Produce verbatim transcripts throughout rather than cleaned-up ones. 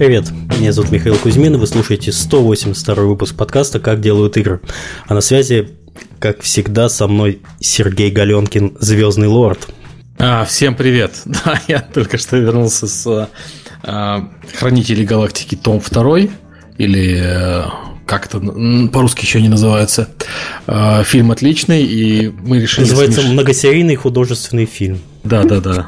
Привет, меня зовут Михаил Кузьмин, и вы слушаете сто восемьдесят второй выпуск подкаста «Как делают игры». А на связи, как всегда, со мной Сергей Галенкин, Звездный Лорд. А, всем привет. Да, я только что вернулся с а, Хранителей Галактики том два, или а, как это по-русски еще не называется. А, фильм отличный, и мы решили... Называется смеш... многосерийный художественный фильм. Да, да, да.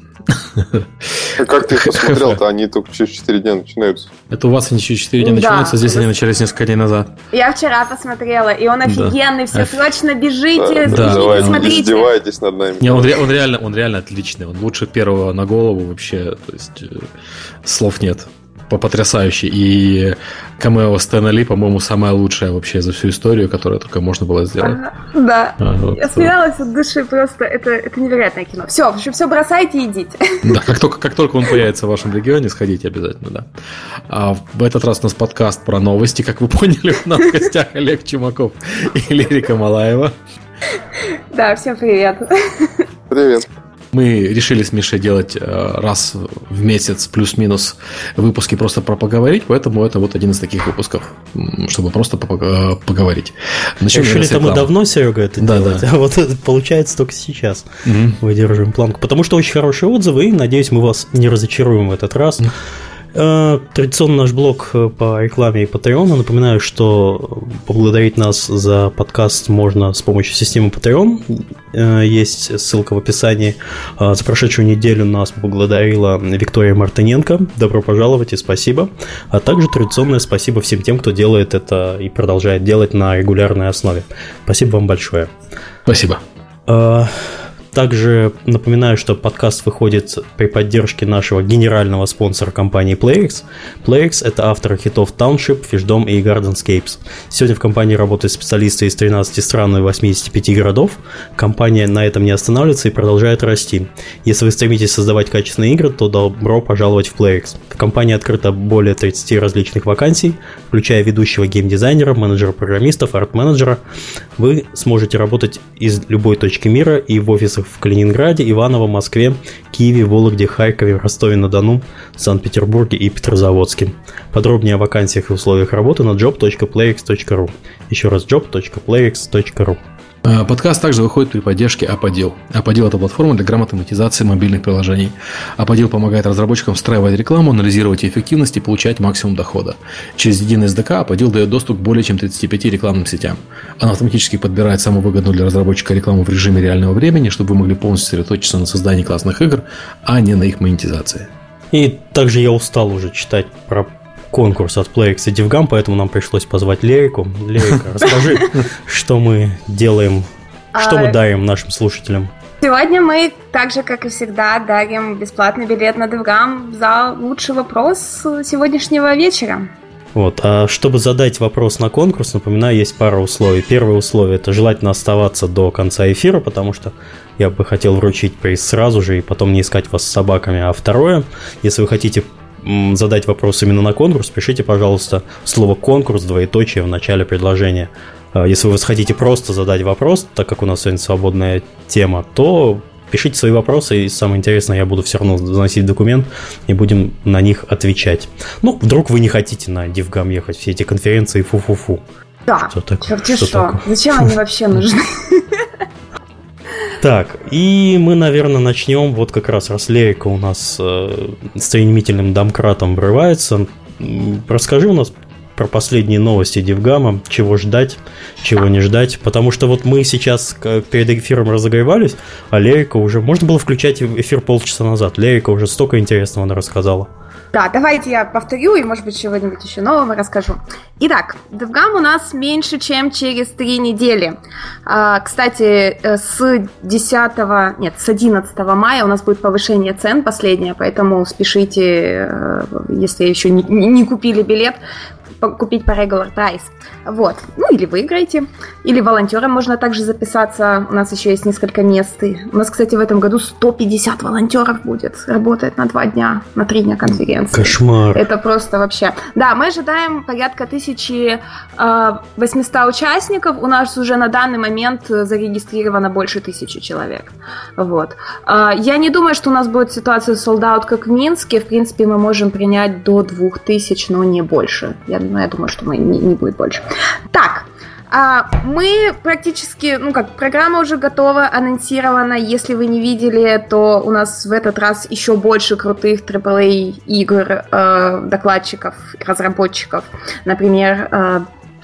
Как ты их посмотрел-то? Они только через четыре дня начинаются. Это у вас они через четыре дня начинаются, а здесь они начались несколько дней назад. Я вчера посмотрела, и он офигенный, все Оф... срочно бежите, да, бежите, да. смотрите. Издевайтесь над нами. Не, он, он, реально, он реально отличный, он лучше первого на голову вообще, то есть слов нет. Потрясающий. И камео Стэна Ли, по-моему, самое лучшее вообще за всю историю, которое только можно было сделать. Ага, да. А, вот. Я смеялась от души, просто это, это невероятное кино. Все, все бросайте и идите. Да, как только, как только он появится в вашем регионе, сходите обязательно, да. А в этот раз у нас подкаст про новости. Как вы поняли, у нас в гостях Олег Чумаков и Лерика Малаева. Да, всем привет. Привет. Мы решили с Мишей делать раз в месяц плюс-минус выпуски просто про поговорить, поэтому это вот один из таких выпусков, чтобы просто поговорить. Начнем решили это мы давно, Серега, это да, делать, да. А вот получается только сейчас. Mm-hmm. Выдерживаем планку, потому что очень хорошие отзывы, и, надеюсь, мы вас не разочаруем в этот раз. Mm-hmm. Традиционно наш блог по рекламе и Patreon. Напоминаю, что поблагодарить нас за подкаст можно с помощью системы Patreon. Есть ссылка в описании. За прошедшую неделю нас поблагодарила Виктория Мартыненко. Добро пожаловать и спасибо. А также традиционное спасибо всем тем, кто делает это и продолжает делать на регулярной основе. Спасибо вам большое. Спасибо. Также напоминаю, что подкаст выходит при поддержке нашего генерального спонсора компании PlayX. PlayX – это авторы хитов Township, Fishdom и Gardenscapes. Сегодня в компании работают специалисты из тринадцати стран и восьмидесяти пяти городов. Компания на этом не останавливается и продолжает расти. Если вы стремитесь создавать качественные игры, то добро пожаловать в PlayX. В компании открыто более тридцати различных вакансий, включая ведущего геймдизайнера, менеджера программистов, арт-менеджера. Вы сможете работать из любой точки мира и в офисах в Калининграде, Иваново, Москве, Киеве, Вологде, Харькове, Ростове-на-Дону, Санкт-Петербурге и Петрозаводске. Подробнее о вакансиях и условиях работы на job точка playx точка ru. Еще раз job точка playx точка ru. Подкаст также выходит при поддержке Аподил. Аподил – это платформа для грамотной монетизации мобильных приложений. Аподил помогает разработчикам встраивать рекламу, анализировать ее эффективность и получать максимум дохода. Через единый эс ди кей Аподил дает доступ к более чем тридцати пяти рекламным сетям. Она автоматически подбирает самую выгодную для разработчика рекламу в режиме реального времени, чтобы вы могли полностью сосредоточиться на создании классных игр, а не на их монетизации. И также я устал уже читать про конкурс от PlayX и DevGam, поэтому нам пришлось позвать Лерику. Лерика, расскажи, что мы делаем, что мы дарим нашим слушателям. Сегодня мы, так же, как и всегда, дарим бесплатный билет на DevGam за лучший вопрос сегодняшнего вечера. Вот, а чтобы задать вопрос на конкурс, напоминаю, есть пара условий. Первое условие – это желательно оставаться до конца эфира, потому что я бы хотел вручить приз сразу же и потом не искать вас с собаками. А второе, если вы хотите задать вопрос именно на конкурс, пишите, пожалуйста, слово «конкурс», двоеточие в начале предложения. Если вы хотите просто задать вопрос, так как у нас сегодня свободная тема, то пишите свои вопросы, и самое интересное, я буду все равно заносить документ, и будем на них отвечать. Ну, вдруг вы не хотите на DevGam ехать, все эти конференции, фу-фу-фу. Да, что так, черти что. что. Зачем они вообще нужны? Так, и мы, наверное, начнем. Вот как раз раз Лерика у нас э, стремительным домкратом врывается. Расскажи у нас про последние новости DevGam, чего ждать, чего не ждать. Потому что вот мы сейчас перед эфиром разогревались, а Лерика уже... Можно было включать эфир полчаса назад. Лерика уже столько интересного она рассказала. Да, давайте я повторю и, может быть, чего-нибудь еще нового расскажу. Итак, DevGam у нас меньше, чем через три недели. А, кстати, с десятого, нет, с одиннадцатого мая у нас будет повышение цен последнее, поэтому спешите, если еще не, не купили билет, купить по regular price. Вот. Ну, или выиграете. Или волонтерам можно также записаться. У нас еще есть несколько мест. И у нас, кстати, в этом году сто пятьдесят волонтеров будет. Работает на два дня, на три дня конференции. Кошмар. Это просто вообще... Да, мы ожидаем порядка тысячи восьмисот участников. У нас уже на данный момент зарегистрировано больше тысячи человек. Вот. Я не думаю, что у нас будет ситуация sold out, как в Минске. В принципе, мы можем принять до двух тысяч, но не больше. Я, ну, я думаю, что мы не, не будет больше. Так, мы практически, ну как, программа уже готова, анонсирована. Если вы не видели, то у нас в этот раз еще больше крутых трипл эй игр, э, докладчиков, разработчиков. Например, э,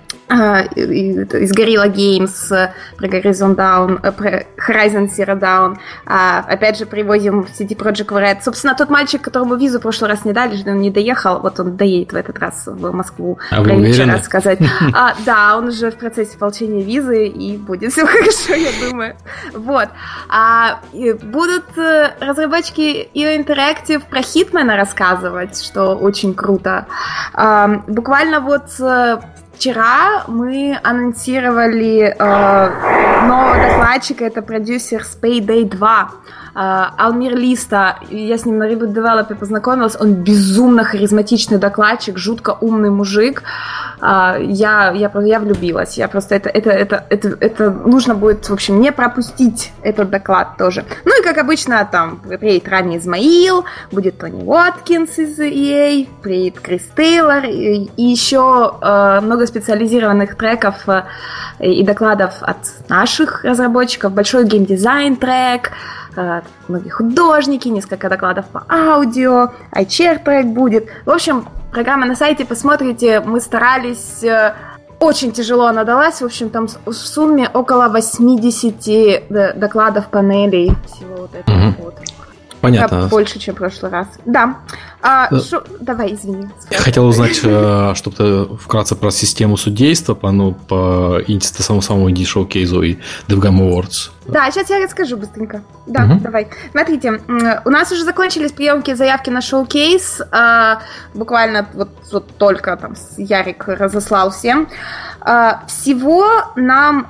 из Guerrilla Games про Horizon Dawn, про Horizon Zero Dawn. Опять же, приводим си ди Projekt Red. Собственно, тот мальчик, которому визу в прошлый раз не дали, он не доехал, вот он доедет в этот раз в Москву. А вы уверены? Сказать. А, да, он уже в процессе получения визы, и будет все хорошо, я думаю. Вот. А, будут разработчики и о Interactive про Hitman рассказывать, что очень круто. А, буквально вот вчера мы анонсировали э, нового докладчика, это продюсер Payday два, э, Алмир Листа. Я с ним на Reboot Developer познакомилась, он безумно харизматичный докладчик, жутко умный мужик. Э, я, я, я влюбилась, я просто это, это, это, это, это нужно будет, в общем, не пропустить этот доклад тоже. Ну и как обычно, там приедет Рами Измаил, будет Тони Уоткинс из и эй, приедет Крис Тейлор и, и еще э, много специализированных треков и докладов от наших разработчиков, большой геймдизайн трек, многие художники, несколько докладов по аудио, iChair трек будет. В общем, программа на сайте, посмотрите, мы старались, очень тяжело она далась, в общем, там в сумме около восемьдесят докладов, панелей, всего вот этого mm-hmm. вот. Понятно. Больше, чем в прошлый раз. Да. А, да. Шо... Давай, извини. Я хотел узнать, что-то вкратце про систему судейства по, ну, по самому самому инди шоу-кейзу и DevGam Awards. Да, сейчас я расскажу быстренько. Да, угу. Давай. Смотрите, у нас уже закончились приемки заявки на шоу-кейс. Буквально вот, вот только там Ярик разослал всем. Всего нам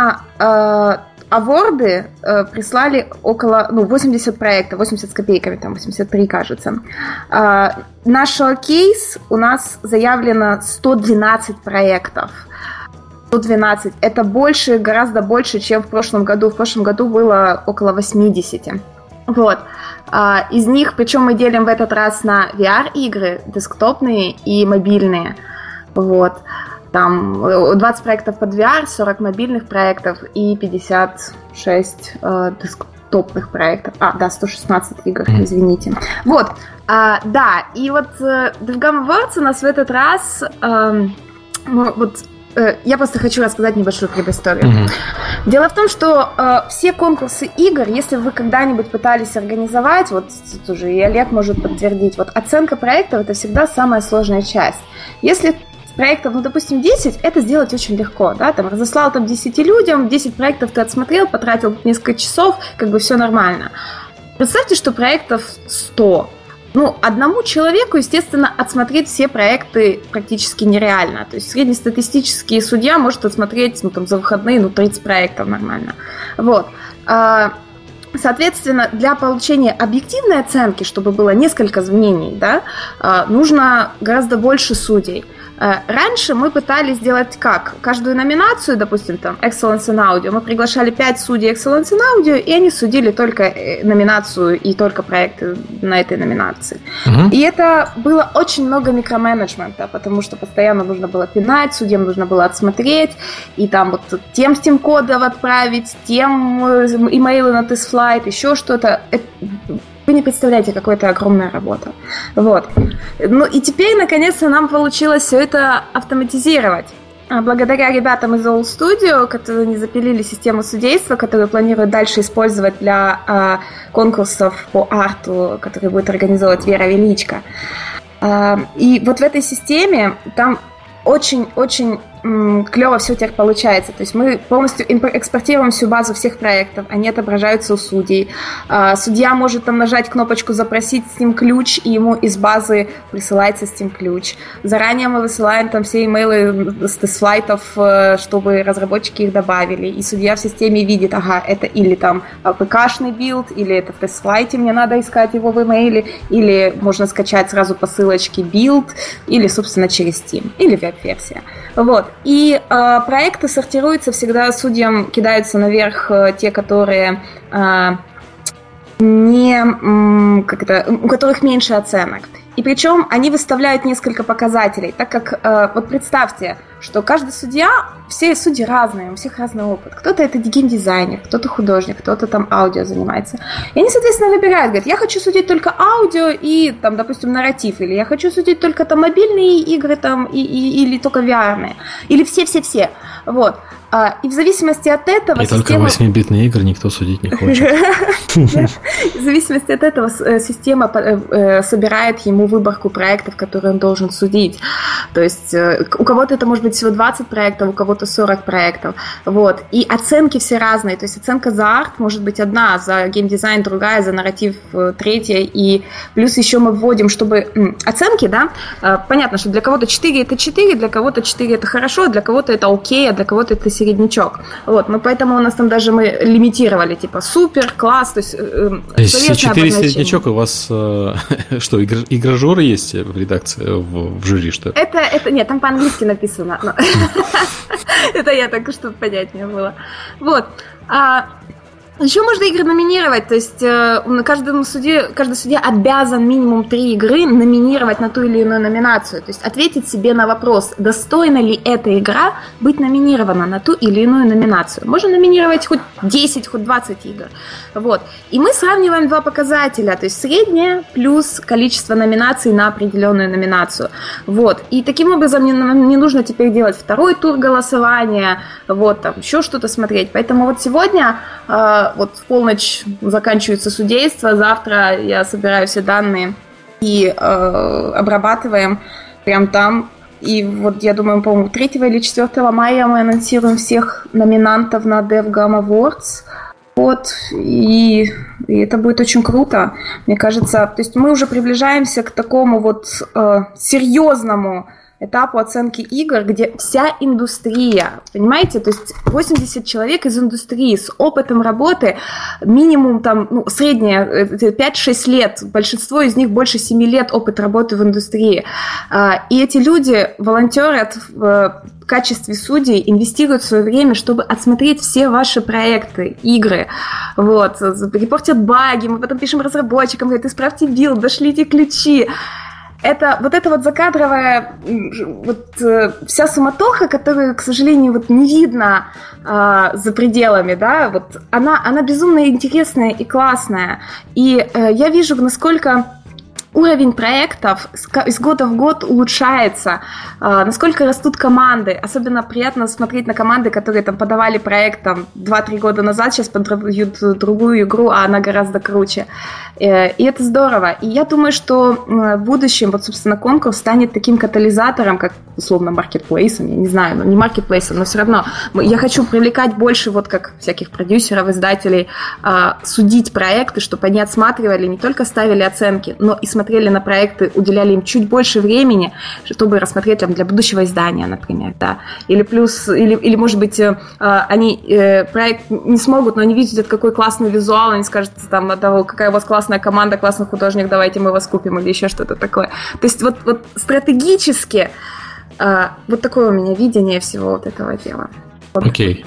на аворды э, прислали около, ну, восемьдесят проектов, восемьдесят с копейками, там, восемьдесят три, кажется. Э, наш шоу-кейс у нас заявлено сто двенадцать проектов. сто двенадцать. Это больше, гораздо больше, чем в прошлом году. В прошлом году было около восемьдесят. Вот. Э, из них, причем мы делим в этот раз на ви ар-игры, десктопные и мобильные. Вот. Там двадцать проектов под ви ар, сорок мобильных проектов и пятьдесят шесть э, десктопных проектов. А, да, сто шестнадцать игр, извините. Вот, а, да, и вот э, DevGam Awards у нас в этот раз, э, ну, вот, э, я просто хочу рассказать небольшую предысторию. Mm-hmm. Дело в том, что э, все конкурсы игр, если вы когда-нибудь пытались организовать, вот тут уже и Олег может подтвердить, вот оценка проектов — это всегда самая сложная часть. Если проектов, ну, допустим, десять, это сделать очень легко, да, там, разослал там десять людям, десять проектов ты отсмотрел, потратил несколько часов, как бы все нормально. Представьте, что проектов сто. Ну, одному человеку, естественно, отсмотреть все проекты практически нереально. То есть среднестатистический судья может отсмотреть, ну, там, за выходные, ну, тридцать проектов нормально. Вот. Соответственно, для получения объективной оценки, чтобы было несколько мнений, да, нужно гораздо больше судей. Раньше мы пытались сделать как? Каждую номинацию, допустим, там, Excellence in Audio, мы приглашали пять судей Excellence in Audio, и они судили только номинацию и только проекты на этой номинации. Uh-huh. И это было очень много микроменеджмента, потому что постоянно нужно было пинать, судьям нужно было отсмотреть, и там вот тем Steam-кодов отправить, тем имейлы на TestFlight, еще что-то. Вы не представляете, какая это огромная работа. Вот. Ну и теперь, наконец-то, нам получилось все это автоматизировать. Благодаря ребятам из All Studio, которые не запилили систему судейства, которую планируют дальше использовать для а, конкурсов по арту, которые будет организовывать Вера Величко. А, и вот в этой системе там очень-очень клево все теперь получается. То есть мы полностью экспортируем всю базу всех проектов, они отображаются у судей. Судья может там нажать кнопочку «Запросить Steam ключ», и ему из базы присылается Steam ключ. Заранее мы высылаем там все имейлы с тест-флайтов, чтобы разработчики их добавили. И судья в системе видит, ага, это или там пэ-кашный билд, или это в тест-флайте, мне надо искать его в имейле, или можно скачать сразу по ссылочке билд, или, собственно, через Steam, или веб-версия. Вот. И э, проекты сортируются всегда, судьям кидаются наверх э, те, которые э, не, м, как это, у которых меньше оценок. И причем они выставляют несколько показателей, так как, э, вот представьте, что каждый судья, все судьи разные, у всех разный опыт. Кто-то это геймдизайнер, кто-то художник, кто-то там аудио занимается. И они, соответственно, выбирают, говорят, я хочу судить только аудио и, там, допустим, нарратив, или я хочу судить только там мобильные игры, там, и, и, или только ви ар-ные, или все-все-все. Вот. И в зависимости от этого... И система... только восьмибитные игры никто судить не хочет. В зависимости от этого система собирает ему выборку проектов, которые он должен судить. То есть у кого-то это может быть всего двадцать проектов, у кого-то сорок проектов. Вот. И оценки все разные. То есть оценка за арт может быть одна, за геймдизайн другая, за нарратив третья. И плюс еще мы вводим, чтобы... Оценки, да? Понятно, что для кого-то четыре это четыре, для кого-то четыре это хорошо, для кого-то это окей, а для кого-то это середнячок. Вот. Мы поэтому у нас там даже мы лимитировали, типа супер, класс, то есть... Если четыре середнячок, у вас э, что, игр, игражеры есть в редакции, в, в жюри, что ли? Это, это, нет, там по-английски написано. Это я так, чтобы понять мне было. Вот. Еще можно игры номинировать, то есть э, каждому судье, каждый судья обязан минимум три игры номинировать на ту или иную номинацию, то есть ответить себе на вопрос, достойна ли эта игра быть номинирована на ту или иную номинацию. Можно номинировать хоть десять, хоть двадцать игр. Вот. И мы сравниваем два показателя, то есть среднее плюс количество номинаций на определенную номинацию. Вот. И таким образом не, не нужно теперь делать второй тур голосования, вот, там, еще что-то смотреть. Поэтому вот сегодня... Э, Вот в полночь заканчивается судейство, завтра я собираю все данные и э, обрабатываем прям там. И вот я думаю, по-моему, третьего или четвёртого мая мы анонсируем всех номинантов на DevGam Awards. Вот, и, и это будет очень круто, мне кажется. То есть мы уже приближаемся к такому вот э, серьезному этапу оценки игр, где вся индустрия, понимаете, то есть восемьдесят человек из индустрии с опытом работы, минимум там, ну, среднее пять-шесть лет, большинство из них больше семи лет опыт работы в индустрии. И эти люди волонтерят в качестве судей, инвестируют свое время, чтобы отсмотреть все ваши проекты, игры, вот, репортят баги, мы потом пишем разработчикам, говорят, исправьте билд, дошлите ключи. Это вот эта вот закадровая вот, э, вся суматоха, которую, к сожалению, вот не видно э, за пределами, да, вот она, она безумно интересная и классная. И э, я вижу, насколько уровень проектов из года в год улучшается, насколько растут команды. Особенно приятно смотреть на команды, которые там подавали проект там, два-три года назад, сейчас подают другую игру, а она гораздо круче. И это здорово. И я думаю, что в будущем, вот, собственно, конкурс станет таким катализатором, как, условно, маркетплейсом, я не знаю, ну, не маркетплейсом, но все равно. Я хочу привлекать больше, вот как всяких продюсеров, издателей, судить проекты, чтобы они отсматривали, не только ставили оценки, но и смотрели на проекты, уделяли им чуть больше времени, чтобы рассмотреть там, для будущего издания, например, да. Или плюс, или, или может быть, они проект не смогут, но они видят, какой классный визуал, они скажут, там, того, какая у вас классная команда, классный художник, давайте мы вас купим, или еще что-то такое. То есть вот, вот стратегически вот такое у меня видение всего вот этого дела. Окей.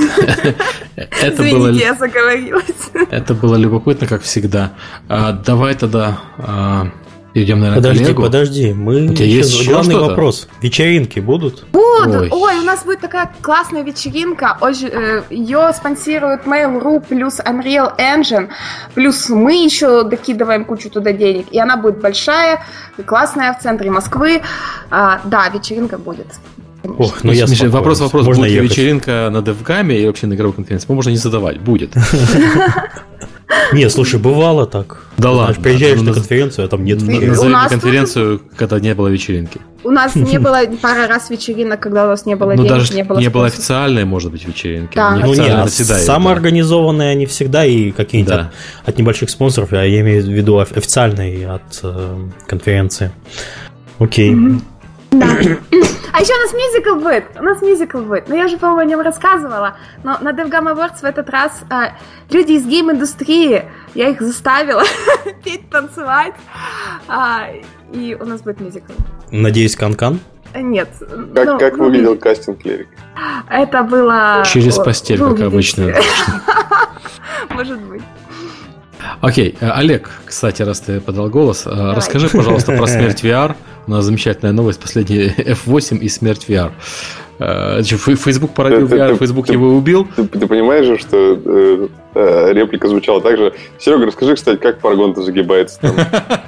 Извините, я заговорилась. Это было любопытно, как всегда. Давай тогда перейдем, наверное, подожди, к коллегу. Подожди, мы есть главный что-то? Вопрос. Вечеринки будут? Будут. Ой. Ой, у нас будет такая классная вечеринка. Ее спонсирует Mail.ru плюс Unreal Engine. Плюс мы еще докидываем кучу туда денег. И она будет большая, классная, в центре Москвы. А, да, вечеринка будет. Ох, ну я Миша, вопрос, вопрос, можно будет ехать. Вечеринка на DevGam и вообще на игровой конференции? Можно не задавать, будет. Не, слушай, бывало так. Да ладно. Приезжаешь на конференцию, а там нет вечеринки. Назови мне конференцию, когда не было вечеринки. У нас не было пара раз вечеринок, когда у нас не было денег, не было спонсоров. Ну, даже не было официальной, может быть, вечеринки. Да. Ну, нет, самоорганизованные они всегда, и какие-нибудь да. от, от небольших спонсоров, а я имею в виду официальные от э, конференции. Окей. Mm-hmm. Да. А еще у нас мюзикл будет. У нас мюзикл будет. Но я же, по-моему, о нем рассказывала. Но на DevGam Awards в этот раз а, люди из гейм-индустрии, я их заставила петь, танцевать. А, и у нас будет мюзикл. Надеюсь, Кан-Кан? Нет. Как, ну, как ну, выглядел кастинг Лерик? Это было... Через постель, как обычно. Может быть. Окей, Олег, кстати, раз ты подал голос, Давай. расскажи, пожалуйста, про смерть ви ар. У нас замечательная новость, последняя эф восемь и смерть ви ар. Facebook породил ви ар, Facebook его убил. Ты, ты, ты понимаешь же, что э, э, реплика звучала так же. Серега, расскажи, кстати, как Паргон-то загибается там?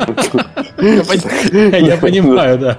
Я понимаю, да.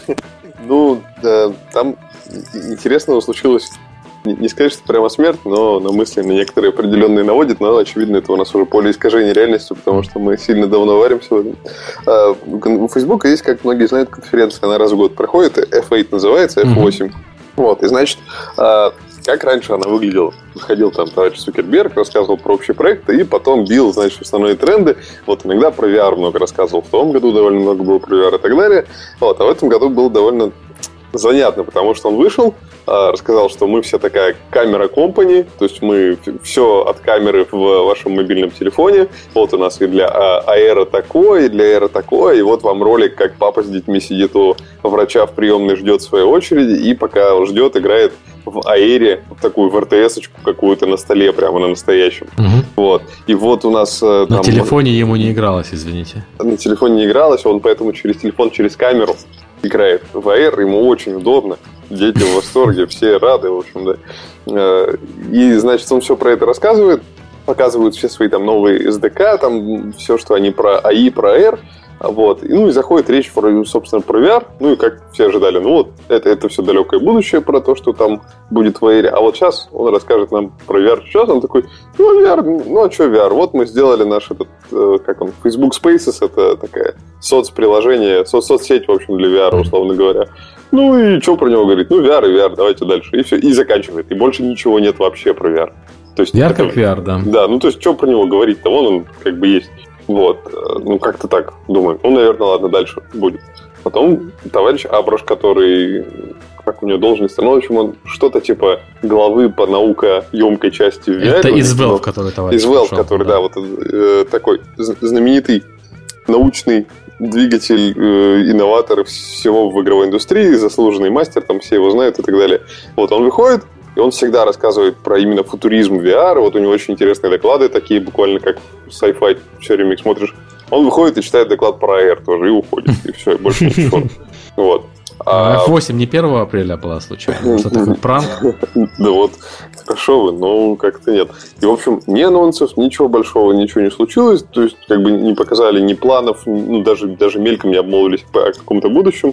Ну, там интересного случилось. Не сказать, что прямо смерть, но на мысли на некоторые определенные наводит, но, очевидно, это у нас уже поле искажения реальности, потому что мы сильно давно варимся в этом. А, у Facebook есть, как многие знают, конференция, она раз в год проходит, эф восемь называется, эф восемь. Mm-hmm. Вот, и значит, а, как раньше она выглядела? Выходил там товарищ Цукерберг, рассказывал про общий проект, и потом бил, значит, основные тренды. Вот иногда про ви ар много рассказывал, в том году довольно много было про ви ар и так далее. Вот, а в этом году было довольно занятно, потому что он вышел, рассказал, что мы вся такая камера компани, то есть мы все от камеры в вашем мобильном телефоне. Вот у нас и для Аэро такое, и для Аэро такое, и вот вам ролик, как папа с детьми сидит у врача в приемной, ждет своей очереди, и пока он ждет, играет в Аэре, в такую в эр тэ эс-очку какую-то на столе, прямо на настоящем. Угу. Вот. И вот у нас... На там, телефоне ему не игралось, извините. На телефоне не игралось, он поэтому через телефон, через камеру играет в Аэр, ему очень удобно. Дети в восторге, все рады, в общем, да. И, значит, он все про это рассказывает, показывают все свои там новые эс ди кей, там все, что они про эй ай, про Air, вот. И, ну, и заходит речь, собственно, про ви ар, ну, и как все ожидали, ну, вот, это, это все далекое будущее про то, что там будет в Air, а вот сейчас он расскажет нам про ви ар. Сейчас он такой, ну, ви ар, ну, а что ви ар? Вот мы сделали наш этот, как он, Facebook Spaces, это такая соцприложение, со- соцсеть, в общем, для ви ар, условно говоря. Ну и что про него говорить? Ну, ви ар и ви ар, давайте дальше. И все, и заканчивает. И больше ничего нет вообще про ви ар. То есть, ви ар это, как ви ар, да. Да, ну то есть, что про него говорить-то? Вон он как бы есть. Вот. Ну, как-то так, думаю. Ну, наверное, ладно, дальше будет. Потом товарищ Абраш, который, как у него должность, ну, в общем, он что-то типа главы по наукоемкой части ви ар. Это из Valve, который товарищ Из Valve, который, да, да вот э, такой знаменитый научный двигатель, э, инноватор всего в игровой индустрии, заслуженный мастер, там все его знают и так далее. Вот он выходит, и он всегда рассказывает про именно футуризм ви ар. Вот у него очень интересные доклады, такие буквально как sci-fi, все время их смотришь. Он выходит и читает доклад про Air тоже, и уходит, и все, и больше ничего. Вот. А эф восемь не первого апреля была случайно? Что такое пранк? Да вот, хорошо вы, но как-то нет. И, в общем, ни анонсов, ничего большого, ничего не случилось. То есть, как бы не показали ни планов, ну, даже, даже мельком не обмолвились о каком-то будущем.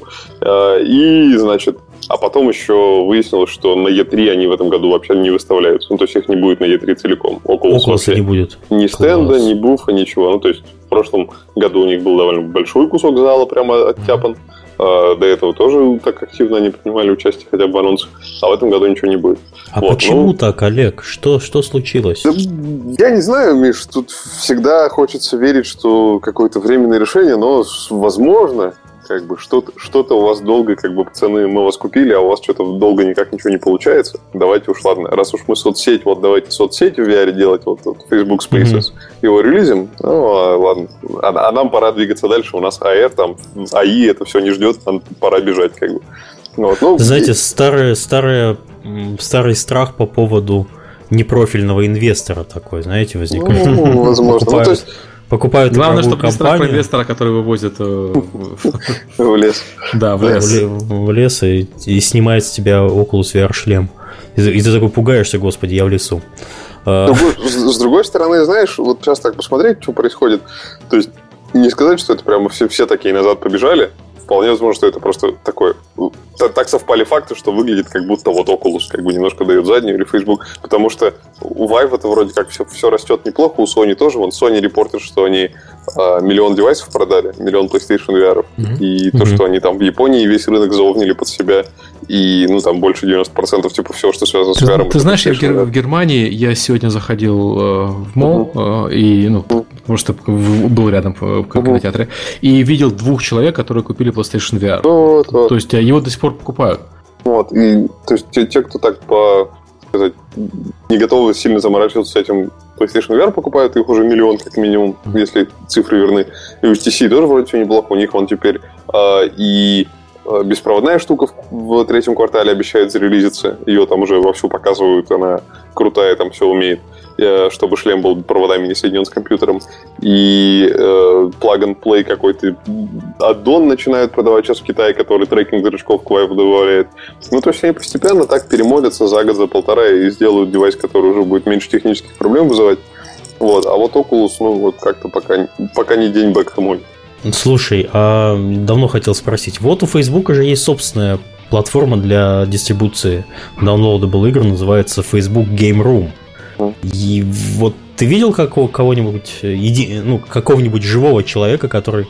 И, значит, а потом еще выяснилось, что на и три они в этом году вообще не выставляются. Ну, то есть, их не будет на и три целиком. Oculus не будет. Ни стенда, ни буфа, ничего. Ну, то есть, в прошлом году у них был довольно большой кусок зала, прямо оттяпан. До этого тоже так активно они принимали участие хотя бы в анонсах, а в этом году ничего не будет. А вот, почему ну, так, Олег? Что, что случилось? Да, я не знаю, Миш, тут всегда хочется верить, что какое-то временное решение, но возможно, как бы что-то, что-то у вас долго, как бы, пацаны, мы вас купили, а у вас что-то долго никак ничего не получается. Давайте уж, ладно, раз уж мы соцсеть, вот давайте соцсеть в ви ар делать, вот, вот Facebook Spaces, mm-hmm. его релизим, ну, а, ладно. А, а нам пора двигаться дальше, у нас Air, там, эй ай, это все не ждет, нам пора бежать, как бы. Вот, ну, знаете, и... старый, старый, старый страх по поводу непрофильного инвестора такой, знаете, возникает. Ну, возможно. Ну, то есть... Покупают главное, чтобы компанию. не страх про инвестора, который вывозит в лес. Да, в лес. В лес и, и снимает с тебя Oculus ви ар шлем. И, и ты такой пугаешься, господи, я в лесу. С, с другой стороны, знаешь, вот сейчас так посмотреть, что происходит. То есть, не сказать, что это прямо все, все такие назад побежали. вполне возможно, что это просто такое... Так совпали факты, что выглядит как будто вот Oculus как бы немножко дает заднюю, или Facebook, потому что у Vive это вроде как все, все растет неплохо, у Sony тоже. Вон Sony репортит, что они а, миллион девайсов продали, миллион PlayStation ви ар, mm-hmm. и то, mm-hmm. что они там в Японии весь рынок заовнили под себя, и ну там больше девяносто процентов типа всего, что связано ты, с ви ар. Ты знаешь, я в, Гер- в Германии, я сегодня заходил э, в молл, mm-hmm. э, и, ну, mm-hmm. потому что был рядом в кинотеатре, mm-hmm. и видел двух человек, которые купили PlayStation ви ар. Вот, вот. То есть его до сих пор покупают. Вот, и то есть те, те, кто так по сказать, не готовы сильно заморачиваться с этим, PlayStation ви ар покупают, их уже миллион как минимум, mm-hmm. если цифры верны. И у эйч ти си тоже вроде все неплохо, у них вон теперь а, и а, беспроводная штука в, в третьем квартале обещает зарелизиться, ее там уже вовсю показывают, она крутая, там все умеет, чтобы шлем был проводами не соединен с компьютером. И э, plug-and-play какой-то аддон начинают продавать сейчас в Китае, который трекинг движков к Vive добавляет. Ну, то есть они постепенно так перемолятся за год, за полтора и сделают девайс, который уже будет меньше технических проблем вызывать. Вот. А вот Oculus, ну, вот как-то пока, пока не день back to мой. Слушай, а давно хотел спросить. Вот у Facebook же есть собственная платформа для дистрибуции downloadable игр, называется Facebook Game Room. И вот ты видел какого, кого-нибудь, еди, ну, какого-нибудь живого человека, который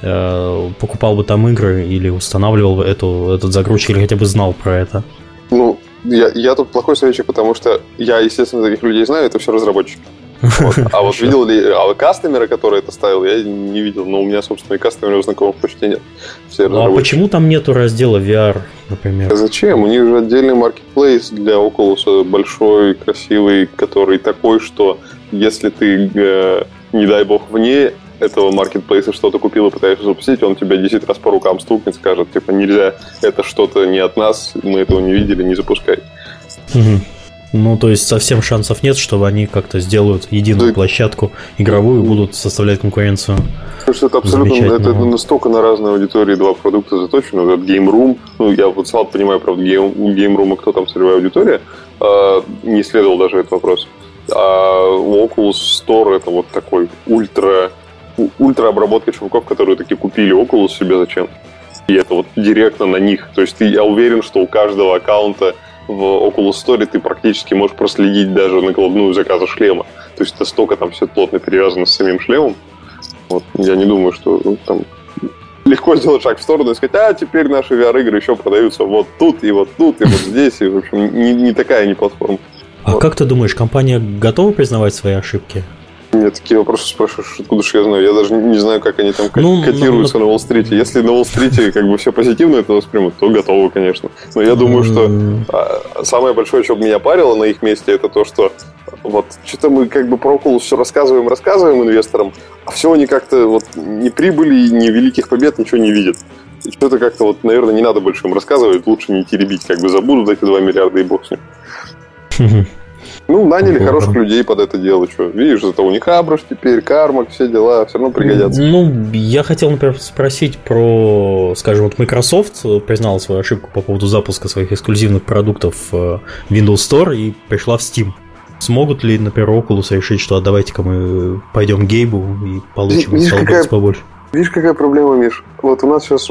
э, покупал бы там игры или устанавливал бы эту, этот загрузчик, или хотя бы знал про это? Ну, я, я тут плохой советчик, потому что я, естественно, таких людей знаю, это все разработчики. Вот. А вот видел ли а кастомера, который это ставил, я не видел. Но у меня, собственно, и кастомеров знакомых почти нет. Все ну, а почему там нету раздела ви ар, например? А зачем? У них же отдельный маркетплейс для Oculus, большой, красивый, который такой, что если ты, э, не дай бог, вне этого маркетплейса что-то купил и пытаешься запустить, он тебя десять раз по рукам стукнет, скажет, типа, нельзя, это что-то не от нас, мы этого не видели, не запускай. Угу. Ну, то есть совсем шансов нет, что они как-то сделают единую да. площадку игровую и будут составлять конкуренцию. Потому что это абсолютно, это настолько на разные аудитории два продукта заточены. Вот Game Room, ну, я вот слабо понимаю, правда, Game, у Game Room, кто там целевая аудитория, э, не исследовал даже этот вопрос. А у Oculus Store это вот такой ультра, ультра обработка чуваков, которые таки купили Oculus себе зачем. И это вот директно на них. То есть ты, я уверен, что у каждого аккаунта в Oculus Store ты практически можешь проследить даже накладную заказа шлема. То есть настолько там все плотно перевязано с самим шлемом. Вот. Я не думаю, что ну, там легко сделать шаг в сторону и сказать, а теперь наши ви ар-игры еще продаются вот тут, и вот тут, и вот здесь. И, в общем, не, не такая не платформа. А вот. Как ты думаешь, компания готова признавать свои ошибки? Мне такие вопросы спрашиваешь, откуда же я знаю? Я даже не знаю, как они там ну, котируются ну, на Уолл-стрите. Если на Уолл-стрите как бы все позитивно это воспримут, то готовы, конечно. Но я думаю, что а, самое большое, что бы меня парило на их месте, это то, что вот что-то мы как бы про Oculus все рассказываем, рассказываем инвесторам, а все они как-то вот ни прибыли, ни великих побед ничего не видят. И что-то как-то вот, наверное, не надо больше им рассказывать, лучше не теребить, как бы забудут эти два миллиарда и бог с ним. Ну, наняли хороших людей под это дело. Что? Видишь, зато у них Абраш теперь, Кармак, все дела, все равно пригодятся. Ну, я хотел, например, спросить про, скажем, вот Microsoft признала свою ошибку по поводу запуска своих эксклюзивных продуктов в Windows Store и пришла в Steam. Смогут ли, например, Oculus решить, что а давайте-ка мы пойдем к Гейбу и получим инсталлбокс побольше? Видишь, какая проблема, Миш? Вот у нас сейчас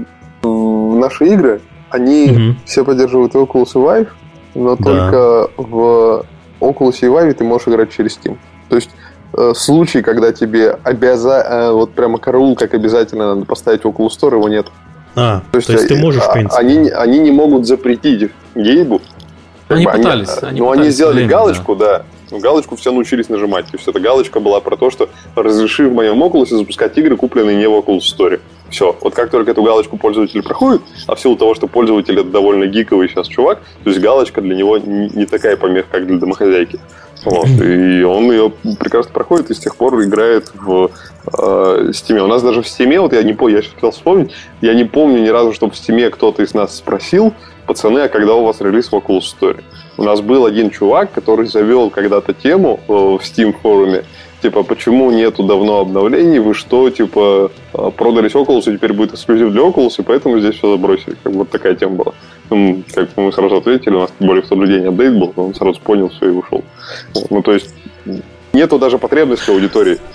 наши игры, они угу. все поддерживают Oculus и Vive, но да. только в Oculus и Vive ты можешь играть через Steam. То есть э, случай, когда тебе обяза... э, вот прямо караул, как обязательно надо поставить Oculus Store, его нет. А, то есть, то есть ты можешь, в принципе. Они, они не могут запретить Гейбу. Они бы, пытались. Они, они ну, пытались они сделали время, галочку, да. да. Ну, галочку все научились нажимать. То есть эта галочка была про то, что разреши в моем Oculus запускать игры, купленные не в Oculus Store. Все. Вот как только эту галочку пользователь проходит, а в силу того, что пользователь это довольно гиковый сейчас чувак, то есть галочка для него не, не такая помеха, как для домохозяйки. Вот. И он ее прекрасно проходит и с тех пор играет в э, Steam. У нас даже в Steam, вот я не помню, я сейчас хотел вспомнить, я не помню ни разу, чтобы в Steam кто-то из нас спросил, пацаны, а когда у вас релиз в Oculus Store? У нас был один чувак, который завел когда-то тему э, в Steam форуме, типа, почему нету давно обновлений, вы что, типа, продались Oculus, и теперь будет эксклюзив для Oculus, и поэтому здесь все забросили. Как бы вот такая тема была. Ну, как мы сразу ответили, у нас тем более в тот же день апдейт был, он сразу понял все и ушел. Вот. Ну, то есть, нету даже потребности аудитории.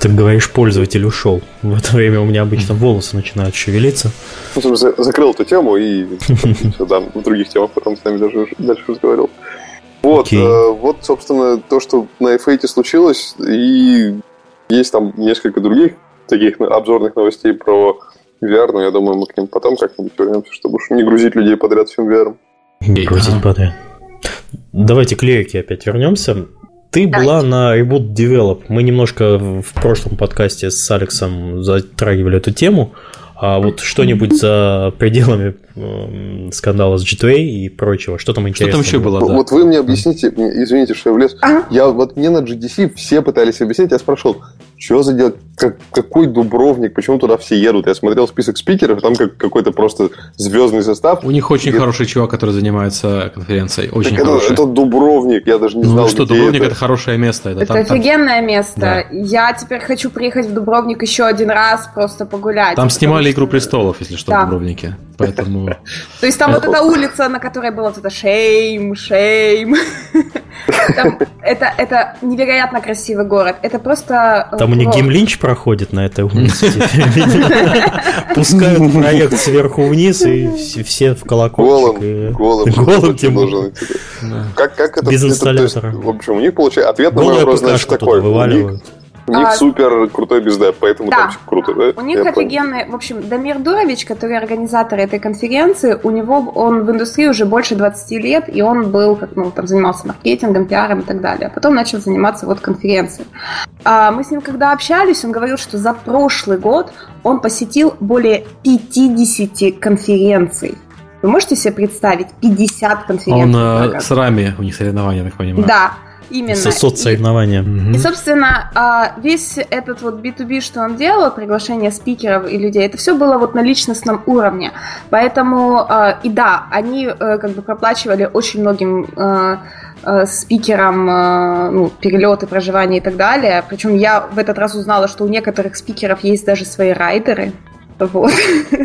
Ты говоришь, пользователь ушел. В это время у меня обычно волосы начинают шевелиться. Ну, закрыл эту тему и да, в других темах потом с нами даже дальше разговаривал. Вот, okay. э, вот, собственно, то, что на эф восемь случилось, и есть там несколько других таких обзорных новостей про ви ар, но я думаю, мы к ним потом как-нибудь вернемся, чтобы уж не грузить людей подряд всем ви ар. Не грузить подряд. Давайте к лирике опять вернемся. Ты Давайте. была на Reboot Develop. Мы немножко в прошлом подкасте с Алексом затрагивали эту тему. А вот что-нибудь за пределами э, скандала с джи ту эй и прочего, что там интересного? Что там еще было, да? Вот вы мне объясните, извините, что я влез. Ага. Я вот мне на джи ди си все пытались объяснить, я спрашивал, что за дело, как, какой Дубровник, почему туда все едут? Я смотрел список спикеров, там как, какой-то просто звездный состав. У них очень и... хороший чувак, который занимается конференцией, очень так хороший. Это, это Дубровник, я даже не знал, ну, что, Дубровник это. это хорошее место. Это, это там, офигенное там... место. Да. Я теперь хочу приехать в Дубровник еще один раз, просто погулять. Там снимали «Игру престолов», если что, да. в Дубровнике. Поэтому... То есть там вот эта улица, на которой было вот это шейм, шейм. Это, это невероятно красивый город. Это просто... Там у них Гимлинч проходит на этой улице. Пускают проект сверху вниз, и все в колокольчик. Голым. Голым тем должен идти. Как это... Без инсталлятора. В общем, у них получается... Ответ на мой вопрос, значит, такой. У них а, супер крутой бездев, поэтому да, там все круто, да? У них я офигенный, понял. В общем, Дамир Дурович, который организатор этой конференции, у него он в индустрии уже больше двадцать лет, и он был, как, ну, там занимался маркетингом, пиаром и так далее. А потом начал заниматься вот конференцией. А мы с ним когда общались, он говорил, что за прошлый год он посетил более пятьдесят конференций. Вы можете себе представить пятьдесят конференций? Он с Рами, у них соревнования, я так понимаю. Да. Именно. Соцсоревнования. И, и, собственно, весь этот вот би ту би, что он делал, приглашение спикеров и людей, это все было вот на личностном уровне. Поэтому, и да, они как бы проплачивали очень многим спикерам, ну, перелеты, проживание и так далее. Причем я в этот раз узнала, что у некоторых спикеров есть даже свои райдеры. Вот.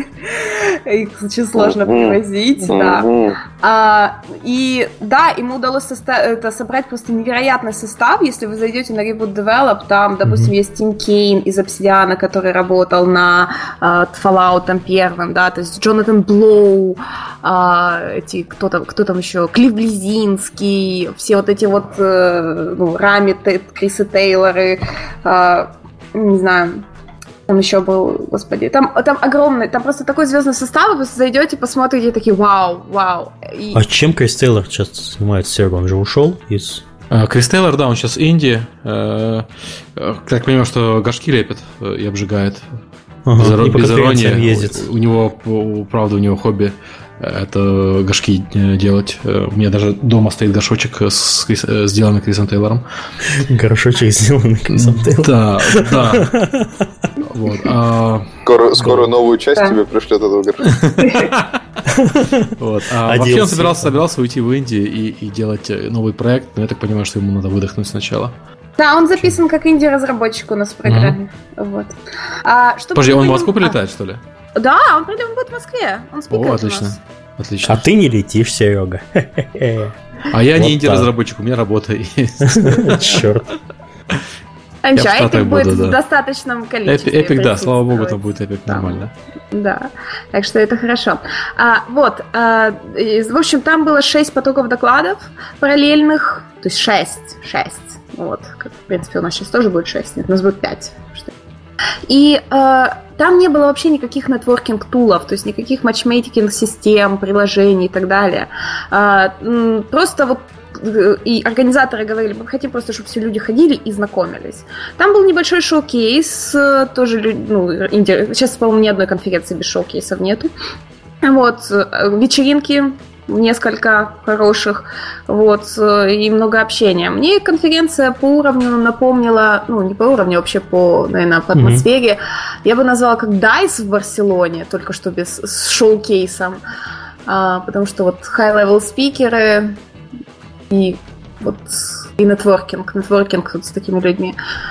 Их очень сложно привозить, да. А, и да, ему удалось состав, это, собрать просто невероятный состав. Если вы зайдете на Reboot Develop, там, допустим, есть Тим Кейн из Obsidian, который работал на uh, Fallout там, первым, да, то есть Джонатан Блоу, uh, эти, кто там, кто там еще, Клифф Близинский, все вот эти вот, uh, ну, Рами, Крисы Тейлоры, uh, не знаю. Там еще был, господи, там, там огромный, там просто такой звездный состав, вы просто зайдете, посмотрите, такие, вау, вау. И... А чем Крис Тейлор сейчас занимается Серго? Он же ушел из... Крис Тейлор, да, он сейчас инди. Как я понимаю, что горшки лепит и обжигает. Ага, без, и по без иронии. Ездит. У него, правда, у него хобби это горшки делать. У меня даже дома стоит горшочек, с, сделанный Крисом Тейлором. Горшочек, сделанный Крисом Тейлором. Да, да. Вот, а... Скоро, скоро новую часть тебе пришлет этого горшка. Вот. А вообще он собирался, собирался уйти в Индию и, и делать новый проект, но я так понимаю, что ему надо выдохнуть сначала. Да, он записан как инди-разработчик у нас в программе. Mm-hmm. Вот. А, Подожди, он в Москву прилетает, что ли? Да, он придет в Москве. Он спикер. О, отлично. У нас. Отлично. А ты не летишь, Серега. А я не инди-разработчик, у меня работа есть. Черт. А ничего, Эпик будет в достаточном количестве. Эпик, да, слава богу, там будет Эпик нормально. Да, так что это хорошо. А, вот, а, в общем, там было шесть потоков докладов параллельных, то есть шесть, шесть. Вот, как, в принципе, у нас сейчас тоже будет шесть, нет, у нас будет пять. И э, там не было вообще никаких нетворкинг-тулов, то есть никаких матчмейкинг-систем, приложений и так далее. Э, просто вот и организаторы говорили, мы хотим просто, чтобы все люди ходили и знакомились. Там был небольшой шоу-кейс, тоже, ну, инди... сейчас, по-моему, ни одной конференции без шоу-кейсов нету. Вот, вечеринки несколько хороших, вот, и много общения. Мне конференция по уровню напомнила, ну, не по уровню, вообще по, наверное, по атмосфере. Mm-hmm. Я бы назвала как дайс в Барселоне, только что без с шоу-кейсом, а, потому что вот high-level спикеры и вот и нетворкинг, нетворкинг вот с такими людьми.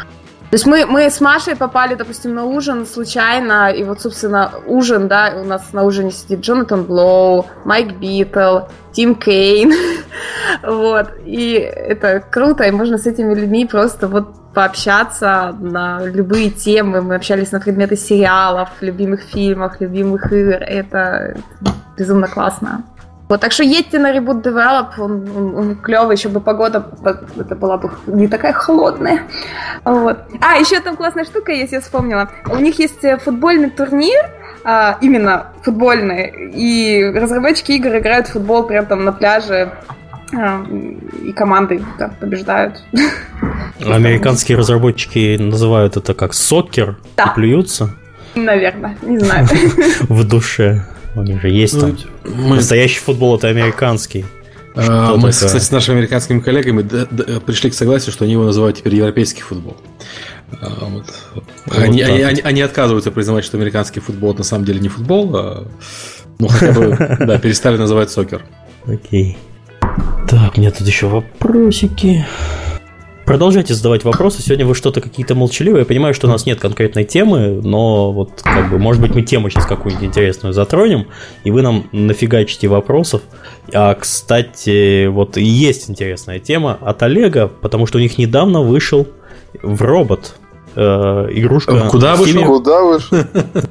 То есть мы, мы с Машей попали, допустим, на ужин случайно, и вот, собственно, ужин, да, у нас на ужине сидит Джонатан Блоу, Майк Биттл, Тим Кейн, вот, и это круто, и можно с этими людьми просто вот пообщаться на любые темы, мы общались на предметы сериалов, любимых фильмов, любимых игр, это безумно классно. Вот, так что едьте на Reboot Develop, он, он, он клевый, еще бы погода это была бы не такая холодная. Вот. А, еще там классная штука есть, я вспомнила. У них есть футбольный турнир, а, именно футбольный, и разработчики игр играют в футбол прямо там на пляже, а, и команды да, побеждают. Американские разработчики называют это как сокер, да. Плюются? Наверное, не знаю. В душе. У них же есть там. Мы... Настоящий футбол это американский. А, мы, такое? Кстати, с нашими американскими коллегами д- д- пришли к согласию, что они его называют теперь европейский футбол. А, вот. Вот они, они, они, они отказываются признавать, что американский футбол на самом деле не футбол, а ну хотя бы да, перестали называть сокер. Окей. Так, у меня тут еще вопросики. Продолжайте задавать вопросы. Сегодня вы что-то какие-то молчаливые. Я понимаю, что у нас нет конкретной темы, но вот как бы, может быть, мы тему сейчас какую-нибудь интересную затронем, и вы нам нафигачите вопросов. А, кстати, вот и есть интересная тема от Олега, потому что у них недавно вышел в робот э, игрушка. Куда вышел? Куда вышел?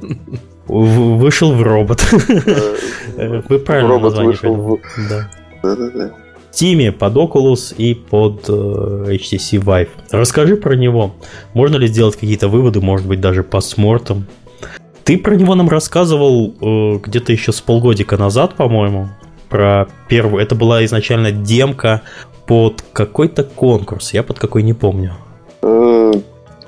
Вышел в робот. Вы правильно название придумали. Да. В Steam, под Oculus и под uh, эйч ти си Vive. Расскажи про него. Можно ли сделать какие-то выводы, может быть, даже постмортом? Ты про него нам рассказывал uh, где-то еще с полгодика назад, по-моему. Про первую. Это была изначально демка под какой-то конкурс. Я под какой не помню. Это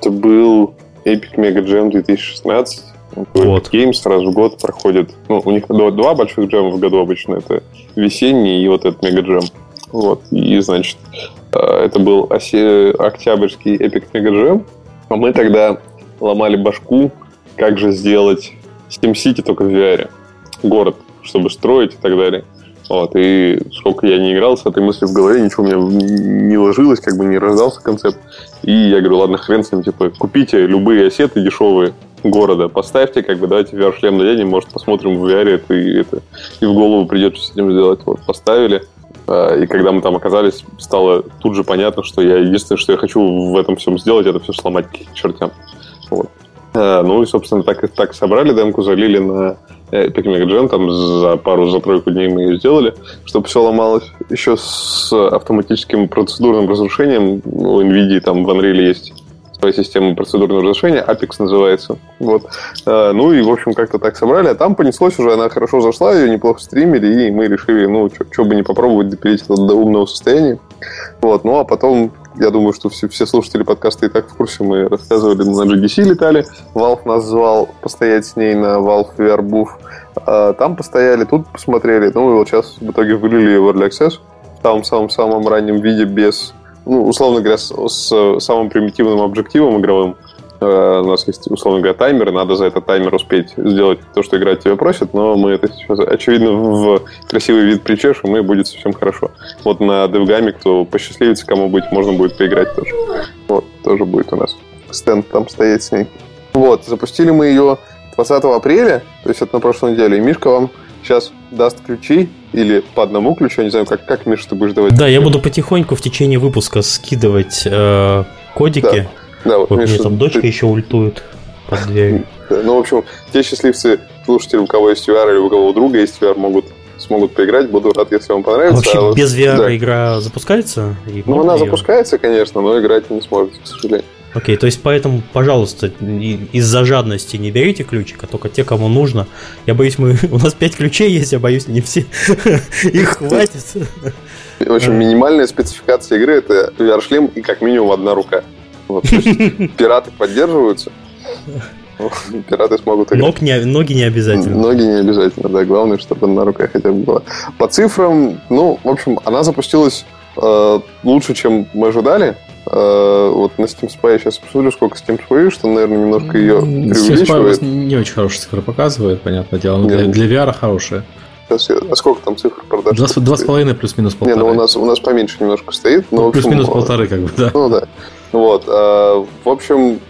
был Epic Mega Jam две тысячи шестнадцать. Вот. Games раз в год проходит. Ну, у них два больших джема в году обычно. Это весенний и вот этот Mega Jam. Вот. И, значит, это был октябрьский Epic Mega Jam. А мы тогда ломали башку, как же сделать SteamCity только в ви ар. Город, чтобы строить и так далее. Вот. И сколько я не играл с этой мыслью в голове, ничего у меня не ложилось, как бы не рождался концепт. И я говорю, ладно, хрен с ним, типа, купите любые ассеты дешевые города, поставьте, как бы, давайте ви ар-шлем наденем, может, посмотрим в ви ар, это, и, это, и в голову придет, что с этим сделать. Вот, поставили. И когда мы там оказались, стало тут же понятно, что я единственное, что я хочу в этом всем сделать, это все сломать к чертям. Вот. Ну и, собственно, так, так собрали демку, залили на Epic Mega Jam, там за пару, за тройку дней мы ее сделали, чтобы все ломалось. Еще с автоматическим процедурным разрушением. У NVIDIA там в Unreal есть своя система процедурного разрушения, Apex называется. Вот. Ну и, в общем, как-то так собрали. А там понеслось уже, она хорошо зашла, ее неплохо стримили, и мы решили, ну, что бы не попробовать допилить это до умного состояния. Вот. Ну, а потом, я думаю, что все, все слушатели подкаста и так в курсе, мы рассказывали, на джи ди си летали, Valve нас звал постоять с ней на Valve ви ар Booth. Там постояли, тут посмотрели. Ну, и вот сейчас в итоге вылили в Early Access в самом-самом раннем виде, без... Ну, условно говоря, с, с самым примитивным объективом игровым. Э, у нас есть, условно говоря, таймер, и надо за этот таймер успеть сделать то, что играть тебя просит, но мы это сейчас, очевидно, в красивый вид причешем, и будет совсем хорошо. Вот на DevGamме, кто посчастливится, кому быть, можно будет поиграть тоже. Вот, тоже будет у нас стенд там стоять с ней. Вот, запустили мы ее двадцатого апреля, то есть это на прошлой неделе, и Мишка вам сейчас даст ключи, или по одному ключу, я не знаю, как, как Миша, ты будешь давать? Да, я буду потихоньку в течение выпуска скидывать э, кодики. Да, да, вот, вот Миша, мне там дочка ты... еще ультует под дверью. Ну, в общем, те счастливцы, слушатели, у кого есть ви ар или у кого у друга есть ви ар, могут, смогут поиграть. Буду рад, если вам понравится. Вообще а без ви ар да. игра запускается? И ну, она ее... запускается, конечно, но играть не сможете, к сожалению. Окей, то есть поэтому, пожалуйста, из-за жадности не берите ключик, а только те, кому нужно. Я боюсь, мы у нас пять ключей есть, я боюсь, не все. Их хватит. В общем, минимальная спецификация игры — это ви ар-шлем и как минимум одна рука. Вот, то есть пираты поддерживаются. Пираты смогут играть. Ног не, ноги не обязательно. Ноги не обязательно, да. Главное, чтобы одна рука хотя бы была. По цифрам, ну, в общем, она запустилась э, лучше, чем мы ожидали. Uh, вот на Steam Spy я сейчас посмотрю, сколько Steam Spy, что, наверное, немножко ее преувеличивает. Steam Spy у вас не очень хорошие цифры показывает, понятное дело, но для, для ви ар хорошие. Сейчас я... А сколько там цифр продаж? Два с половиной плюс-минус полтора. Не, ну у нас, у нас поменьше немножко стоит. Но, ну, общем, плюс-минус полторы, как бы, да. Ну да. Вот. В общем,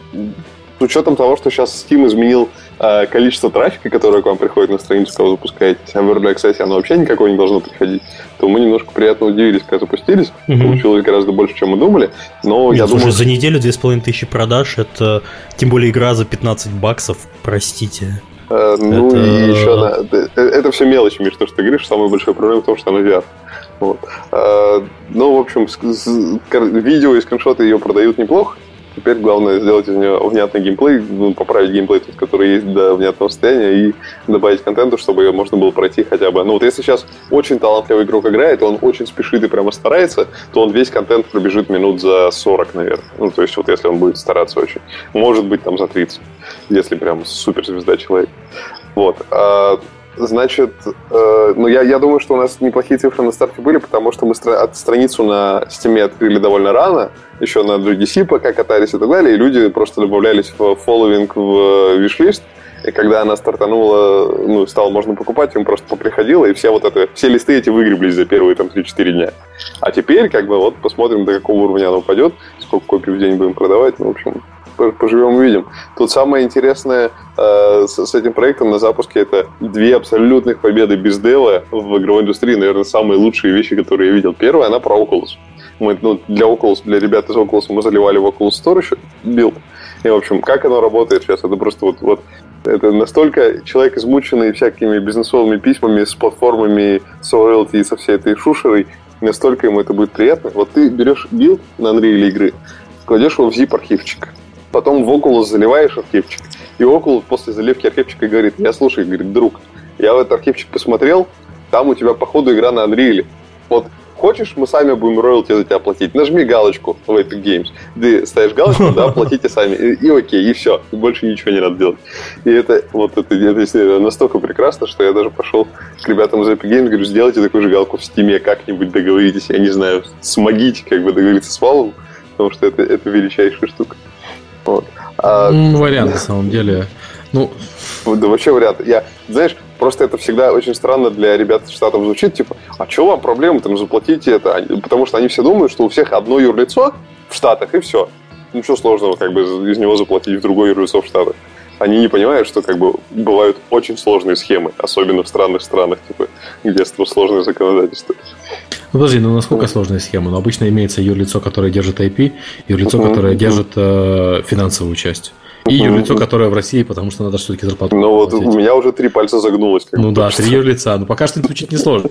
с учетом того, что сейчас Steam изменил количество трафика, которое к вам приходит на страницу, когда вы запускаетесь, а в Early Access оно вообще никакого не должно приходить, то мы немножко приятно удивились, когда запустились. Угу. Получилось гораздо больше, чем мы думали. Но Нет, я слушай, думаю... за неделю две с половиной тысячи продаж, это тем более игра за пятнадцать баксов, простите. Uh, ну это... и еще она... Это, это все мелочи, Миш, то, что ты говоришь. Самая большая проблема в том, что она ви ар. Вот. Uh, ну, в общем, с, с, видео и скриншоты ее продают неплохо. Теперь главное сделать из нее внятный геймплей, ну, поправить геймплей, тот, который есть до внятного состояния, и добавить контенту, чтобы ее можно было пройти хотя бы. Ну вот если сейчас очень талантливый игрок играет, и он очень спешит и прямо старается, то он весь контент пробежит минут за сорок, наверное. Ну, то есть вот если он будет стараться очень. Может быть, там за тридцать, если прям суперзвезда человек. Вот. А, значит, э, ну я, я думаю, что у нас неплохие цифры на старте были, потому что мы стра- от страницу на Steam открыли довольно рано, еще на джи ди си пока катались и так далее, и люди просто добавлялись в фолловинг, в виш-лист, и когда она стартанула, ну, стало можно покупать, им просто поприходило, и все вот это, все листы эти выгреблись за первые там три-четыре дня. А теперь, как бы, вот посмотрим, до какого уровня она упадет, сколько копий в день будем продавать, ну, в общем... Поживем увидим. Тут самое интересное э, с, с этим проектом на запуске — это две абсолютных победы без дела в игровой индустрии. Наверное, самые лучшие вещи, которые я видел. Первая, она про Oculus. Мы, ну, для Oculus, для ребят из Oculus мы заливали в Oculus Store еще билд. И, в общем, как оно работает сейчас, это просто вот, вот это настолько человек, измученный всякими бизнесовыми письмами с платформами, с роялти и со всей этой шушерой, настолько ему это будет приятно. Вот ты берешь билд на Unreal игры, кладешь его в zip-архивчик, потом в Oculus заливаешь архивчик, и Oculus после заливки архивчика говорит: я слушай, говорит, друг, я в этот архивчик посмотрел, там у тебя походу игра на Unreal. Вот хочешь, мы сами будем роялти за тебя платить? Нажми галочку в Epic Games. Ты ставишь галочку, да, платите сами. И, и окей, и все. И больше ничего не надо делать. И это вот это, это настолько прекрасно, что я даже пошел к ребятам из Epic Games, говорю, сделайте такую же галку в Steam, как-нибудь договоритесь, я не знаю, смогите как бы договориться с Valve, потому что это, это величайшая штука. Вот. А, ну, вариант, на самом деле. Ну... Да вообще вариант. Я, знаешь, просто это всегда очень странно для ребят из Штатов звучит, типа, а что вам проблема, там, заплатите это? Потому что они все думают, что у всех одно юрлицо в Штатах, и все. Ничего сложного, как бы, из него заплатить в другое юрлицо в Штатах. Они не понимают, что, как бы, бывают очень сложные схемы, особенно в странных странах, типа, где сложное законодательство. Ну, подожди, ну насколько сложная схема? Ну, обычно имеется юрлицо, которое держит ай пи, юрлицо, uh-huh. которое держит э, финансовую часть. И uh-huh. юрлицо, которое в России, потому что надо все-таки зарплату Ну вот платить. У меня уже три пальца загнулось. Как ну да, три юрлица. Но пока что это звучит несложно.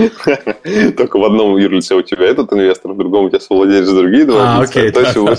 Только в одном юрлице у тебя этот инвестор, в другом у тебя совладелец другие два. А, окей.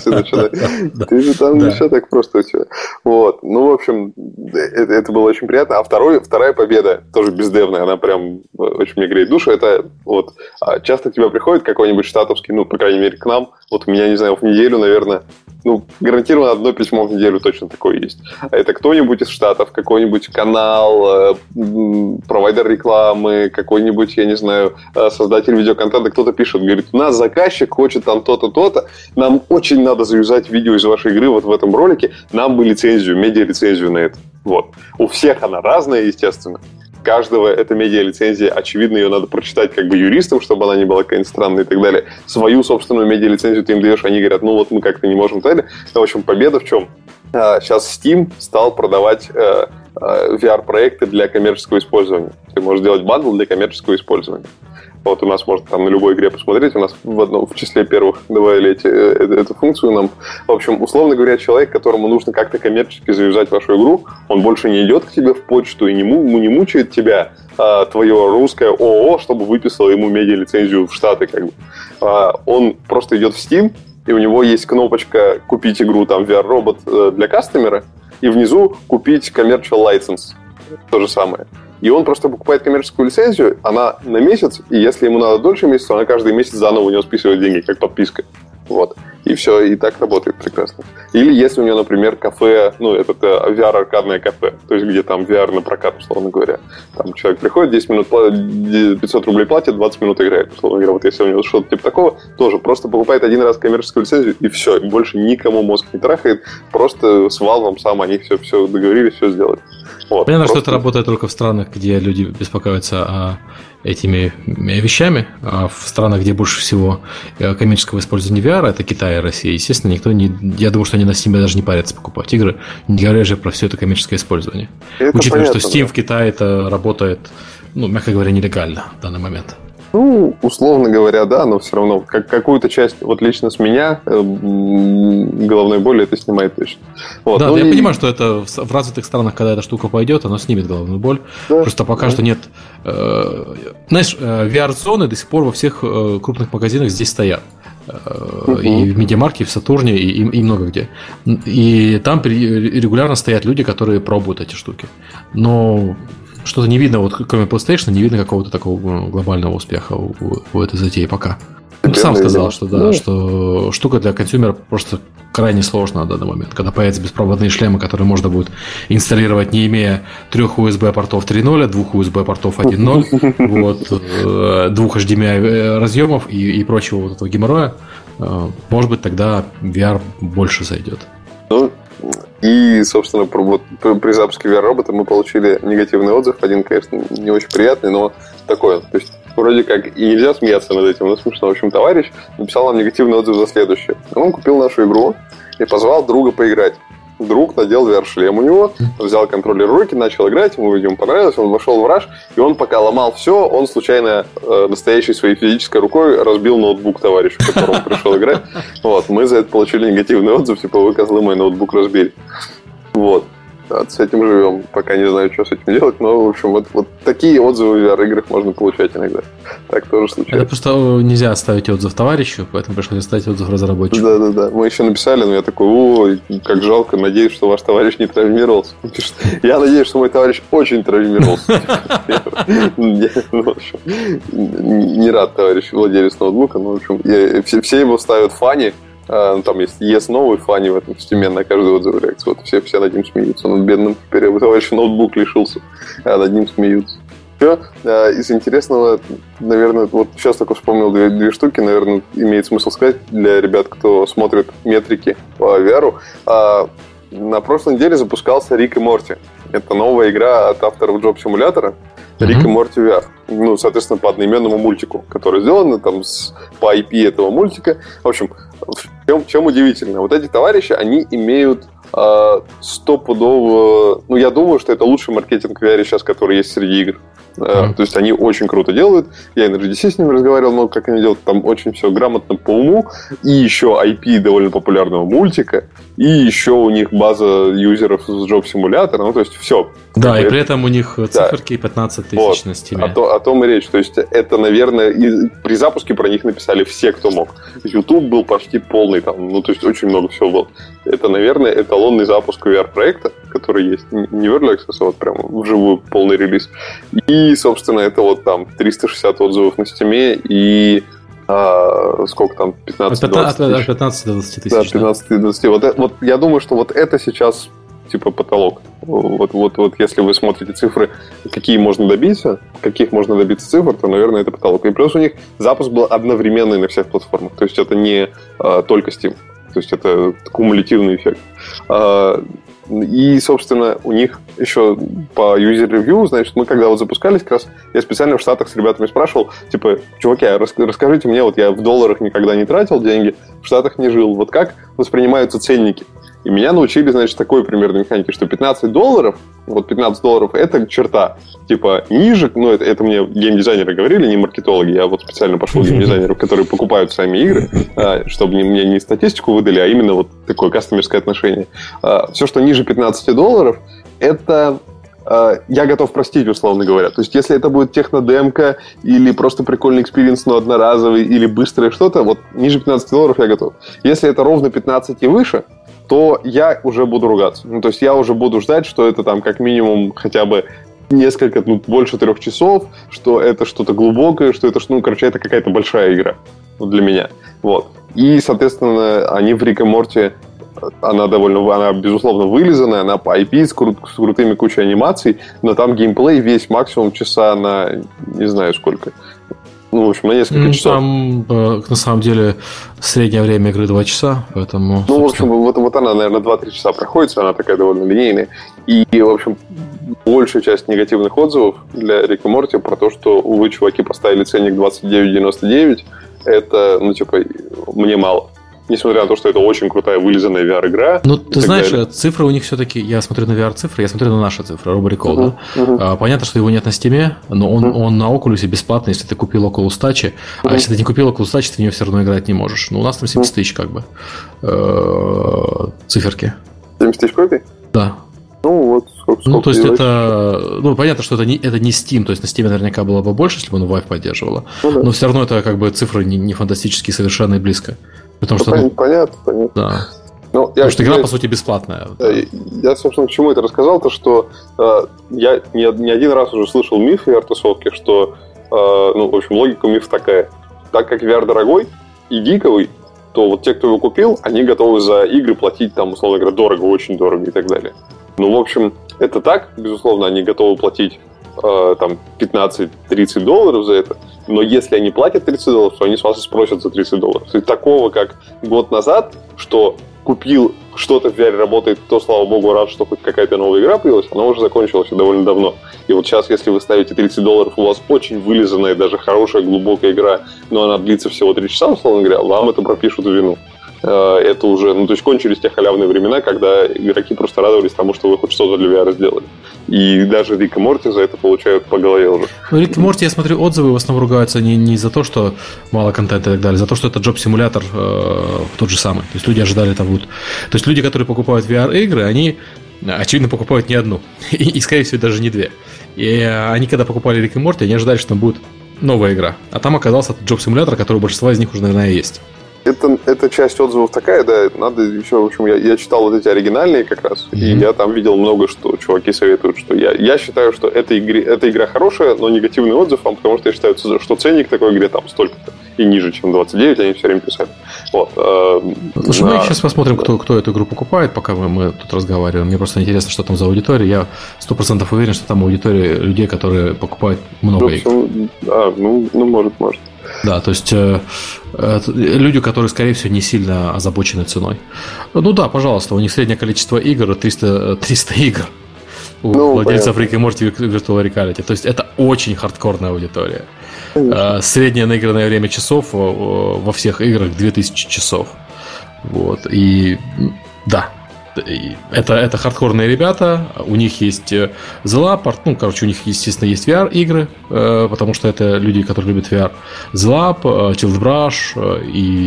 Ты же там не все так просто у тебя. Вот. Ну, в общем, это было очень приятно. А вторая победа, тоже бездевная, она прям очень мне греет душу. Это вот часто к тебе приходит какой-нибудь штатовский, ну, по крайней мере, к нам. Вот у меня, не знаю, в неделю, наверное, ну, гарантированно одно письмо в неделю точно такое есть. Это кто-нибудь из Штатов, какой-нибудь канал, провайдер рекламы, какой-нибудь, я не знаю, создатель видеоконтента, кто-то пишет, говорит, у нас заказчик хочет там то-то, то-то, нам очень надо завязать видео из вашей игры вот в этом ролике, нам бы лицензию, медиа-лицензию на это. Вот. У всех она разная, естественно. Каждого эта медиа-лицензия, очевидно, ее надо прочитать как бы юристам, чтобы она не была какая-нибудь странная и так далее. Свою собственную медиа-лицензию ты им даешь, они говорят, ну вот мы как-то не можем и так далее. Но, в общем, победа в чем? Сейчас Steam стал продавать ви ар-проекты для коммерческого использования. Ты можешь делать бандл для коммерческого использования. Вот у нас можно там на любой игре посмотреть, у нас в одном в числе первых добавили эти, эту, эту функцию нам. В общем, условно говоря, человек, которому нужно как-то коммерчески завязать вашу игру, он больше не идет к тебе в почту и не, му, не мучает тебя, а, твое русское ООО, чтобы выписало ему медиа-лицензию в Штаты. Как бы. а, он просто идет в Steam, и у него есть кнопочка «Купить игру», там ви ар-робот для кастомера, и внизу «Купить commercial license». То же самое. И он просто покупает коммерческую лицензию, она на месяц, и если ему надо дольше месяца, она каждый месяц заново у него списывает деньги, как подписка. Вот. И все, и так работает прекрасно. Или если у него, например, кафе, ну, это ви ар-аркадное кафе, то есть где там ви ар на прокат, условно говоря. Там человек приходит, десять минут, пятьсот рублей платит, двадцать минут играет, условно говоря. Вот если у него что-то типа такого, тоже просто покупает один раз коммерческую лицензию, и все, и больше никому мозг не трахает, просто с Valve сам они все, все договорились, все сделали. Вот, Понятно, просто... что это работает только в странах, где люди беспокоятся о этими вещами. А в странах, где больше всего коммерческого использования ви ар, это Китай и Россия, естественно, никто не... Я думаю, что они на Steam даже не парятся покупать игры, не говоря же про все это коммерческое использование. Это Учитывая, понятно, что Steam да. в Китае это работает, ну, мягко говоря, нелегально в данный момент. Ну, условно говоря, да, но все равно как, какую-то часть, вот лично с меня, э, головной боли это снимает точно. Вот, да, ну, да, и... я понимаю, что это в развитых странах, когда эта штука пойдет, она снимет головную боль. Да, Просто пока да. что нет... Э, знаешь, ви ар-зоны до сих пор во всех э, крупных магазинах здесь стоят. Uh-huh. И в Медиамарке, и в Сатурне, и, и много где. И там регулярно стоят люди, которые пробуют эти штуки. Но... Что-то не видно, вот кроме PlayStation, не видно какого-то такого глобального успеха у, у этой затеи пока. Ты сам сказал, что да, ну. что штука для консюмера просто крайне сложна на данный момент. Когда появятся беспроводные шлемы, которые можно будет инсталлировать, не имея трех ю эс би-портов три ноль, двух ю эс би-портов один ноль, вот, двух эйч ди эм ай разъемов и, и прочего вот этого геморроя, может быть, тогда ви ар больше зайдет. Ну, и, собственно, вот, при запуске ви ар-робота мы получили негативный отзыв. Один, конечно, не очень приятный, но такой. То есть, вроде как и нельзя смеяться над этим, но смешно. В общем, товарищ написал нам негативный отзыв за следующее. Он купил нашу игру и позвал друга поиграть. Друг надел ви ар-шлем у него, взял контроллер в руки, начал играть, ему, видимо, понравилось, он вошел в раж, и он пока ломал все, он случайно э, настоящей своей физической рукой разбил ноутбук товарищу, к которому пришел играть. Вот, мы за это получили негативный отзыв, типа, вы, козлы, мой ноутбук разбили. Вот. С этим живем. Пока не знаю, что с этим делать, но, в общем, вот, вот такие отзывы в ви ар-играх можно получать иногда. Так тоже случается. Это просто нельзя оставить отзыв товарищу, поэтому пришлось оставить отзыв разработчику. Да-да-да. Мы еще написали, но я такой, ой, как жалко, надеюсь, что ваш товарищ не травмировался. Он пишет, я надеюсь, что мой товарищ очень травмировался. Не рад товарищ владелец ноутбука, но, в общем, все его ставят фани. Там есть yes, no и фани в этом стиме на каждый отзыв реакции. Вот все, все над ним смеются. Он бедным теперь его товарищ ноутбук лишился, а над ним смеются. Все. Из интересного, наверное, вот сейчас только вспомнил две, две штуки, наверное, имеет смысл сказать для ребят, кто смотрит метрики по ви ар. На прошлой неделе запускался Рик и Морти. Это новая игра от авторов Job Simulator. Рик mm-hmm. и Морти ви ар. Ну, соответственно, по одноименному мультику, который сделан там с, по ай пи этого мультика. В общем, в чем, чем удивительно. Вот эти товарищи, они имеют э, стопудово... Ну, я думаю, что это лучший маркетинг ви ар сейчас, который есть среди игр. Mm-hmm. То есть они очень круто делают. Я и на джи ди си с ними разговаривал, много как они делают. Там очень все грамотно по уму. И еще ай пи довольно популярного мультика. И еще у них база юзеров с Job Simulator. Ну, то есть все. Да, и это... при этом у них циферки да. пятнадцать тысяч вот. На Steam. О, то, о том и речь. То есть это, наверное, и при запуске про них написали все, кто мог. YouTube был почти полный там. Ну, то есть очень много всего было. Это, наверное, эталонный запуск ви ар-проекта, который есть. Не в Early Access, а вот прямо вживую полный релиз. И, собственно, это вот там триста шестьдесят отзывов на Steam и а, сколько там, пятнадцать-двадцать тысяч. От пятнадцати до двадцати тысяч. Да, пятнадцать-двадцать. Вот, вот я думаю, что вот это сейчас типа потолок. Вот, вот, вот если вы смотрите цифры, какие можно добиться, каких можно добиться цифр, то, наверное, это потолок. И плюс у них запуск был одновременный на всех платформах. То есть это не а, только Steam. То есть это кумулятивный эффект. А, и, собственно, у них еще по user-review, значит, мы когда вот запускались, как раз я специально в Штатах с ребятами спрашивал, типа, чуваки, а расскажите мне, вот я в долларах никогда не тратил деньги, в Штатах не жил, вот как воспринимаются ценники? И меня научили, значит, такой примерной механике, что пятнадцать долларов, вот пятнадцать долларов, это черта. Типа, ниже, ну, это, это мне геймдизайнеры говорили, не маркетологи, я вот специально пошел геймдизайнеров, которые покупают сами игры, чтобы мне не статистику выдали, а именно вот такое кастомерское отношение. Все, что ниже пятнадцать долларов, это... я готов простить, условно говоря. То есть, если это будет технодемка или просто прикольный экспириенс, но одноразовый, или быстрое что-то, вот ниже пятнадцать долларов я готов. Если это ровно пятнадцать и выше, то я уже буду ругаться. Ну, то есть, я уже буду ждать, что это там как минимум хотя бы несколько, ну, больше трех часов, что это что-то глубокое, что это, ну, короче, это какая-то большая игра для меня. Вот. И, соответственно, они в Рик и Морти, она довольно, она, безусловно, вылизанная, она по ай пи с, крут, с крутыми кучей анимаций, но там геймплей весь максимум часа на, не знаю сколько, Ну, в общем, на несколько ну, часов. Там, э, на самом деле, среднее время игры два часа, поэтому... Ну, собственно... в общем, вот, вот она, наверное, два-три часа проходит, она такая довольно линейная. И, в общем, большая часть негативных отзывов для Рика и Морти про то, что, увы, чуваки поставили ценник двадцать девять девяносто девять, это, ну, типа, мне мало. Несмотря на то, что это очень крутая вылизанная ви ар-игра. Ну, ты знаешь, далее. Цифры у них все-таки... Я смотрю на ви ар-цифры, я смотрю на наши цифры, Robo Recall, uh-huh, да? Uh-huh. А, понятно, что его нет на Steam, но он, uh-huh. он на Oculus бесплатный, если ты купил Oculus Touch. Uh-huh. А если ты не купил Oculus Touch, ты в него все равно играть не можешь. Ну, у нас там семьдесят uh-huh. тысяч, как бы, циферки. семьдесят тысяч копий? Да. Ну, вот сколько, сколько Ну, то есть это... Ну, понятно, что это не, это не Steam. То есть на Steam наверняка было бы больше, если бы он Vive поддерживала. Ну, да. Но все равно это как бы цифры не, не фантастические совершенно и близко. Потому ну, что, понятно, ну, понятно, понятно. Да. Ну, Потому я, что игра, я, по сути, бесплатная. Я, я, собственно, к чему это рассказал, то что э, я не, не один раз уже слышал миф в ви ар-тусовке, что, э, ну, в общем, логика мифа такая. Так как ви ар дорогой и гиковый, то вот те, кто его купил, они готовы за игры платить, там, условно говоря, дорого, очень дорого и так далее. Ну, в общем, это так, безусловно, они готовы платить э, там пятнадцать-тридцать долларов за это, но если они платят тридцать долларов, то они с вас и спросят за тридцать долларов. То есть такого, как год назад, что купил что-то в ви ар работает, то, слава богу, рад, что хоть какая-то новая игра появилась, она уже закончилась довольно давно. И вот сейчас, если вы ставите тридцать долларов, у вас очень вылизанная, даже хорошая, глубокая игра, но она длится всего три часа, условно говоря, вам это пропишут в вину. Это уже, ну, то есть кончились те халявные времена, когда игроки просто радовались тому, что вы хоть что-то для ви ар сделали. И даже Рик и Морти за это получают по голове уже. Ну, Рик и Морти, я смотрю, отзывы в основном ругаются не, не за то, что мало контента и так далее, за то, что это джоб-симулятор э, тот же самый. То есть люди ожидали там будут. То есть люди, которые покупают ви ар-игры, они, очевидно, покупают не одну. И, и, скорее всего, даже не две. И они, когда покупали Рик и Морти, они ожидали, что там будет новая игра. А там оказался джоб-симулятор, который у большинства из них уже, наверное, есть. Это, это часть отзывов такая, да, надо еще, в общем, я, я читал вот эти оригинальные как раз, mm-hmm. и я там видел много, что чуваки советуют, что я, я считаю, что эта, игре, эта игра хорошая, но негативный отзыв, потому что я считаю, что ценник такой игре там столько-то и ниже, чем двадцать девять, они все время писали. Вот. Слушай, на... мы сейчас посмотрим, кто, кто эту игру покупает, пока мы, мы тут разговариваем. Мне просто интересно, что там за аудитория. Я сто процентов уверен, что там аудитория людей, которые покупают много в общем, игр. А, ну, ну, может, может. Да, то есть э, э, люди, которые, скорее всего, не сильно озабочены ценой. Ну да, пожалуйста, у них среднее количество игр триста, триста игр у ну, владельцев Рик и Морти Virtual Reality. То есть это очень хардкорная аудитория. Э, среднее наигранное время часов во всех играх две тысячи часов. Вот. И да, это, это хардкорные ребята, у них есть The Lab, ну, короче, у них, естественно, есть ви ар-игры, потому что это люди, которые любят ви ар. The Lab, Tilt Brush,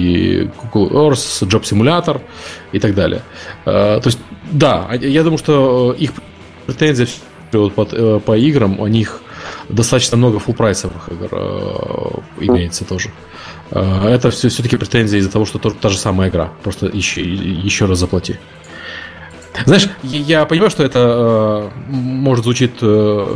и Google Earth, Job Simulator и так далее. То есть, да, я думаю, что их претензии по, по играм, у них достаточно много фулл-прайсовых игр имеется тоже. Это все, все-таки претензии из-за того, что та же самая игра, просто еще, еще раз заплати. Знаешь, я понимаю, что это э, может звучит э,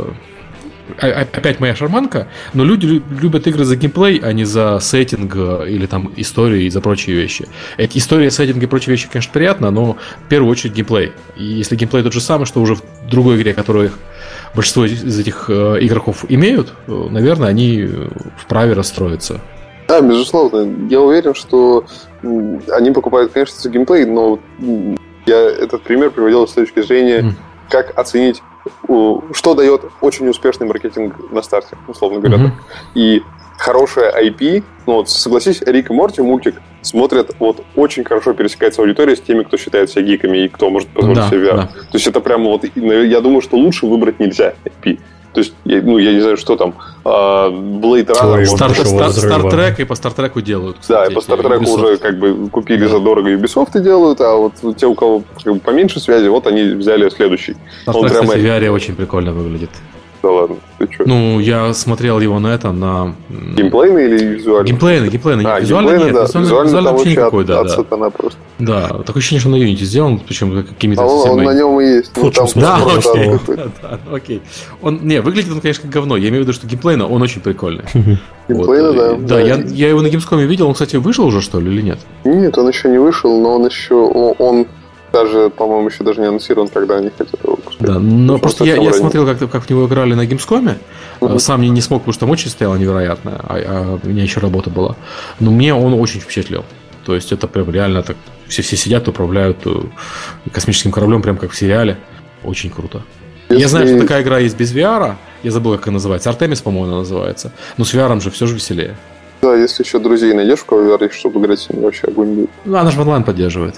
опять моя шарманка, но люди любят игры за геймплей, а не за сеттинг или там историю и за прочие вещи. Эти история, сеттинг и прочие вещи, конечно, приятно, но в первую очередь геймплей. И если геймплей тот же самый, что уже в другой игре, которую большинство из этих э, игроков имеют, наверное, они вправе расстроиться. Да, безусловно. Я уверен, что они покупают, конечно, за геймплей, но я этот пример приводил с точки зрения, mm. как оценить, что дает очень успешный маркетинг на старте, условно говоря. Mm-hmm. И хорошая ай пи, ну вот согласись, Рик и Морти мультик смотрят, вот очень хорошо пересекается аудитория с теми, кто считает себя гиками и кто может позволить да, себе ви ар. Да. То есть это прямо вот, я думаю, что лучше выбрать нельзя ай пи. То есть, ну, я не знаю, что там, Blade Runner... Стартрек и по Стартреку делают. Кстати, да, и по Стартреку уже как бы купили да. задорого Ubisoft и делают, а вот те, у кого как бы, поменьше связи, вот они взяли следующий. Стартрек, кстати, в ви ар очень прикольно выглядит. Да ладно, ты что? Ну, я смотрел его на это, на... Геймплейный или визуально? Геймплейный, геймплейный. А, визуально геймплейный, нет, да. визуально, визуально, визуально вообще никакой, от, да. От да. сатана просто. Да, такое ощущение, что на Unity сделан, причем какими-то... А он, он на нем и есть. Ну, там да, окей. Да, да, окей. Он, не, выглядит он, конечно, как говно. Я имею в виду, что геймплейно он очень прикольный. Геймплейно, да. Да, я, я его на Gamescom видел. Он, кстати, вышел уже, что ли, или нет? Нет, он еще не вышел, но он еще... Он даже, по-моему, еще даже не анонсирован, когда они хотят его выпустить. Да, но просто я, я смотрел, как, как в него играли на Gamescom. Uh-huh. Сам не, не смог, потому что там очень стояло невероятно, а, а у меня еще работа была. Но мне он очень впечатлил. То есть это прям реально так. Все, все сидят, управляют космическим кораблем, прям как в сериале. Очень круто. Если... Я знаю, что такая игра есть без ви ар. Я забыл, как она называется. Артемис, по-моему, она называется. Но с ви ар же все же веселее. Да, если еще друзей найдешь, в кого ви ар, чтобы играть с ними, вообще огонь будет. Ну, она же в онлайн поддерживает.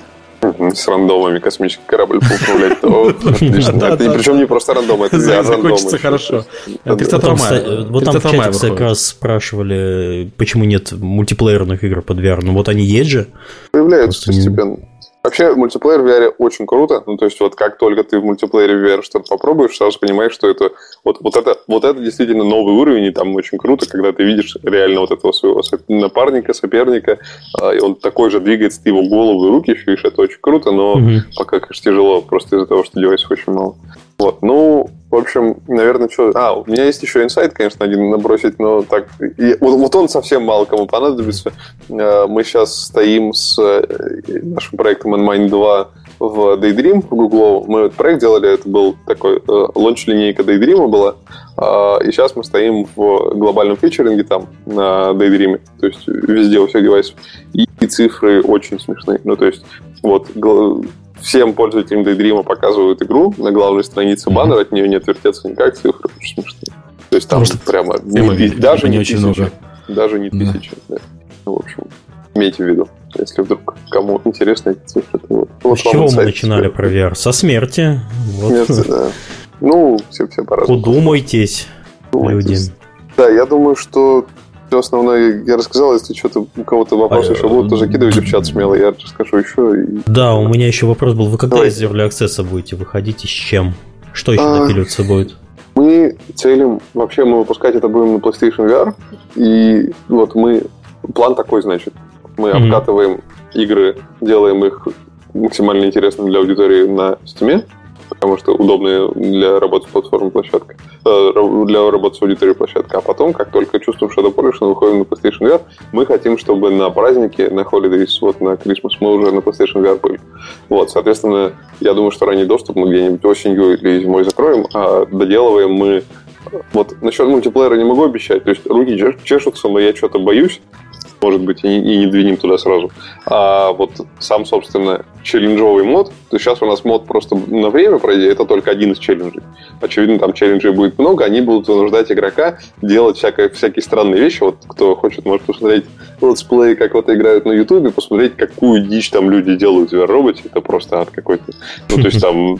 С рандомами космический корабль управлять, то отлично. Причем не просто рандом, это ви ар-рандом. Закончится хорошо. тридцатого мая. Вот там в чате как раз спрашивали, почему нет мультиплеерных игр под ви ар. Ну вот они есть же. Появляются постепенно. Вообще, мультиплеер в ви ар очень круто. Ну, то есть, вот как только ты в мультиплеере в ви ар что-то попробуешь, сразу понимаешь, что это вот, вот это вот это действительно новый уровень, и там очень круто, когда ты видишь реально вот этого своего напарника, соперника, и он такой же двигается, ты его голову и руки ощущаешь, это очень круто, но угу. пока, конечно, тяжело, просто из-за того, что девайсов очень мало. Вот, ну, в общем, наверное, что... А, у меня есть еще инсайт, конечно, один набросить, но так... И, вот, вот он совсем мало кому понадобится. Мы сейчас стоим с нашим проектом Enmind два в Daydream, в Google. Мы этот проект делали, это был такой... Лонч-линейка Daydream была. И сейчас мы стоим в глобальном фичеринге там, на Daydream. То есть везде у всех девайсов. И цифры очень смешные. Ну, то есть, вот... Всем пользователям Daydream показывают игру на главной странице баннер, mm-hmm. от нее не отвертеться никак, цифры очень смешные. То есть там Может, прямо не, видно, даже не, не тысячи. Много. Даже не да. тысячи. Да. Ну, в общем, имейте в виду, если вдруг кому интересны эти цифры. То вот, вот с чего мы начинали про ви ар? Со смерти. Вот. Смерти, да. Ну, все, все по-разному. Удумайтесь, люди. Да, я думаю, что все основное я рассказал. Если что-то у кого-то вопросы а, еще будут, то закидывайте в чат смело, я расскажу еще. И... Да, у меня еще вопрос был. Вы когда Давай. из Early Access будете выходить и с чем? Что еще а, напиливаться будет? Мы целим... Вообще мы выпускать это будем на PlayStation ви ар. И вот мы... План такой, значит. Мы mm-hmm. обкатываем игры, делаем их максимально интересными для аудитории на Steam, потому что удобная для работы с платформой площадка, для работы с аудиторией площадка. А потом, как только чувствуем Shadow Polish, мы выходим на PlayStation ви ар, мы хотим, чтобы на празднике, на Holidays, вот на Christmas, мы уже на PlayStation ви ар были. Вот, соответственно, я думаю, что ранний доступ мы где-нибудь осенью или зимой закроем, а доделываем мы... Вот насчет мультиплеера не могу обещать, то есть руки чешутся, но я что-то боюсь, может быть, и не, и не двинем туда сразу. А вот сам, собственно, челленджовый мод, то есть сейчас у нас мод просто на время, по идее, это только один из челленджей. Очевидно, там челленджей будет много, они будут вынуждать игрока делать всякое, всякие странные вещи. Вот кто хочет, может посмотреть летсплей, как вот играют на Ютубе, посмотреть, какую дичь там люди делают в ви ар-роботе. Это просто ад какой-то. Ну, то есть там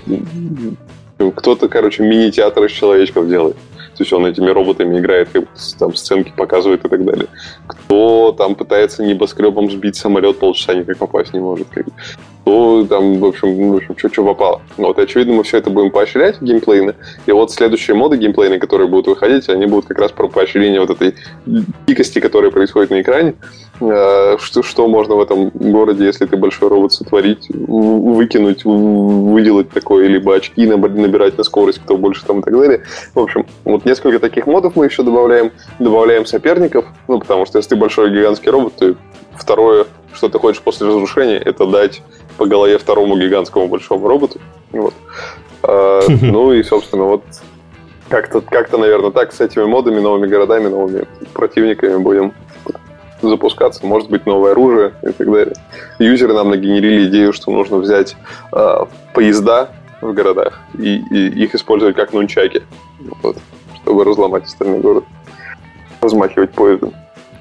кто-то, короче, мини-театр из человечков делает. То есть он этими роботами играет, как там сценки показывает и так далее. Кто там пытается небоскребом сбить самолет, полчаса никак попасть не может. Как. Кто там, в общем, в общем что-что попало. Вот, и, очевидно, мы все это будем поощрять геймплейно. И вот следующие моды геймплейные, которые будут выходить, они будут как раз про поощрение вот этой дикости, которая происходит на экране. Что, что можно в этом городе, если ты большой робот, сотворить, выкинуть, выделать такое, либо очки набирать на скорость, кто больше там и так далее. В общем, вот несколько таких модов мы еще добавляем. Добавляем соперников, ну, потому что если ты большой гигантский робот, то второе, что ты хочешь после разрушения, это дать по голове второму гигантскому большому роботу. Вот. А, ну и, собственно, вот как-то, как-то, наверное, так с этими модами, новыми городами, новыми противниками будем запускаться, может быть, новое оружие и так далее. Юзеры нам нагенерили идею, что нужно взять э, поезда в городах и, и их использовать как нунчаки, вот, чтобы разломать остальной город, размахивать поездом.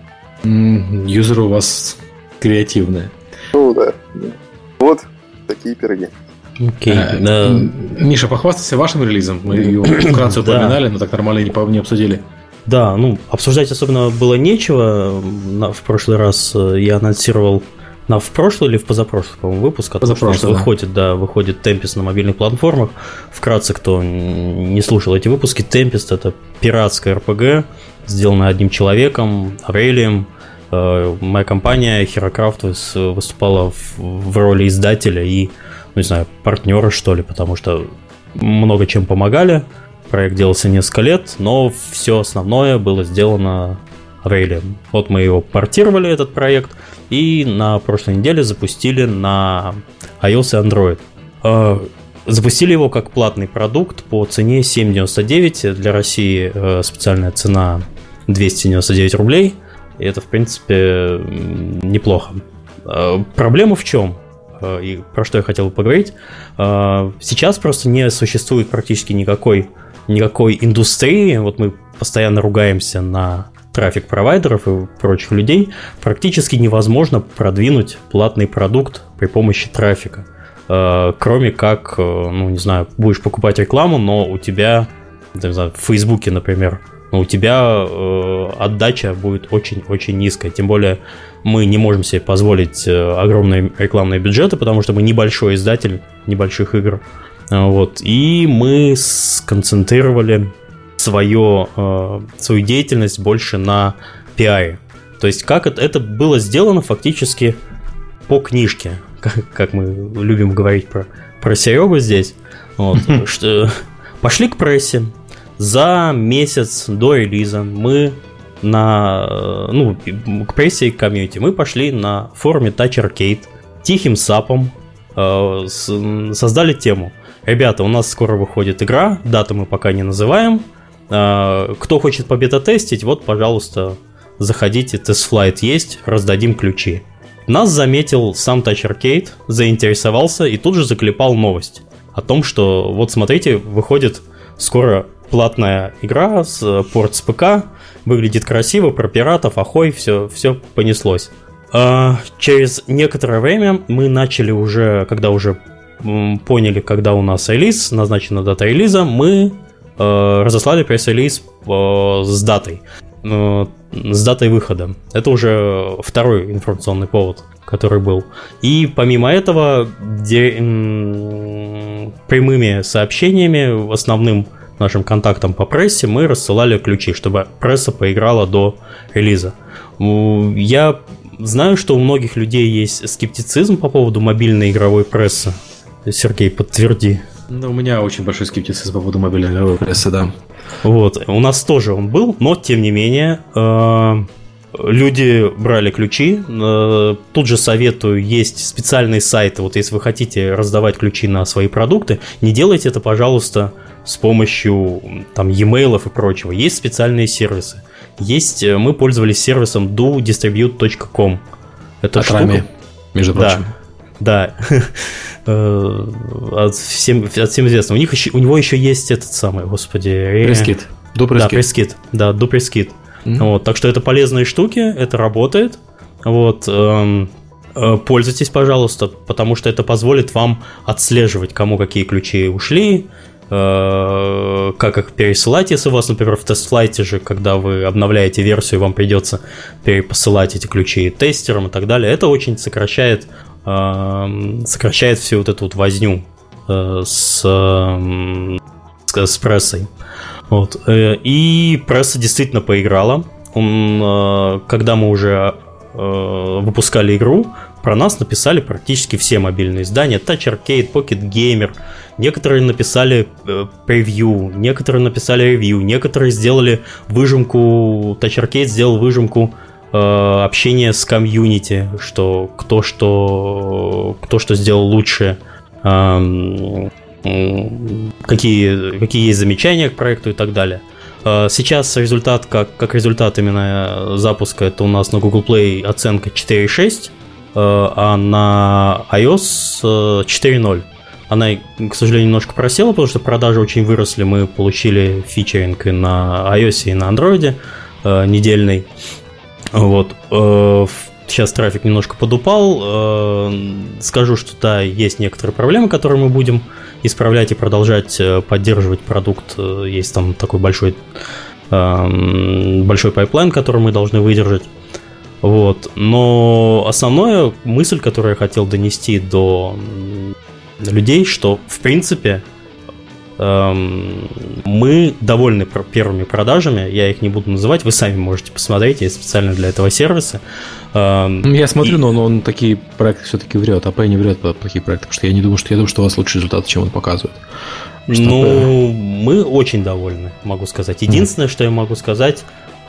Mm, юзеры у вас креативные. Ну да. Вот такие пироги. Okay, а, да. Миша, похвастайся вашим релизом. Мы его вкратце упоминали, но так нормально не обсудили. Да, ну, обсуждать особенно было нечего. В прошлый раз я анонсировал, на, в прошлый или в позапрошлый, по-моему, выпуск, о том, что да. выходит, да, выходит Tempest на мобильных платформах. Вкратце, кто не слушал эти выпуски, Tempest — это пиратская эр пи джи, сделанная одним человеком, Аврелием. Моя компания HeroCraft выступала в, в роли издателя и, ну, не знаю, партнера, что ли, потому что много чем помогали. Проект делался несколько лет, но все основное было сделано Аврелием. Вот мы его портировали, этот проект, и на прошлой неделе запустили на iOS и Android. запустили его как платный продукт по цене семь девяносто девять. Для России специальная цена двести девяносто девять рублей. И это, в принципе, неплохо. Проблема в чем? И про что я хотел бы поговорить. Сейчас просто не существует практически никакой, никакой индустрии. Вот мы постоянно ругаемся на трафик провайдеров и прочих людей. Практически невозможно продвинуть платный продукт при помощи трафика. Кроме как, ну, не знаю, будешь покупать рекламу, но у тебя, не знаю, в Фейсбуке, например, но у тебя э, отдача будет очень-очень низкая. Тем более мы не можем себе позволить огромные рекламные бюджеты, потому что мы небольшой издатель небольших игр. Вот. И мы сконцентрировали свое, э, свою деятельность больше на пи ар. То есть как это, это было сделано фактически по книжке, как, как мы любим говорить про, про Серегу здесь. Вот. Что, пошли к прессе. За месяц до релиза мы на, ну, к прессе и к комьюнити мы пошли на форуме Touch Arcade, тихим сапом э, с, создали тему. Ребята, у нас скоро выходит игра, дату мы пока не называем. Э, кто хочет побета-тестить, вот, пожалуйста, заходите, тест-флайт есть, раздадим ключи. Нас заметил сам Touch Arcade, заинтересовался и тут же заклепал новость о том, что вот смотрите, выходит скоро платная игра с порт с ПК, выглядит красиво, про пиратов, ахой, все, все понеслось. А через некоторое время мы начали уже, когда уже поняли, когда у нас релиз, назначена дата релиза, мы э, разослали пресс-релиз э, с датой, э, с датой выхода. Это уже второй информационный повод, который был. И помимо этого, де, м, прямыми сообщениями, основным нашим контактам по прессе, мы рассылали ключи, чтобы пресса поиграла до релиза. Я знаю, что у многих людей есть скептицизм по поводу мобильной игровой прессы. Сергей, подтверди. Да, у меня очень большой скептицизм по поводу мобильной игровой прессы, да. Вот, у нас тоже он был, но тем не менее люди брали ключи. Тут же советую, есть специальные сайты. Вот если вы хотите раздавать ключи на свои продукты, не делайте это, пожалуйста, с помощью там e-mail и прочего. Есть специальные сервисы. Есть, мы пользовались сервисом do distribute точка com. Это от Рами, между прочим. Да, да. От всем, от всем известно. У них еще, у него еще есть этот самый, господи, пресс-кит. Do press-kit. Да, пресс-кит. Да, do press-kit. Mm-hmm. Вот, так что это полезные штуки, это работает. Вот, эм, э, пользуйтесь, пожалуйста, потому что это позволит вам отслеживать, кому какие ключи ушли, э, как их пересылать, если у вас, например, в тест-флайте же, когда вы обновляете версию, вам придется перепосылать эти ключи тестерам и так далее. Это очень сокращает, э, сокращает всю вот эту вот возню э, с, э, с, с прессой. Вот. И пресса действительно поиграла. Он, когда мы уже выпускали игру, про нас написали практически все мобильные издания. Touch Arcade, Pocket Gamer. Некоторые написали превью, некоторые написали ревью, некоторые сделали выжимку. Touch Arcade сделал выжимку общения с комьюнити, что кто что, кто что сделал лучше. Какие, какие есть замечания к проекту и так далее. Сейчас результат, как, как результат именно запуска, это у нас на Google Play оценка четыре шесть, а на iOS четыре ноль. Она, к сожалению, немножко просела, потому что продажи очень выросли. Мы получили фичеринг и на iOS, и на Android недельный. Вот. Сейчас трафик немножко подупал. Скажу, что да, есть некоторые проблемы, которые мы будем исправлять и продолжать поддерживать продукт. Есть там такой большой, большой пайплайн, который мы должны выдержать. Вот. Но основная мысль, которую я хотел донести до людей, что в принципе мы довольны первыми продажами. Я их не буду называть, вы сами можете посмотреть, есть специально для этого сервисы. Я смотрю, и... но он, он такие проекты все-таки врет, АП не врет по такие проекты, потому что я не думаю, что я думаю, что у вас лучший результат, чем он показывает. Что ну, АП... мы очень довольны, могу сказать. Единственное, mm. что я могу сказать,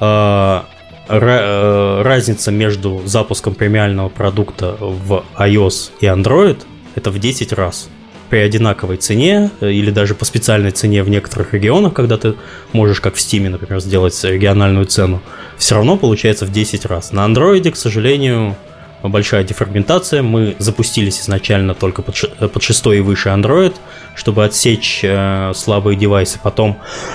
разница между запуском премиального продукта в iOS и Android это в десять раз. при одинаковой цене или даже по специальной цене в некоторых регионах, когда ты можешь, как в Steam, например, сделать региональную цену, все равно получается в десять раз. На Android, к сожалению, большая дефрагментация. Мы запустились изначально только под, под шестой и выше Android, чтобы отсечь э, слабые девайсы. Потом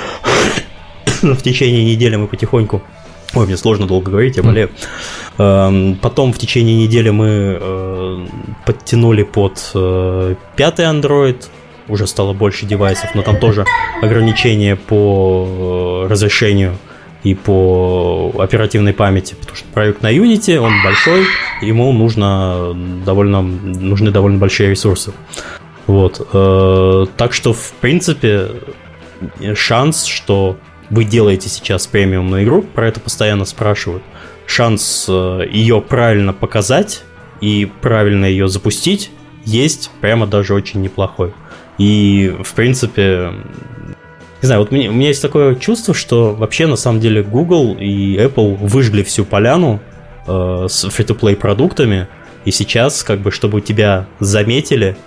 в течение недели мы потихоньку... Ой, мне сложно долго говорить, я болею. Э, потом в течение недели мы э, подтянули под э, пятый Android. Уже стало больше девайсов, но там тоже ограничения по разрешению и по оперативной памяти, потому что проект на Unity, он большой, ему нужно довольно, нужны довольно большие ресурсы. Вот. Так что, в принципе, шанс, что вы делаете сейчас премиумную игру, про это постоянно спрашивают, шанс ее правильно показать и правильно ее запустить есть прямо даже очень неплохой. И, в принципе... Не знаю, вот у меня, у меня есть такое чувство, что вообще на самом деле Google и Apple выжгли всю поляну э, с free-to-play продуктами, и сейчас, как бы, чтобы тебя заметили,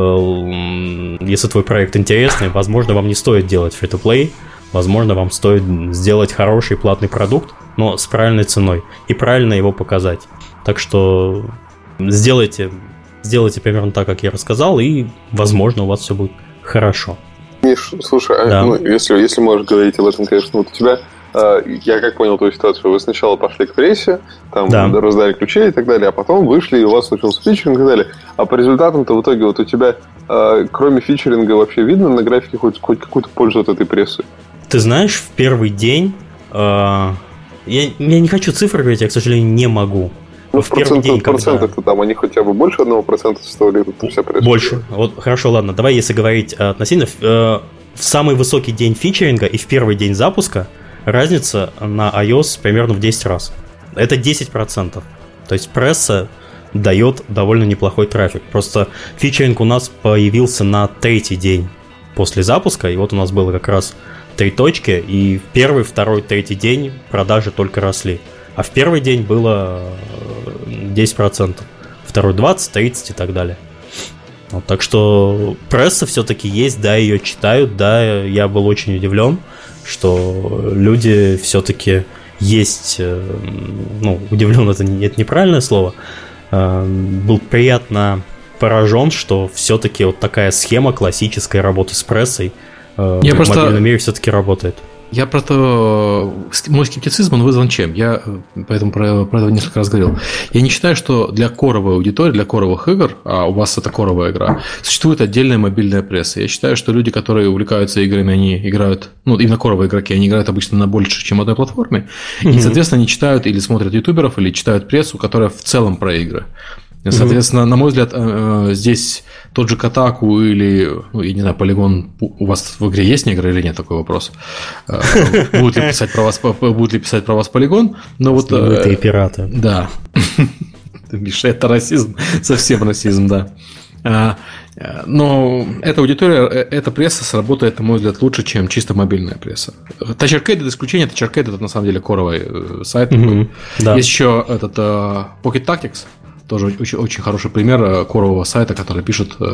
э, если твой проект интересный, возможно, вам не стоит делать free-to-play, возможно, вам стоит сделать хороший платный продукт, но с правильной ценой, и правильно его показать. Так что сделайте, сделайте примерно так, как я рассказал, и, возможно, у вас все будет хорошо. Миш, слушай, да. а, ну, если, если можешь говорить об этом, конечно, вот у тебя, э, я как понял твою ситуацию, вы сначала пошли к прессе, там да. раздали ключи и так далее, а потом вышли, и у вас случился фичеринг и так далее. А по результатам-то в итоге вот у тебя, э, кроме фичеринга, вообще видно на графике хоть, хоть какую-то пользу от этой прессы? Ты знаешь, в первый день, э, я, я не хочу цифры говорить, я, к сожалению, не могу. Ну, в процент, день, процентах-то когда... там они хотя бы больше одного процента составляют. Вся больше. Вот, хорошо, ладно. Давай, если говорить относительно... Э, в самый высокий день фичеринга и в первый день запуска разница на iOS примерно в десять раз. Это десять процентов. То есть пресса дает довольно неплохой трафик. Просто фичеринг у нас появился на третий день после запуска. И вот у нас было как раз три точки. И в первый, второй, третий день продажи только росли. А в первый день было десять процентов, второй двадцать, тридцать и так далее. Вот, так что пресса все-таки есть, да, ее читают, да, я был очень удивлен, что люди все-таки есть, ну, удивлен, это, это неправильное слово, был приятно поражен, что все-таки вот такая схема классической работы с прессой в я просто... мобильном мире все-таки работает. Я про то... Мой скептицизм, он вызван чем? Я поэтому про, про это несколько раз говорил. Я не считаю, что для коровой аудитории, для коровых игр, а у вас это коровая игра, существует отдельная мобильная пресса. Я считаю, что люди, которые увлекаются играми, они играют... Ну, именно коровые игроки, они играют обычно на больше, чем одной платформе. Mm-hmm. И, соответственно, они читают или смотрят ютуберов, или читают прессу, которая в целом про игры. Соответственно, mm-hmm. на мой взгляд, здесь тот же Kotaku или, ну, я не знаю, Polygon, у вас в игре есть негры или нет, такой вопрос. Будут ли писать про вас, будут ли писать про вас Polygon? Но вот это и пираты. Да. Миша, это расизм, совсем расизм, да. Но эта аудитория, эта пресса сработает, на мой взгляд, лучше, чем чисто мобильная пресса. TouchArcade это исключение, TouchArcade это на самом деле коровый сайт. Mm-hmm. Да. Есть еще этот Pocket Tactics. Тоже очень, очень хороший пример корового сайта, который пишет э,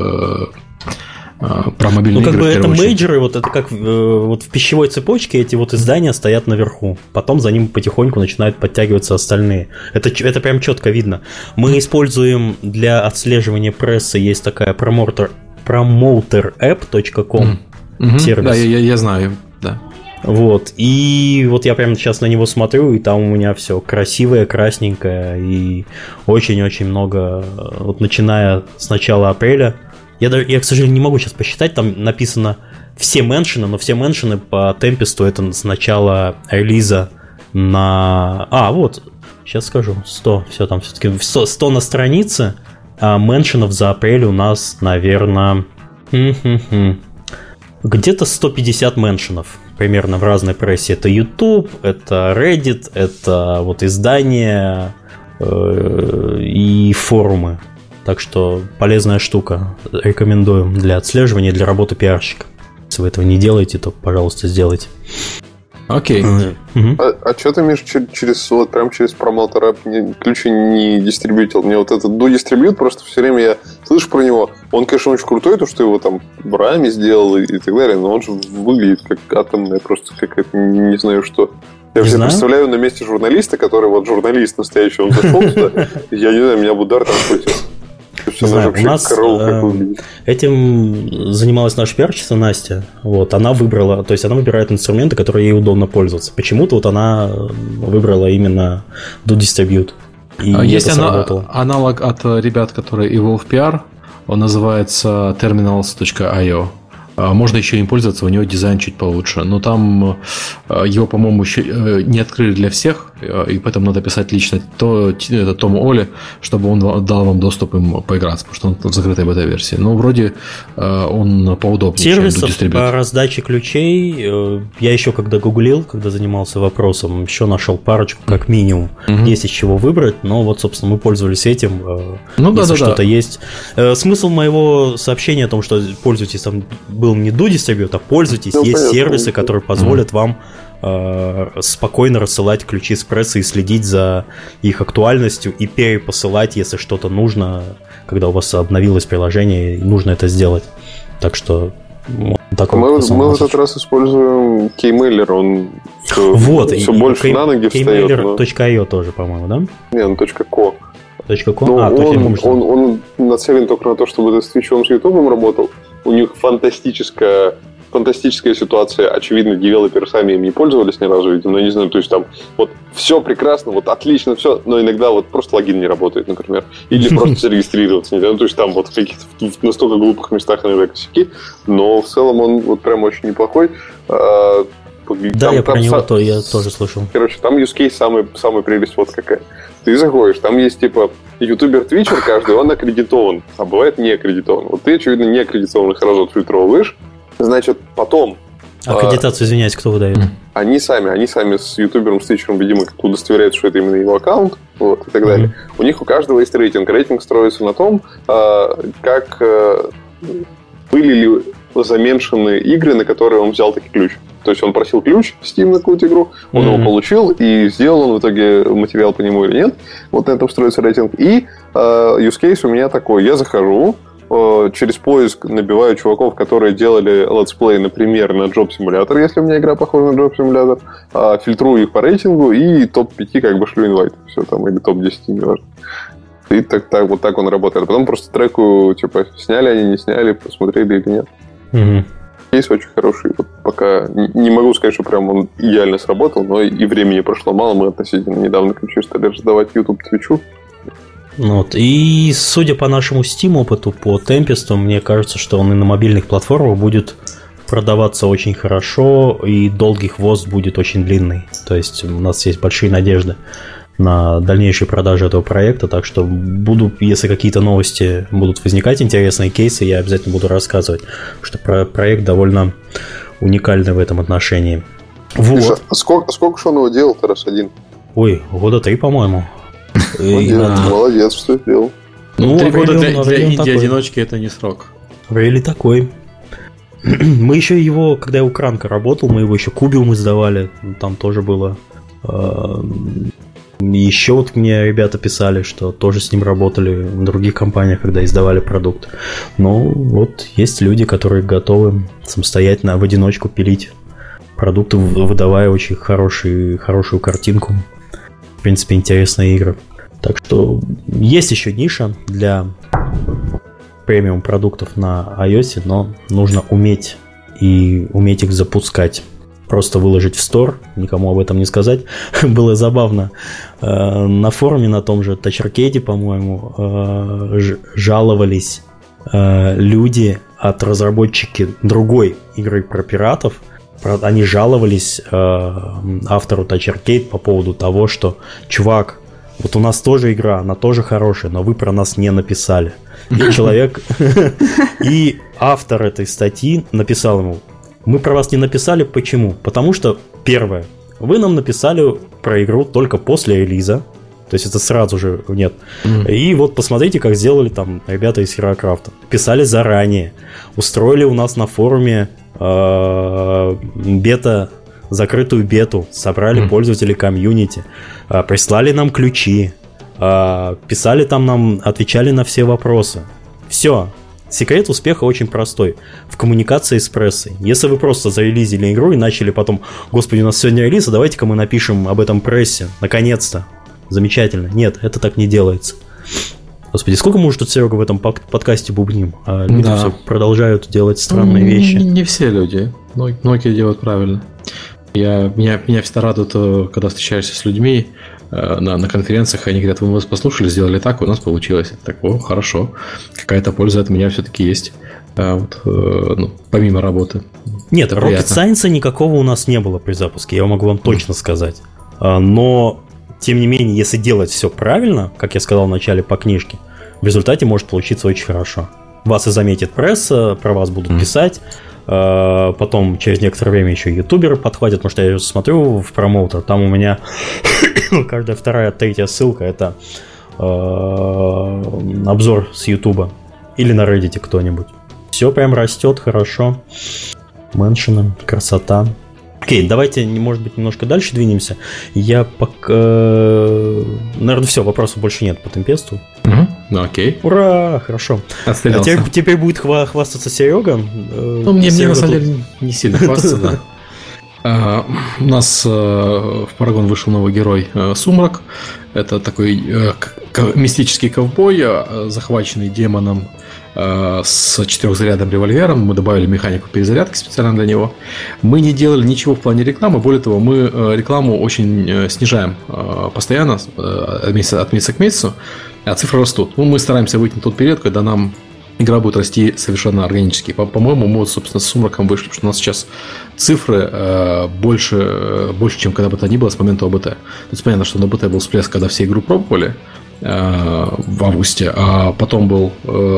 э, про мобильные игры. Ну, как игры, бы это мейджоры, вот это как э, вот в пищевой цепочке эти вот издания стоят наверху. Потом за ним потихоньку начинают подтягиваться остальные. Это, это прям четко видно. Мы используем для отслеживания прессы, есть такая promoter, promoter app точка ком mm-hmm. сервис. Да, я, я знаю, да. Вот, и вот я прямо сейчас на него смотрю, и там у меня все красивое, красненькое, и очень-очень много, вот начиная с начала апреля. Я, даже, я, к сожалению, не могу сейчас посчитать, там написано все меншины, но все меншины по Темпесту это с начала релиза на... А, вот, сейчас скажу, сто, все там все-таки сто, сто на странице, а меншинов за апрель у нас, наверное, где-то сто пятьдесят меншинов. Примерно в разной прессе. Это YouTube, это Reddit, это вот издания э, и форумы. Так что полезная штука. Рекомендую для отслеживания, для работы пиарщика. Если вы этого не делаете, то, пожалуйста, сделайте. Окей. Okay. Uh-huh. А, а что ты, Миш, через, вот прям через промоутер app ключи не дистрибьютил? Мне вот этот Do Distribute просто все время я слышу про него. Он, конечно, очень крутой, то, что его там в раме сделал и, и так далее, но он же выглядит как атомная, просто какая-то, не знаю что. Я не себе знаю. представляю на месте журналиста, который вот журналист настоящий, он зашел сюда, я не знаю, меня бы удар там хватил. Не знаю, у нас э, этим занималась наша пиарщица Настя. Вот, она выбрала, то есть она выбирает инструменты, которые ей удобно пользоваться. Почему-то вот она выбрала именно Do Distribute. И есть это ана- сработало. аналог от ребят, которые Evolve пи ар. Он называется terminals точка ай о. Можно еще им пользоваться, у него дизайн чуть получше. Но там его, по-моему, еще не открыли для всех, и поэтому надо писать лично то, это Тому Оле, чтобы он дал вам доступ им поиграться, потому что он в закрытой бета-версии. Но вроде он поудобнее, сервисов чем по раздаче ключей я еще когда гуглил, когда занимался вопросом, еще нашел парочку как минимум. Угу. Есть из чего выбрать, но вот, собственно, мы пользовались этим. Ну, если да, да, что-то да. есть. Смысл моего сообщения о том, что пользуйтесь там, был не Do Distribute, а пользуйтесь. Ну, есть понятно, сервисы, понятно. которые позволят mm-hmm. вам э, спокойно рассылать ключи с прессы и следить за их актуальностью и перепосылать, если что-то нужно, когда у вас обновилось приложение и нужно это сделать. Так что вот, такой мы, мы в этот раз используем Keymailer, он все, вот, все больше Key, на ноги встает. Keymailer точка ай о тоже, по-моему, да? Не, ну .co. .com? Ну, а, он, точно, помню, он, он нацелен только на то, чтобы с Твичом, с Ютубом работал. У них фантастическая, фантастическая ситуация. Очевидно, девелоперы сами им не пользовались ни разу, видимо, но я не знаю, то есть там вот все прекрасно, вот отлично все, но иногда вот просто логин не работает, например. Или просто зарегистрироваться нельзя. Ну, то есть там вот в каких-то в настолько глупых местах иногда косяки, но в целом он вот прям очень неплохой. Да, там, я там про него сам, то, я тоже слышал. Короче, там use case самый, самая прелесть вот какая. Ты заходишь, там есть типа ютубер-твичер каждый, он аккредитован, а бывает не аккредитован. Вот ты, очевидно, не аккредитованных сразу отфильтровываешь, значит, потом... Аккредитацию, а, извиняюсь, кто выдает? Они сами, они сами с ютубером, с твичером, видимо, как-то удостоверяют, что это именно его аккаунт, вот, и так далее. Mm-hmm. У них у каждого есть рейтинг. Рейтинг строится на том, как были ли заменшены игры, на которые он взял таки ключ. То есть он просил ключ в Steam на какую-то игру, он mm-hmm. его получил, и сделал он в итоге материал по нему или нет. Вот на этом строится рейтинг. И э, use case у меня такой. Я захожу, э, через поиск набиваю чуваков, которые делали летсплей, например, на Job Simulator, если у меня игра похожа на Job Simulator, э, фильтрую их по рейтингу и топ пять как бы шлю инвайт. Все там, или топ десять, неважно. И так, так, вот так он работает. Потом просто треку, типа, сняли они, не сняли, посмотрели или нет. Mm-hmm. Есть очень хороший. Вот пока не могу сказать, что прям он идеально сработал, но и времени прошло мало. Мы относительно недавно ключи стали раздавать YouTube, Twitch. Вот. И судя по нашему Steam опыту по Tempest, мне кажется, что он и на мобильных платформах будет продаваться очень хорошо, и долгий хвост будет очень длинный. То есть у нас есть большие надежды на дальнейшие продажи этого проекта, так что буду, если какие-то новости будут возникать, интересные кейсы, я обязательно буду рассказывать, потому что про- проект довольно уникальный в этом отношении. Вот. А сколько, сколько же он его делал-то раз один? Ой, года три, по-моему. Молодец, молодец, что сделал. Ну, три года для, для инди-одиночки это не срок. Рейли такой. Мы еще его, когда я у Кранка работал, мы его еще Кубиум издавали, там тоже было. Еще вот мне ребята писали, что тоже с ним работали в других компаниях, когда издавали продукт. Но вот есть люди, которые готовы самостоятельно в одиночку пилить продукты, выдавая очень хороший, хорошую картинку. В принципе, интересные игры. Так что есть еще ниша для премиум продуктов на iOS, но нужно уметь и уметь их запускать. Просто выложить в стор, никому об этом не сказать. Было забавно. На форуме, на том же TouchArcade, по-моему, жаловались люди от разработчики другой игры про пиратов. Они жаловались автору TouchArcade по поводу того, что чувак, вот у нас тоже игра, она тоже хорошая, но вы про нас не написали. И человек, и автор этой статьи написал ему: мы про вас не написали, почему? Потому что, первое, вы нам написали про игру только после релиза, то есть это сразу же нет. Mm. И вот посмотрите, как сделали там ребята из HeroCraft. Писали заранее, устроили у нас на форуме э, бета, закрытую бету, собрали mm. пользователей комьюнити, э, прислали нам ключи, э, писали там нам, отвечали на все вопросы. Все. Секрет успеха очень простой. В коммуникации с прессой. Если вы просто зарелизили игру и начали потом: господи, у нас сегодня релиз, а давайте-ка мы напишем об этом прессе. Наконец-то. Замечательно. Нет, это так не делается. Господи, сколько мы уже тут, Серега, в этом подкасте бубним, а люди да. все продолжают делать странные ну, вещи. Не, не все люди. Многие делают правильно. Я, меня, меня всегда радует, когда встречаешься с людьми на, на конференциях, они говорят: вы нас послушали, сделали так, у нас получилось. Это так, о, хорошо. Какая-то польза от меня все-таки есть. А вот, ну, помимо работы. Нет, rocket science никакого у нас не было при запуске, я могу вам точно mm. сказать. Но, тем не менее, если делать все правильно, как я сказал в начале по книжке, в результате может получиться очень хорошо. Вас и заметит пресса, про вас будут mm. писать. Потом через некоторое время еще ютуберы подхватят, потому что я смотрю в промоутер, там у меня каждая вторая, третья ссылка — это э, обзор с ютуба или на Reddit кто-нибудь. Все прям растет хорошо. Меншины, красота. Окей, давайте, может быть, немножко дальше двинемся. Я пока... Наверное, все, вопросов больше нет по Темпесту. Угу. Ну, окей. Ура, хорошо. А теперь, теперь будет хва- хвастаться Серега. Ну, мне, мне на самом деле не сильно хвастаться, да. Uh, у нас uh, в Парагон вышел новый герой uh, Сумрак. Это такой uh, к- мистический ковбой, uh, захваченный демоном uh, с четырехзарядным револьвером. Мы добавили механику перезарядки специально для него. Мы не делали ничего в плане рекламы. Более того, мы uh, рекламу очень uh, снижаем uh, постоянно uh, от, месяца, от месяца к месяцу, а цифры растут. Ну, мы стараемся выйти на тот период, когда нам игра будет расти совершенно органически. По- по-моему, мы, вот, собственно, с Сумраком вышли, потому что у нас сейчас цифры э, больше, э, больше, чем когда бы то ни было с момента ОБТ. То есть понятно, что на ОБТ был всплеск, когда все игру пробовали э, в августе, а потом был,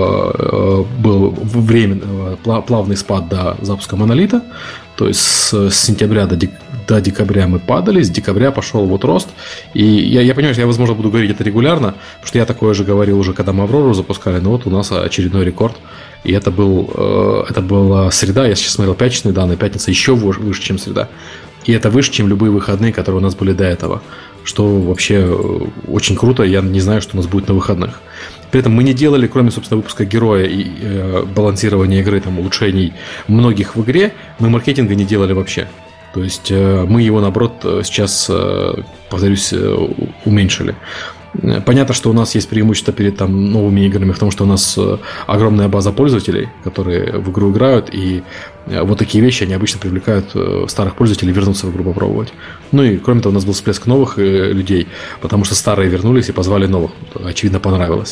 э, был временный, плавный спад до запуска Монолита. То есть с, с сентября до, дек- до декабря мы падали, с декабря пошел вот рост. И я, я понимаю, что я, возможно, буду говорить это регулярно, потому что я такое же говорил уже, когда мы Аврору запускали, но вот у нас очередной рекорд. И это, был, э, это была среда, я сейчас смотрел пятничные данные, пятница еще выше, чем среда. И это выше, чем любые выходные, которые у нас были до этого. Что вообще очень круто, я не знаю, что у нас будет на выходных. При этом мы не делали, кроме, собственно, выпуска героя и э, балансирования игры, там, улучшений многих в игре, мы маркетинга не делали вообще. То есть э, мы его, наоборот, сейчас, э, повторюсь, э, уменьшили. Понятно, что у нас есть преимущество перед там, новыми играми в том, что у нас огромная база пользователей, которые в игру играют, и вот такие вещи, они обычно привлекают старых пользователей вернуться в игру попробовать. Ну и кроме того, у нас был всплеск новых людей, потому что старые вернулись и позвали новых. Очевидно, понравилось.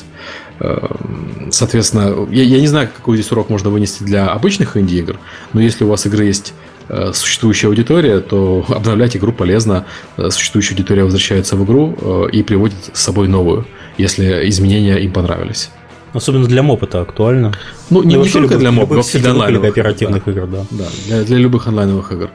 Соответственно, я, я не знаю, какой здесь урок можно вынести для обычных инди-игр, но если у вас игры есть существующая аудитория, то обновлять игру полезно. Существующая аудитория возвращается в игру и приводит с собой новую, если изменения им понравились. Особенно для моп это актуально. Ну, не, не только любых, для моп, но и для онлайновых кооперативных да. игр, да. Да, для, для любых онлайновых игр.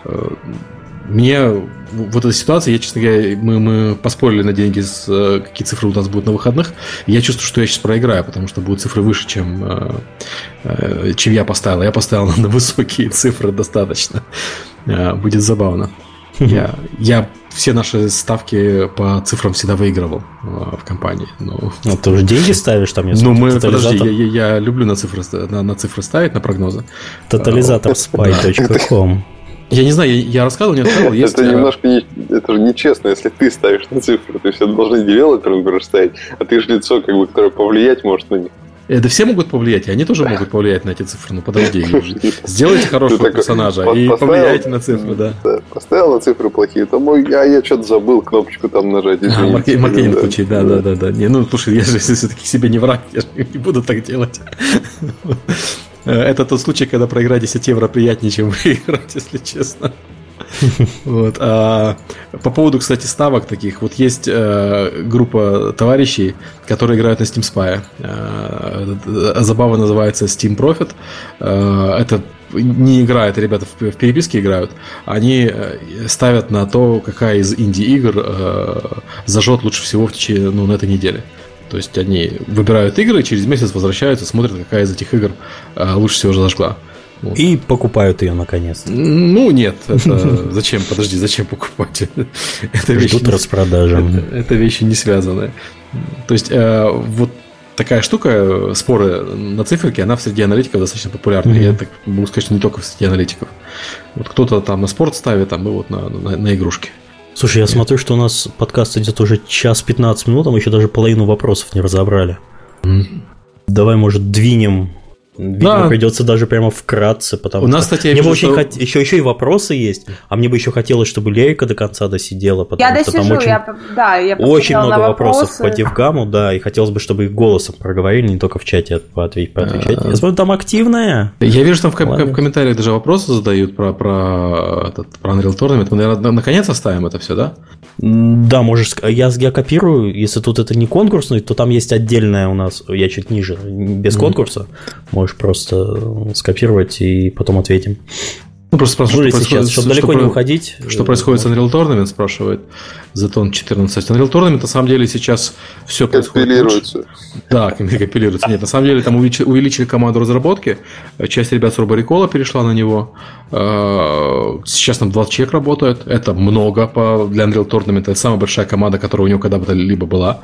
Мне вот эта ситуация, я, честно говоря, мы, мы поспорили на деньги, с, какие цифры у нас будут на выходных. Я чувствую, что я сейчас проиграю, потому что будут цифры выше, чем, чем я поставил. Я поставил на высокие цифры достаточно. Будет забавно. Я, я все наши ставки по цифрам всегда выигрывал в компании. Но... Ну, ты уже деньги ставишь там? Ну, мы, подожди, я, я, я люблю на цифры, на, на цифры ставить, на прогнозы. Тотализатор спай точка ком. Я не знаю, я, я рассказывал, не рассказывал. Есть... Это немножко не, это же нечестно, если ты ставишь на цифры. То есть это должны девелоперы, например, ставить, а ты же лицо, как бы, которое повлиять может на них. Это все могут повлиять, и они тоже могут повлиять на эти цифры. Ну подожди, сделайте хорошего персонажа и повлияйте на цифры, да. Поставил на цифры плохие, то мой, а я что-то забыл кнопочку там нажать. Маркетинг включить, да, да, да, да. Не, ну слушай, я же все-таки себе не враг, я же не буду так делать. Это тот случай, когда проиграть десять евро приятнее, чем выиграть, если честно. Вот. А по поводу, кстати, ставок таких, вот есть э, группа товарищей, которые играют на Steam Spy. Э, забава называется Steam Profit. Э, это не играют, ребята в, в переписке играют. Они ставят на то, какая из инди-игр э, зажжет лучше всего в течение, ну, на этой неделе. То есть они выбирают игры, через месяц возвращаются, смотрят, какая из этих игр э, лучше всего зажгла. Вот. И покупают ее наконец. Ну нет, это зачем? Подожди, зачем покупать? Это ждут распродажи. Это, это вещи не связанные. То есть э, вот такая штука, споры на циферке, она в среди аналитиков достаточно популярна. Mm-hmm. Я так могу сказать, что не только в среди аналитиков. Вот кто-то там на спорт ставит, а мы вот на, на, на игрушки. Слушай, я смотрю, что у нас подкаст идет уже час пятнадцать минут, а мы еще даже половину вопросов не разобрали. Mm-hmm. Давай, может, двинем. Видимо, да. Придется даже прямо вкратце, потому у нас, что кстати, мне бы очень что... хот... еще, еще и вопросы есть, а мне бы еще хотелось, чтобы Лерика до конца досидела, потому я что досижу, там очень, я, да, я очень много вопросов по Девгаму, да, и хотелось бы, чтобы их голосом проговорили, не только в чате поответить. поотвечать. Я смотрю, там активная. Я вижу, что там в, в комментариях даже вопросы задают про, про, этот, про Unreal Tournament. Мы, наверное, наконец оставим это все, да? Да, можешь, я, я копирую, если тут это не конкурсный, то там есть отдельная у нас, я чуть ниже, без mm-hmm. конкурса, можешь просто скопировать и потом ответим. Ну, просто спрашивают, что сейчас, чтобы далеко что, не уходить. Что происходит с Unreal Tournament, спрашивает Zetон четырнадцать. Unreal Tournament, на самом деле, сейчас все происходит. Компилируется. Да, компилируется. Нет, на самом деле, там увеличили, увеличили команду разработки. Часть ребят с Роборикола перешла на него. Сейчас там двадцать человек работают. Это много по, для Unreal Tournament. Это самая большая команда, которая у него когда бы то либо была.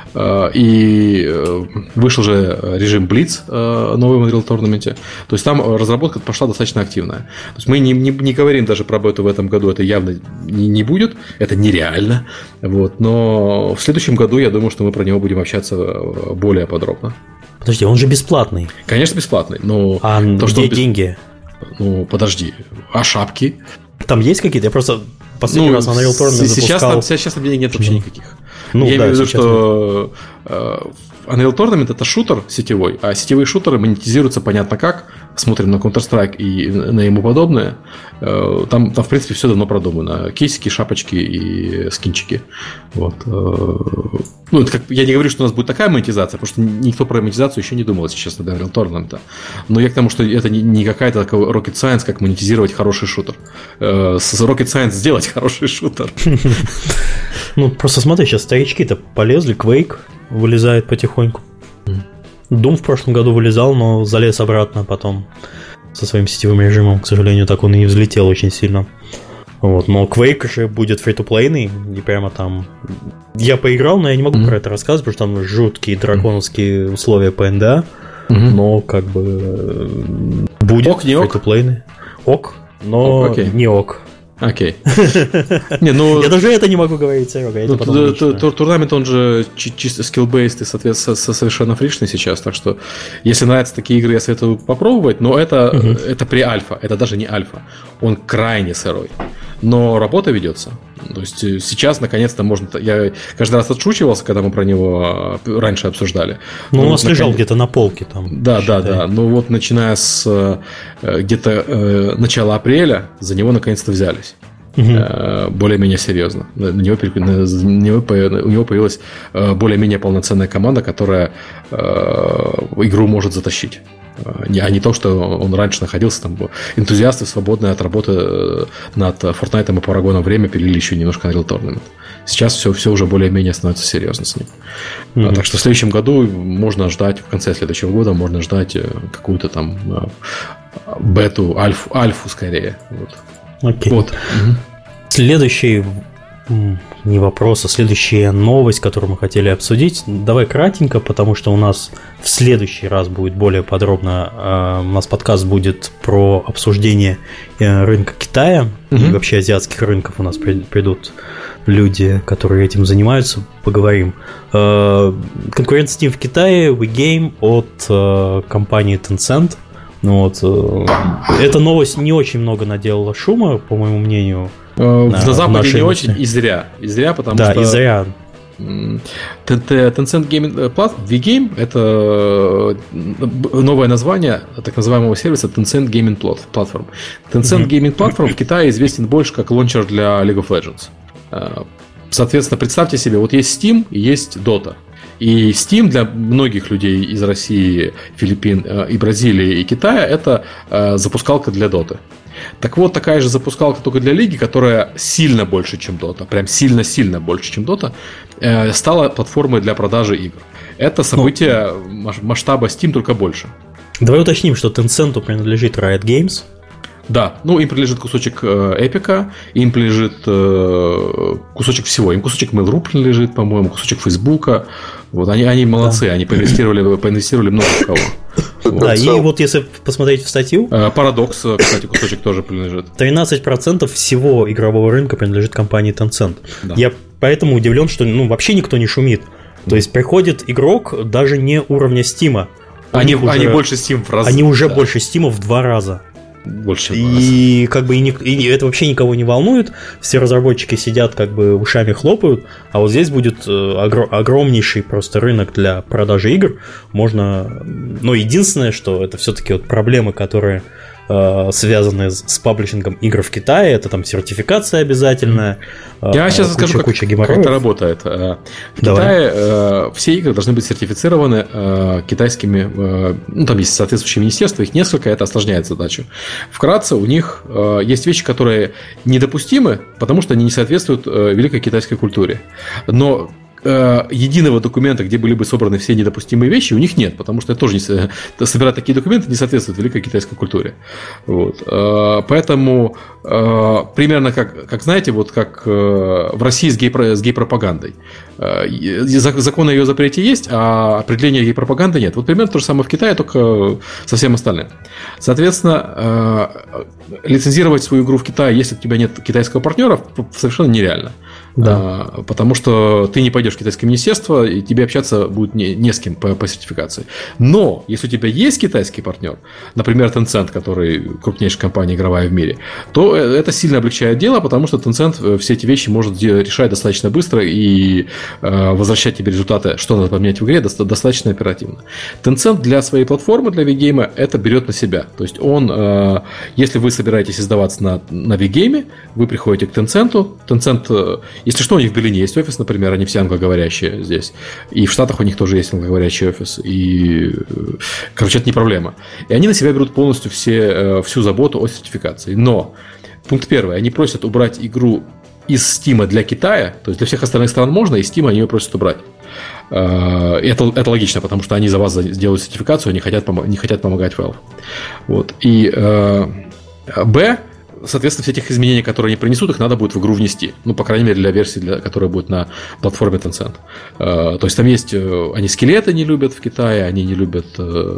И вышел же режим Blitz новый в Unreal Tournament. То есть там разработка пошла достаточно активная. То есть мы не, не, не говорим даже про бету в этом году, это явно не, не будет, это нереально. Вот. Но в следующем году я думаю, что мы про него будем общаться более подробно. Подожди, он же бесплатный. Конечно, бесплатный, но а то, что где бес... деньги? Ну, подожди, а шапки? Там есть какие-то? Я просто последний ну, раз Unreal Tournament сейчас запускал. Там, сейчас там денег нет вообще никаких. Ну, я да, имею в виду, что э, Unreal Tournament это шутер сетевой, а сетевые шутеры монетизируются понятно как. Смотрим на Counter-Strike и на ему подобное. Э, там, там, в принципе, все давно продумано. Кейсики, шапочки и скинчики. Вот. Э, ну, это как, я не говорю, что у нас будет такая монетизация, потому что никто про монетизацию еще не думал, если честно, до Unreal Tournament. Но я к тому, что это не, не какая-то такая rocket science, как монетизировать хороший шутер. Э, с rocket science сделать хороший шутер. Ну, просто смотри, сейчас старички-то полезли, Quake вылезает потихоньку. Doom в прошлом году вылезал, но залез обратно потом со своим сетевым режимом. К сожалению, так он и не взлетел очень сильно. Вот, но Quake же будет фри-то-плейный, и прямо там... Я поиграл, но я не могу mm-hmm. про это рассказывать, потому что там жуткие драконовские условия по эн ди эй, mm-hmm. но как бы будет фри-то-плейный. Ок, но ок, okay. не ок. Окей. Не, ну... Я даже это не могу говорить, Серега. Ну, турнамент, он же чисто skill-based и, соответственно, совершенно фришный сейчас, так что, если нравятся такие игры, я советую попробовать, но это, uh-huh. это при альфа, это даже не альфа. Он крайне сырой. Но работа ведется. То есть сейчас, наконец-то, можно... Я каждый раз отшучивался, когда мы про него раньше обсуждали. Ну, он у нас наконец... лежал где-то на полке там. Да, считай. да, да. Ну, вот начиная с где-то э, начала апреля за него наконец-то взялись. Угу. Э, более-менее серьезно. На него, на него, у него появилась более-менее полноценная команда, которая э, игру может затащить. А не то, что он раньше находился, там энтузиасты, свободные от работы над Fortnite и Paragon время пилили еще немножко Unreal Tournament. Сейчас все, все уже более-менее становится серьезно с ним. Mm-hmm. Так что в следующем году можно ждать, в конце следующего года можно ждать какую-то там бету, альфу, альфу скорее. Вот. Okay. Вот. Mm-hmm. Следующий... Не вопрос, а следующая новость, которую мы хотели обсудить. Давай кратенько, потому что у нас в следующий раз будет более подробно. У нас подкаст будет про обсуждение рынка Китая mm-hmm. и вообще азиатских рынков. У нас придут люди, которые этим занимаются. Поговорим. Конкурент Steam в Китае, WeGame от компании Tencent. Вот. Эта новость не очень много наделала шума, по моему мнению. На, на Западе не очень, и зря. И зря, потому да, что... Да, и зря. Tencent Gaming WeGame – это новое название так называемого сервиса Tencent Gaming Platform. Tencent mm-hmm. Gaming Platform в Китае известен больше как лончер для League of Legends. Соответственно, представьте себе, вот есть Steam и есть Dota. И Steam для многих людей из России, Филиппин и Бразилии и Китая – это запускалка для Dota. Так вот, такая же запускалка только для Лиги, которая сильно больше, чем Dota, прям сильно-сильно больше, чем Dota, стала платформой для продажи игр. Это событие ну, масштаба Steam только больше. Давай уточним, что Tencent принадлежит Riot Games. Да, ну им принадлежит кусочек Эпика, им принадлежит э, кусочек всего. Им кусочек Mail.ru принадлежит, по-моему, кусочек Фейсбука. Вот, они, они молодцы, да. Они поинвестировали, поинвестировали много в кого. Вот. Да, и вот если посмотреть в статью... Парадокс, кстати, кусочек тоже принадлежит. тринадцать процентов всего игрового рынка принадлежит компании Tencent. Да. Я поэтому удивлен, что ну, вообще никто не шумит. То есть приходит игрок даже не уровня Steam. Они, уже, они больше Steam в разы. Они уже да. больше Steam в два раза. Больше. И как бы и, не, и это вообще никого не волнует. Все разработчики сидят, как бы ушами хлопают. А вот здесь будет огр- огромнейший просто рынок для продажи игр. Можно. Но единственное, что это все-таки вот проблемы, которые э, связаны с, с паблишингом игр в Китае. Это там сертификация обязательная. Я э, сейчас куча, скажу, куча как, как это работает. В Давай. Китае э, все игры должны быть сертифицированы э, китайскими. Э, ну, там есть соответствующие министерства, их несколько, это осложняет задачу. Вкратце, у них э, есть вещи, которые недопустимы, потому что они не соответствуют э, великой китайской культуре. Но э, единого документа, где были бы собраны все недопустимые вещи, у них нет, потому что это тоже не, собирать такие документы не соответствует великой китайской культуре. Вот. Э, поэтому э, примерно как, как знаете, вот как э, в России с, гей, с гей-пропагандой. Э, закон о ее запрете есть, а определения гей-пропаганды нет. Вот примерно то же самое в Китае, только со всем остальным. Соответственно, э, лицензировать свою игру в Китае, если у тебя нет китайского партнера, совершенно нереально. Да. Э, потому что ты не пойдешь в китайское министерство, и тебе общаться будет не, не с кем по, по сертификации. Но, если у тебя есть китайский партнер, например, Tencent, который крупнейшая компания игровая в мире, то это сильно облегчает дело, потому что Tencent все эти вещи может решать достаточно быстро и э, возвращать тебе результаты, что надо поменять в игре, достаточно оперативно. Tencent для своей платформы, для VGame, это берет на себя. То есть он, э, если вы собираетесь издаваться на, на VGame, вы приходите к Tencent. Tencent, э, если что, у них в Берлине есть офис, например, они все англоговорящие здесь. И в Штатах у них тоже есть англоговорящий офис. И, короче, это не проблема. И они на себя берут полностью все, всю заботу о сертификации. Но, пункт первый, они просят убрать игру из Steam для Китая. То есть для всех остальных стран можно, и Steam они ее просят убрать. Это, это логично, потому что они за вас сделают сертификацию, они хотят, не хотят помогать Valve. Вот. И Б, соответственно, все этих изменений, которые они принесут, их надо будет в игру внести. Ну, по крайней мере, для версии, для, которая будет на платформе Tencent. То есть там есть... Они скелеты не любят в Китае, они не любят...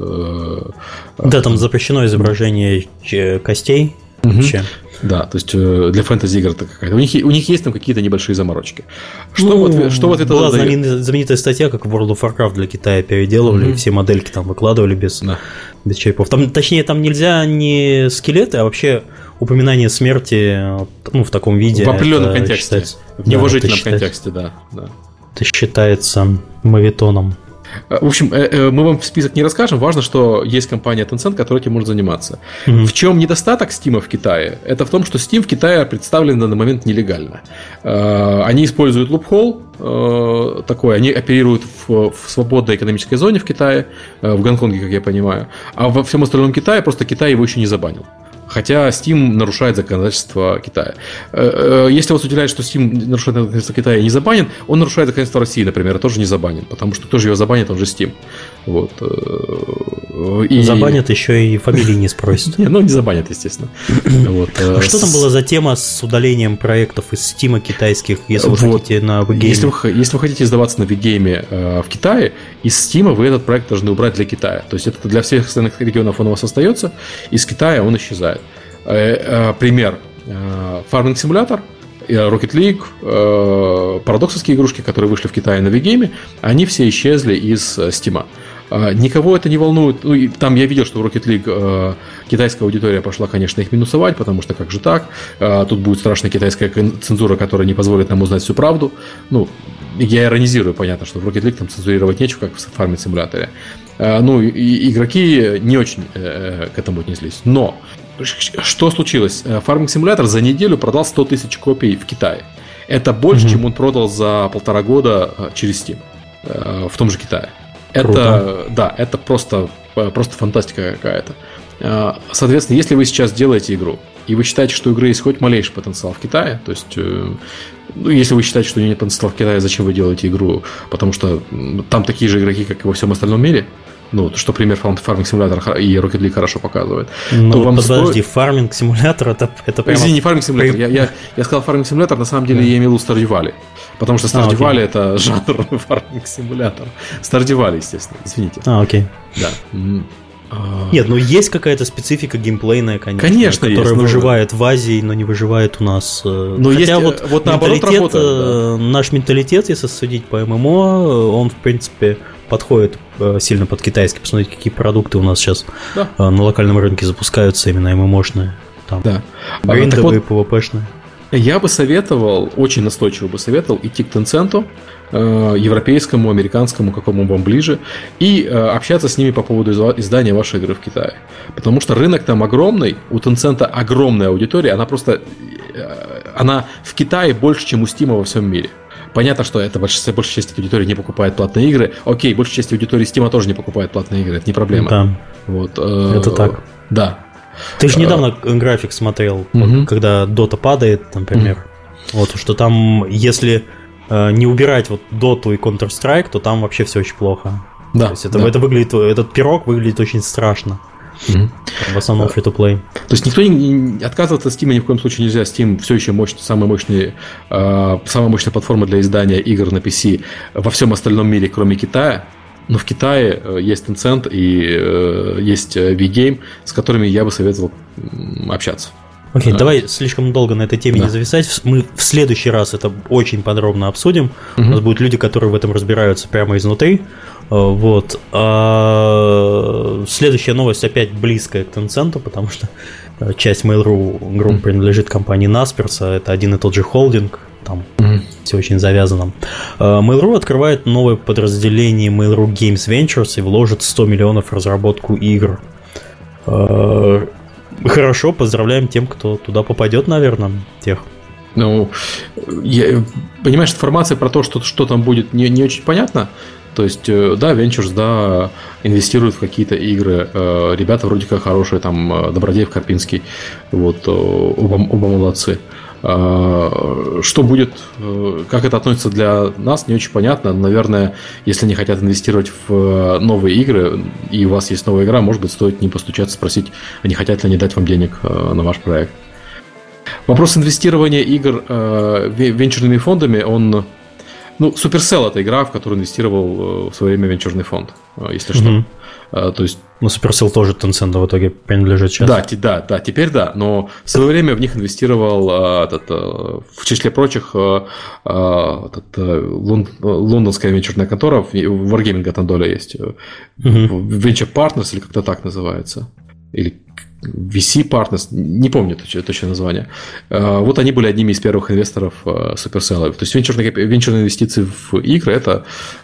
Да, там запрещено изображение костей. Угу. Да, то есть для фэнтези-игр это какая-то. У них, у них есть там какие-то небольшие заморочки. Что, ну, в, ответ, что в ответ была знаменитая, знаменитая статья, как World of Warcraft для Китая переделывали, mm-hmm. все модельки там выкладывали без, да. без черепов. Там, точнее, там нельзя не скелеты, а вообще упоминание смерти ну, в таком виде. В определенном контексте. Считается, в неуважительном да, контексте, да, да. Это считается мавитоном. В общем, мы вам список не расскажем. Важно, что есть компания Tencent, которая этим может заниматься. Mm-hmm. В чем недостаток Steam в Китае? Это в том, что Steam в Китае представлен на данный момент нелегально. Они используют лупхол такой, они оперируют в, в свободной экономической зоне в Китае, в Гонконге, как я понимаю. А во всем остальном Китае просто Китай его еще не забанил. Хотя Steam нарушает законодательство Китая. Если вас удивляет, что Steam нарушает законодательство Китая и не забанен, он нарушает законодательство России, например, тоже не забанен. Потому что кто же его забанит, он же Steam. Вот. И... Забанят, еще и фамилии не спросят. Ну, не забанят, естественно. Что там была за тема с удалением проектов из Steam китайских, если вы хотите на VGame? Если вы хотите издаваться на VGame в Китае, из Steam вы этот проект должны убрать для Китая. То есть это для всех остальных регионов он у вас остается, из Китая он исчезает. Пример. Farming Simulator, Rocket League, парадоксовские игрушки, которые вышли в Китае на VGame, они все исчезли из Steam. Никого это не волнует. Ну, и там я видел, что в Rocket League китайская аудитория пошла, конечно, их минусовать, потому что как же так? Тут будет страшная китайская цензура, которая не позволит нам узнать всю правду. Ну, я иронизирую, понятно, что в Rocket League там цензурировать нечего, как в Farming Simulator. Ну, и игроки не очень к этому отнеслись. Но что случилось? Farming Simulator за неделю продал сто тысяч копий в Китае. Это больше, mm-hmm. чем он продал за полтора года через Steam в том же Китае. Это, да, это просто, просто фантастика какая-то. Соответственно, если вы сейчас делаете игру, и вы считаете, что у игры есть хоть малейший потенциал в Китае, то есть, ну, если вы считаете, что у нее нет потенциала в Китае, зачем вы делаете игру? Потому что там такие же игроки, как и во всем остальном мире. ну, что пример Farming Simulator и Rocket League хорошо показывает. Ну, то вам подожди, стоит... Farming Simulator это, это прямо... Извини, не Farming Simulator, я, я, я сказал Farming Simulator, на самом деле yeah. я имел в виду Stardew Valley, потому что Stardew Valley ah, okay. это жанр Farming Simulator. Stardew Valley, естественно, извините. А, окей. Да. Нет, ну есть какая-то специфика геймплейная, конечно, конечно которая есть, выживает но... в Азии, но не выживает у нас. Но Хотя есть, вот, вот наоборот работает, да. Наш менталитет, если судить по эм эм о, он, в принципе, подходит сильно под китайский. Посмотрите, какие продукты у нас сейчас да. на локальном рынке запускаются, именно эм эм о-шные. Там да. гриндовые, вот, пи ви пи-шные. Я бы советовал, очень настойчиво бы советовал идти к Tencent, европейскому, американскому, какому вам ближе, и общаться с ними по поводу издания вашей игры в Китае. Потому что рынок там огромный, у Tencent огромная аудитория, она просто... Она в Китае больше, чем у Steam во всем мире. Понятно, что это большая, большая часть аудитории не покупает платные игры. Окей, большая часть аудитории Steam тоже не покупает платные игры, это не проблема. Да. Вот, это так. Да. Ты же недавно график смотрел, угу. когда Dota падает, например. Угу. Вот, что там, если э, не убирать вот Dota и Counter-Strike, то там вообще все очень плохо. Да, то есть это, да. это выглядит, этот пирог выглядит очень страшно. Угу. В основном free-to-play. То есть никто не, не отказываться от Steam ни в коем случае нельзя. Steam все еще мощный, самая мощная, э, самая мощная платформа для издания игр на пи си во всем остальном мире, кроме Китая. Но в Китае есть Tencent и э, есть V-Game, с которыми я бы советовал общаться. Окей, okay, а. давай слишком долго на этой теме да. не зависать. Мы в следующий раз это очень подробно обсудим. Uh-huh. У нас будут люди, которые в этом разбираются прямо изнутри. Вот. А следующая новость опять близкая к Tencent, потому что часть Mail.ru Group uh-huh. принадлежит компании Naspers, это один и тот же холдинг. Там uh-huh. все очень завязано. Mail.ru открывает новое подразделение Mail.ru Games Ventures и вложит сто миллионов в разработку игр. Хорошо, поздравляем тем, кто туда попадет, наверное, тех. Ну, я, понимаешь, информация про то, что, что там будет, не, не очень понятна. То есть, да, Ventures, да, инвестируют в какие-то игры. Ребята вроде как хорошие, там, Добродеев, Карпинский. Вот, оба, оба молодцы. Что будет, как это относится для нас, не очень понятно. Наверное, если они хотят инвестировать в новые игры, и у вас есть новая игра, может быть, стоит не постучаться, спросить, а не хотят ли они дать вам денег на ваш проект. Вопрос инвестирования игр венчурными фондами, он... Ну, Supercell – это игра, в которую инвестировал в свое время венчурный фонд, если что. Mm-hmm. А, то есть... Ну, Supercell тоже Tencent в итоге принадлежит сейчас. Да, да, да, теперь да. Но в свое время в них инвестировал, а, этот, а, в числе прочих, а, этот, лон, лондонская венчурная контора, в Wargaming там доля есть. Mm-hmm. Venture Partners, или как-то так называется. Или ви си Partners, не помню точное, точное название. Вот они были одними из первых инвесторов Supercell. То есть венчурные, венчурные инвестиции в игры – это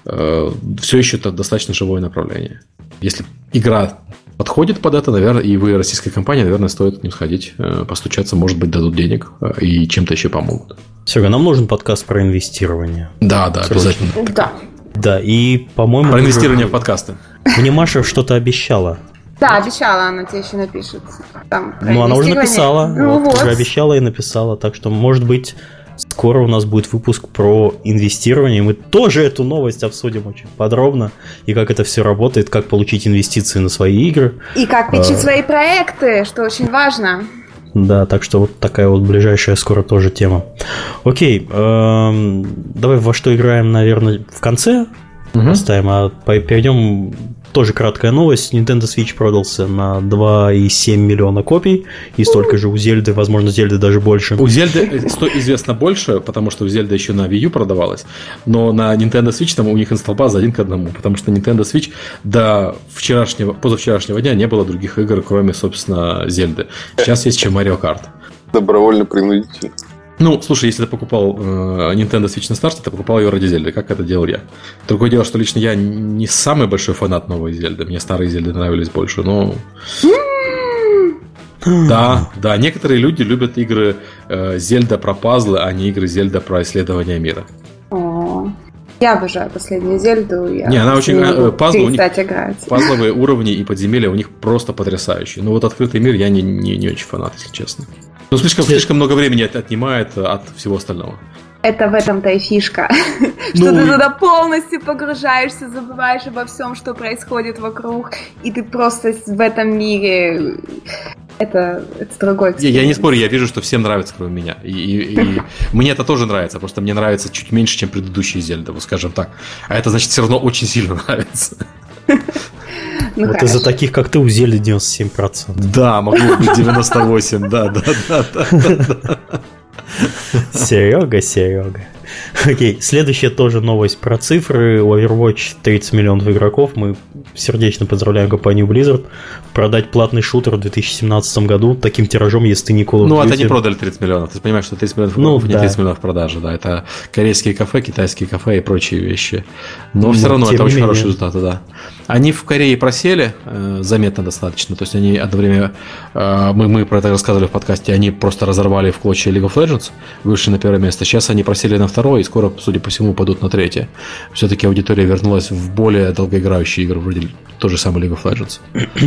все еще достаточно живое направление. Если игра подходит под это, наверное, и вы российская компания, наверное, стоит к ним сходить, постучаться, может быть, дадут денег и чем-то еще помогут. Серега, нам нужен подкаст про инвестирование. Да, да, обязательно. Да. Да, и, по-моему... Про инвестирование в подкасты. Мне Маша что-то обещала. Да, обещала, она тебе еще напишет. Там, ну, она уже написала. Ну, вот, вот. Уже обещала и написала. Так что, может быть, скоро у нас будет выпуск про инвестирование. Мы тоже эту новость обсудим очень подробно. И как это все работает, как получить инвестиции на свои игры. И как печить а... свои проекты, что очень важно. Да, так что вот такая вот ближайшая скоро тоже тема. Окей, эм, давай во что играем, наверное, в конце угу. поставим, а перейдем... Тоже краткая новость. Nintendo Switch продался на два и семь миллиона копий. И столько же у Зельды, возможно, Зельды даже больше. У Зельды известно больше, потому что у Зельды еще на Wii U продавалась. Но на Nintendo Switch там у них инсталл-база один к одному. Потому что Nintendo Switch до вчерашнего, позавчерашнего дня не было других игр, кроме, собственно, Зельды. Сейчас есть еще Mario Kart. Добровольно-принудительно. Ну, слушай, если ты покупал э, Nintendo Switch на старте, ты покупал ее ради Зельды. Как это делал я? Другое дело, что лично я не самый большой фанат новой Зельды. Мне старые Зельды нравились больше, но... Да, да, некоторые люди любят игры э, Зельда про пазлы, а не игры Зельда про исследование мира. О, я обожаю последнюю Зельду. Я не, она очень... Э, пазлы у них, играть. Пазловые уровни и подземелья у них просто потрясающие. Но вот открытый мир я не, не, не очень фанат, если честно. Ну, слишком, слишком много времени отнимает от всего остального. Это в этом-то и фишка. Что ты туда полностью погружаешься, забываешь обо всем, что происходит вокруг, и ты просто в этом мире... Это, это другой экспириенс. Я, я не спорю, я вижу, что всем нравится, кроме меня. И, и, и мне это тоже нравится, просто мне нравится чуть меньше, чем предыдущие Зельды, вот скажем так. А это, значит, все равно очень сильно нравится. Ну, вот из-за таких, как ты, у Зельды девяносто семь процентов. Да, могу быть девяносто восемь, да, да, да, да. Серега, Серега. Окей, следующая тоже новость про цифры. У Overwatch тридцать миллионов игроков. Мы сердечно поздравляем компанию Blizzard. Продать платный шутер в две тысячи семнадцатом году таким тиражом, если ты не Call of Duty. Ну, это не продали тридцать миллионов. Ты понимаешь, что тридцать миллионов ну, не да. тридцать миллионов продажи, да. Это корейские кафе, китайские кафе и прочие вещи. Но, Но все равно это очень хорошие результаты, да. Они в Корее просели э, заметно достаточно. То есть они одно время, э, мы, мы про это рассказывали в подкасте, они просто разорвали в клочья League of Legends, вышли на первое место. Сейчас они просели на второе и скоро, судя по всему, пойдут на третье. Все-таки аудитория вернулась в более долгоиграющие игры, вроде той же самой League of Legends.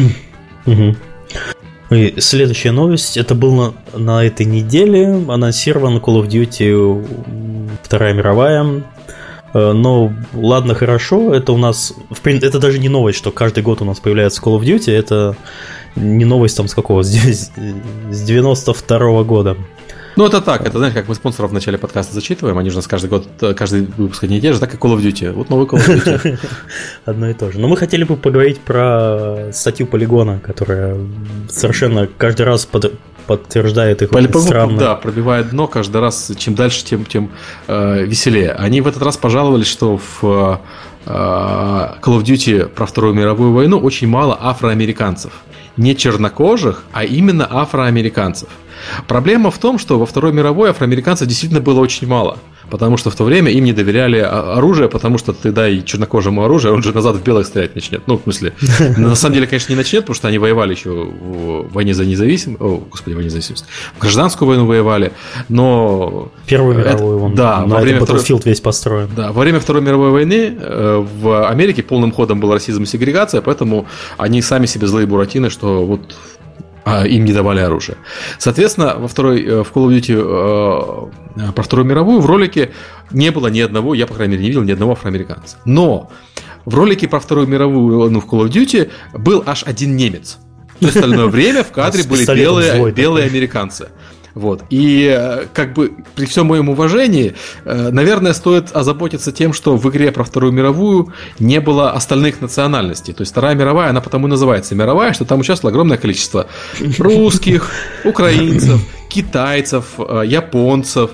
И следующая новость, это было на, на этой неделе, анонсирован Call of Duty Вторая мировая. Но ладно, хорошо, это у нас, в принципе, это даже не новость, что каждый год у нас появляется Call of Duty, это не новость там с какого, с девяносто второго года. Ну, это так, это, знаешь, как мы спонсоров в начале подкаста зачитываем, они же нас каждый год, каждый выпуск одни и те же, так и Call of Duty. Вот новый Call of Duty. Одно и то же. Но мы хотели бы поговорить про статью Полигона, которая совершенно каждый раз под, подтверждает их очень странно. Да, пробивает дно каждый раз, чем дальше, тем, тем э, веселее. Они в этот раз пожаловались, что в э, Call of Duty про Вторую мировую войну очень мало афроамериканцев. Не чернокожих, а именно афроамериканцев. Проблема в том, что во Второй мировой афроамериканцев действительно было очень мало, потому что в то время им не доверяли оружие, потому что ты дай чернокожему оружие, он же назад в белых стрелять начнет. Ну, в смысле, на самом деле, конечно, не начнет, потому что они воевали еще в войне за независимость, о, господи, войне за независимость, в гражданскую войну воевали, но... Первую мировую он да, на этом Battlefield весь построен. Да, во время Второй мировой войны в Америке полным ходом был расизм и сегрегация, поэтому они сами себе злые буратины, что вот... им не давали оружие. Соответственно, во второй, в Call of Duty э, про Вторую мировую в ролике не было ни одного, я, по крайней мере, не видел ни одного афроамериканца. Но в ролике про Вторую мировую, ну, в Call of Duty был аж один немец. Все остальное время в кадре были белые, белые американцы. Вот. И как бы при всем моем уважении, наверное, стоит озаботиться тем, что в игре про Вторую мировую не было остальных национальностей. То есть Вторая мировая, она потому и называется мировая, что там участвовало огромное количество русских, украинцев, китайцев, японцев.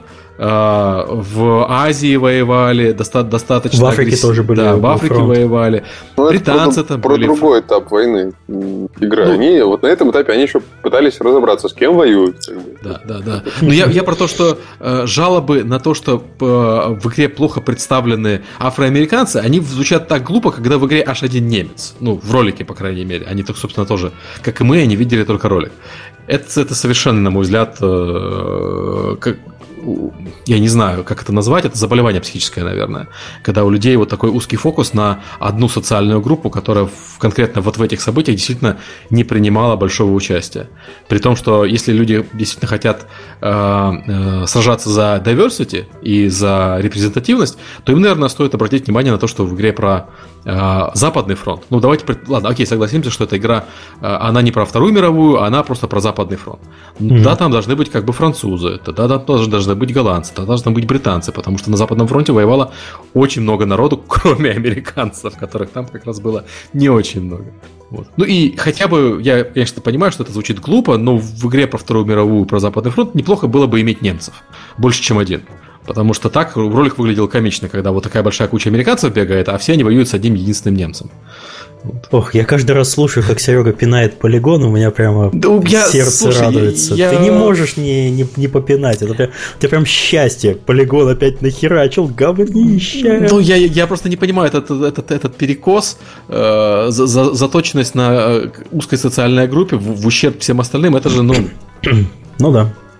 В Азии воевали доста- достаточно. В Африке агресс... тоже были. Да, в Африке фронт. воевали. Ну, британцы это там про, были. Про другой этап войны игры. Ну, они вот на этом этапе они еще пытались разобраться, с кем воюют. Да, да, да. Но я, я про то, что э, жалобы на то, что э, в игре плохо представлены афроамериканцы, они звучат так глупо, когда в игре аж один немец. Ну, в ролике, по крайней мере. Они, так, собственно, тоже, как и мы, они видели только ролик. Это, это совершенно, на мой взгляд, э, как... я не знаю, как это назвать, это заболевание психическое, наверное, когда у людей вот такой узкий фокус на одну социальную группу, которая в, конкретно вот в этих событиях действительно не принимала большого участия. При том, что если люди действительно хотят э, э, сражаться за diversity и за репрезентативность, то им, наверное, стоит обратить внимание на то, что в игре про э, Западный фронт. Ну, давайте, ладно, окей, согласимся, что эта игра, э, она не про Вторую мировую, она просто про Западный фронт. Mm-hmm. Да, там должны быть как бы французы, да, там тоже должны быть голландцы, там должны быть британцы, потому что на Западном фронте воевало очень много народу, кроме американцев, которых там как раз было не очень много. Вот. Ну и хотя бы, я, конечно, понимаю, что это звучит глупо, но в игре про Вторую мировую, про Западный фронт неплохо было бы иметь немцев. Больше, чем один. Потому что так ролик выглядел комично, когда вот такая большая куча американцев бегает, а все они воюют с одним единственным немцем. Вот. Ох, я каждый раз слушаю, как Серега пинает полигон, у меня прямо да, я, сердце слушай, радуется. Я... Ты не можешь не, не, не попинать, это прям, это прям счастье. Полигон опять нахерачил, говнище. Ну, я, я просто не понимаю, этот, этот, этот перекос, э, за, за, заточенность на узкой социальной группе в, в ущерб всем остальным, это же, ну... Ну да.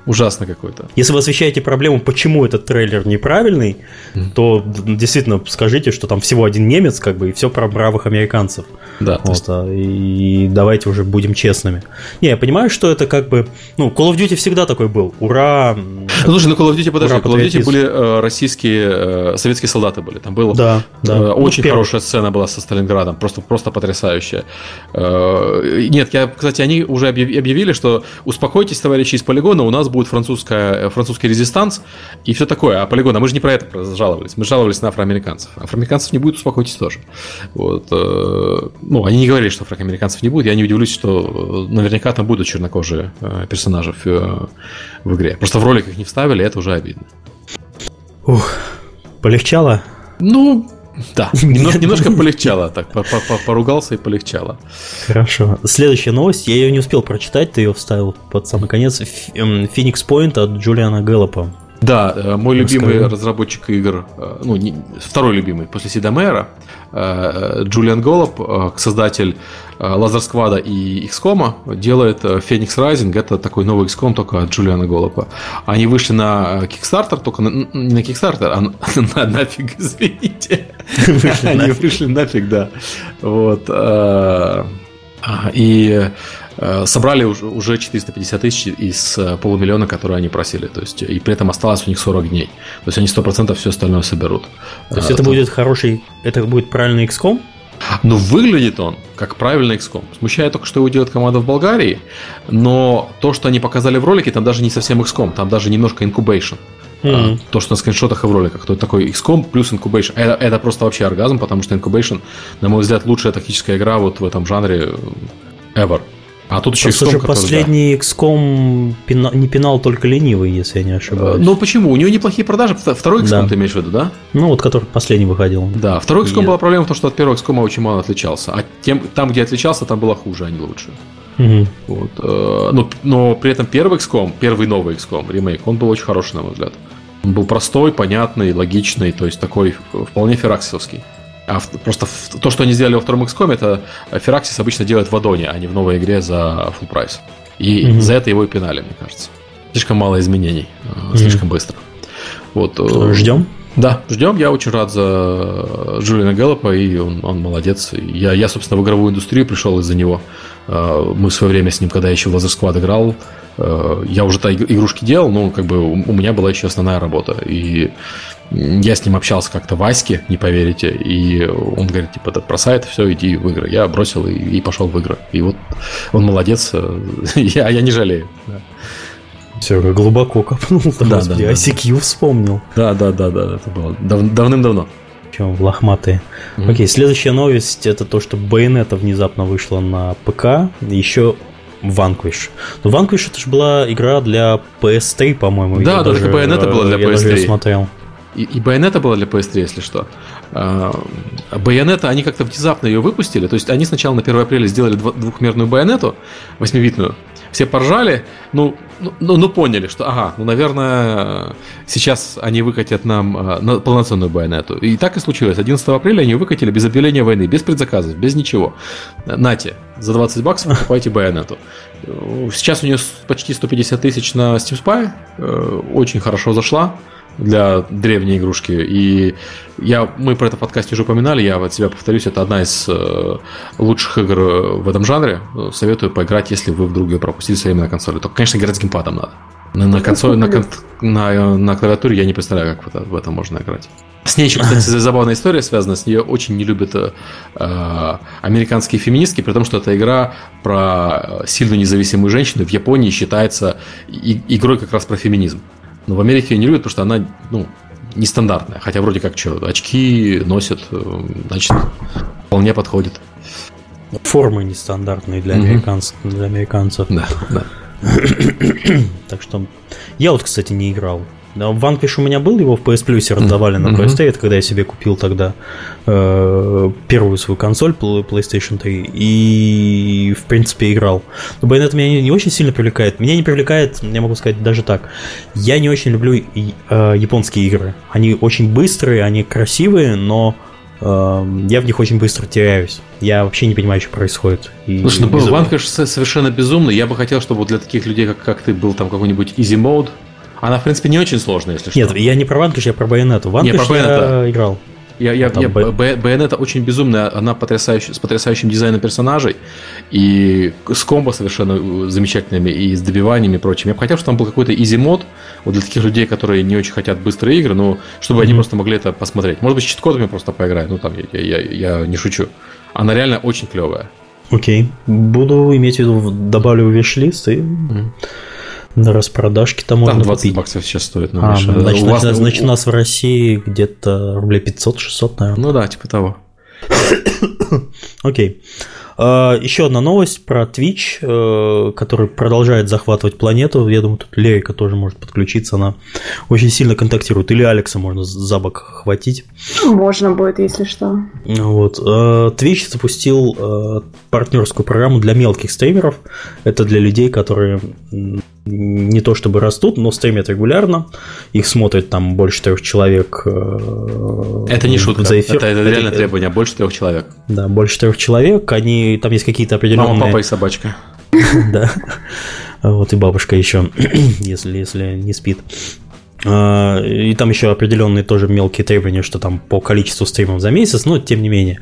Ужасно какой-то. Если вы освещаете проблему, почему этот трейлер неправильный, mm. то действительно скажите, что там всего один немец, как бы, и все про бравых американцев. Да. Вот, есть... И давайте уже будем честными. Не, я понимаю, что это как бы... Ну, Call of Duty всегда такой был. Ура! Ну, слушай, ну Call of Duty, подожди, Call of Duty были э, российские, э, советские солдаты были. Там была да, да. э, очень ну, хорошая сцена была со Сталинградом, просто, просто потрясающая. Э, нет, я, кстати, они уже объявили, что успокойтесь, товарищи из полигона, у нас будет французская, французский резистанс и все такое. А полигон, а мы же не про это жаловались. Мы жаловались на афроамериканцев. Афроамериканцев не будет, успокойтесь тоже. Вот. Ну, они не говорили, что афроамериканцев не будет. Я не удивлюсь, что наверняка там будут чернокожие персонажи в, в игре. Просто в ролик их не вставили, это уже обидно. Ух, полегчало? Ну, да, немножко, немножко полегчало. Так, поругался и полегчало. Хорошо. Следующая новость, я ее не успел прочитать, ты ее вставил под самый конец. Phoenix Point от Джулиана Гэллопа. Да, мой любимый Расскажи. разработчик игр, ну, не, второй любимый после Сида Мейера, Джулиан Гэллоп, создатель Лазер Сквада и икс ком, делает Phoenix Rising, это такой новый икс ком, только от Джулиана Гэллопа. Они вышли на Kickstarter, только на, не на Kickstarter, а на, нафиг, извините. Они вышли нафиг, да. Вот. И собрали уже четыреста пятьдесят тысяч из полумиллиона, которые они просили. То есть, и при этом осталось у них сорок дней. То есть они сто процентов все остальное соберут. То есть это, это будет хороший, это будет правильный икс ком? Ну, выглядит он как правильный икс ком. Смущает только, что его делает команда в Болгарии. Но то, что они показали в ролике, там даже не совсем икс ком. Там даже немножко Incubation. Mm-hmm. То, что на скриншотах и в роликах. То это такой икс ком плюс Incubation. Это, это просто вообще оргазм, потому что Incubation, на мой взгляд, лучшая тактическая игра вот в этом жанре ever. А тут еще икс ком, слушай, последний да. икс ком пина, не пинал только ленивый, если я не ошибаюсь. Ну почему? У него неплохие продажи. Второй икс ком да. ты имеешь в виду, да? Ну вот, который последний выходил. Да, второй икс ком была проблема в том, что от первого икс ком очень мало отличался. А тем, там, где отличался, там было хуже, а не лучше. Угу. Вот. Но, но при этом первый икс ком, первый новый икс ком, ремейк, он был очень хороший, на мой взгляд. Он был простой, понятный, логичный, то есть такой вполне фераксисовский. А в, просто в, то, что они сделали во втором икс ком, это Firaxis обычно делает в аддоне, а не в новой игре за full прайс. И mm-hmm. за это его и пинали, мне кажется. Слишком мало изменений, mm-hmm. слишком быстро. Вот. Ждем? Да, ждем. Я очень рад за Джулиана Гэллопа, и он, он молодец. Я, я, собственно, в игровую индустрию пришел из-за него. Мы в свое время с ним, когда я еще в Laser Squad играл, я уже игрушки делал, но как бы у меня была еще основная работа. И я с ним общался как-то в Аське, не поверите, и он говорит, типа, бросай это все, иди в игры. Я бросил и, и пошел в игры. И вот он молодец, я, я не жалею. Да. Все, глубоко копнул, да, господи, да, да. ай си кью вспомнил. Да, да, да, да, это было дав- давным-давно. Чем лохматые. Mm-hmm. Окей, следующая новость, это то, что Bayonetta внезапно вышла на ПК, еще Vanquish. Но Vanquish это же была игра для пи эс три, по-моему. Да, даже Bayonetta была для пи эс три. Я даже смотрел. И, и Bayonetta была для пи эс три, если что. Bayonetta, они как-то внезапно ее выпустили. То есть они сначала на первого апреля сделали двухмерную Bayonetta, восьмибитную. Все поржали, ну, ну, ну поняли, что, ага, ну, наверное, сейчас они выкатят нам полноценную Bayonetta. И так и случилось. одиннадцатого апреля они выкатили без объявления войны, без предзаказов, без ничего. Нате, за двадцать баксов покупайте Bayonetta. Сейчас у нее почти сто пятьдесят тысяч на Steam Spy. Очень хорошо зашла для древней игрушки. И я, мы про это в подкасте уже упоминали, я от себя повторюсь, это одна из э, лучших игр в этом жанре. Советую поиграть, если вы вдруг ее пропустили все время на консоли. Только, конечно, играть с геймпадом надо. На, на консоли, на, на, на клавиатуре я не представляю, как в это, в это можно играть. С ней еще, кстати, забавная история связана. С нее очень не любят э, американские феминистки, при том, что эта игра про сильную независимую женщину в Японии считается и, игрой как раз про феминизм. Но в Америке ее не любят, потому что она, ну, нестандартная. Хотя вроде как что, очки носят, значит, вполне подходит. Формы нестандартные для, mm-hmm. американцев, для американцев. Да, да. Так что я вот, кстати, не играл. Vanquish у меня был, его в пи эс Plus раздавали mm-hmm. на пи эс три, это когда я себе купил тогда э, первую свою консоль PlayStation три и, в принципе, играл. Но Bayonetta меня не, не очень сильно привлекает. Меня не привлекает, я могу сказать даже так, я не очень люблю э, японские игры. Они очень быстрые, они красивые, но я в них очень быстро теряюсь. Я вообще не понимаю, что происходит. И Слушай, ну Vanquish совершенно безумный. Я бы хотел, чтобы для таких людей, как, как ты, был там какой-нибудь easy mode. Она, в принципе, не очень сложная, если Нет, что. Нет, я не про Vanquish, я про Bayonetta. Vanquish не, про Bayonetta. я играл. Я, я, я, Bayonetta очень безумная, она потрясающая, с потрясающим дизайном персонажей и с комбо совершенно замечательными, и с добиваниями и прочим. Я бы хотел, чтобы там был какой-то easy мод вот для таких людей, которые не очень хотят быстрые игры, но чтобы mm-hmm. они просто могли это посмотреть. Может быть, с чит-кодами просто поиграть, ну там я, я, я, я не шучу. Она реально очень клевая. Окей, okay. Буду иметь в виду, добавлю в виш-лист и... Mm-hmm. На распродажке там можно двадцать купить. баксов сейчас стоит. А, значит, у значит, вас... значит, у нас в России где-то рублей пятьсот-шестьсот, наверное. Ну да, типа того. Окей. Uh, еще одна новость про Twitch, uh, который продолжает захватывать планету. Я думаю, тут Лерика тоже может подключиться. Она очень сильно контактирует. Или Алекса можно за бок хватить. Можно будет, если что. Вот. Uh, Twitch запустил uh, партнерскую программу для мелких стримеров. Это для людей, которые не то чтобы растут, но стримят регулярно. Их смотрит там больше трех человек. Uh, это не шутка. За эфир. Это, это реально это, требование. Больше трех человек. Да, больше трех человек. Они там есть какие-то определенные... Мама, папа и собачка. Да. Вот и бабушка еще, если, если не спит. И там еще определенные тоже мелкие требования, что там по количеству стримов за месяц, но тем не менее.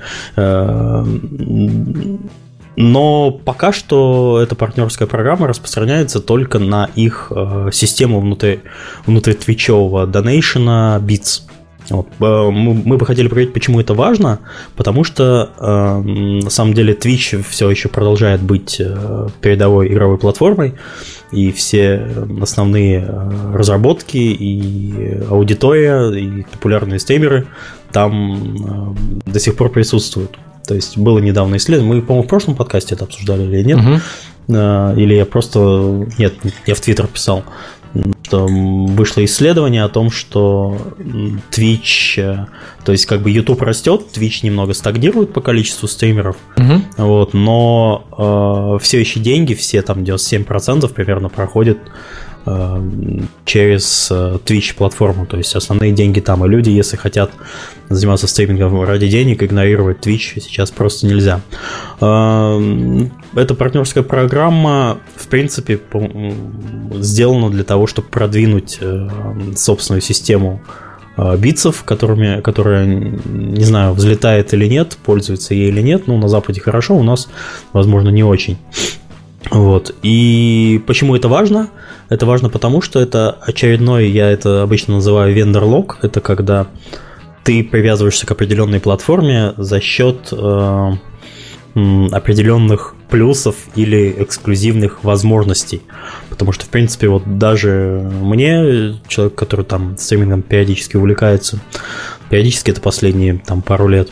Но пока что эта партнерская программа распространяется только на их систему внутри, внутри твичевого донейшена Bits. Вот. Мы бы хотели проверить, почему это важно, потому что э, на самом деле Twitch все еще продолжает быть э, передовой игровой платформой, и все основные э, разработки и аудитория, и популярные стримеры там э, до сих пор присутствуют. То есть было недавно исследование, мы, по-моему, в прошлом подкасте это обсуждали или нет, uh-huh. э, или я просто... Нет, я в Твиттер писал, что вышло исследование о том, что Twitch, то есть как бы YouTube растет, Twitch немного стагнирует по количеству стримеров, угу. вот, но э, все еще деньги, все там девяносто семь процентов примерно проходят э, через э, Twitch платформу, то есть основные деньги там, и люди, если хотят заниматься стримингом ради денег, игнорировать Twitch сейчас просто нельзя. Э, эта партнерская программа, в принципе, сделана для того, чтобы продвинуть э, собственную систему э, битсов, которыми, которая, не знаю, взлетает или нет, пользуется ей или нет. Ну, на Западе хорошо, у нас, возможно, не очень. Вот. И почему это важно? Это важно потому, что это очередной, я это обычно называю вендор-лок. Это когда ты привязываешься к определенной платформе за счет э, определенных плюсов или эксклюзивных возможностей. Потому что, в принципе, вот даже мне, человек, который там стримингом периодически увлекается, периодически это последние там пару лет,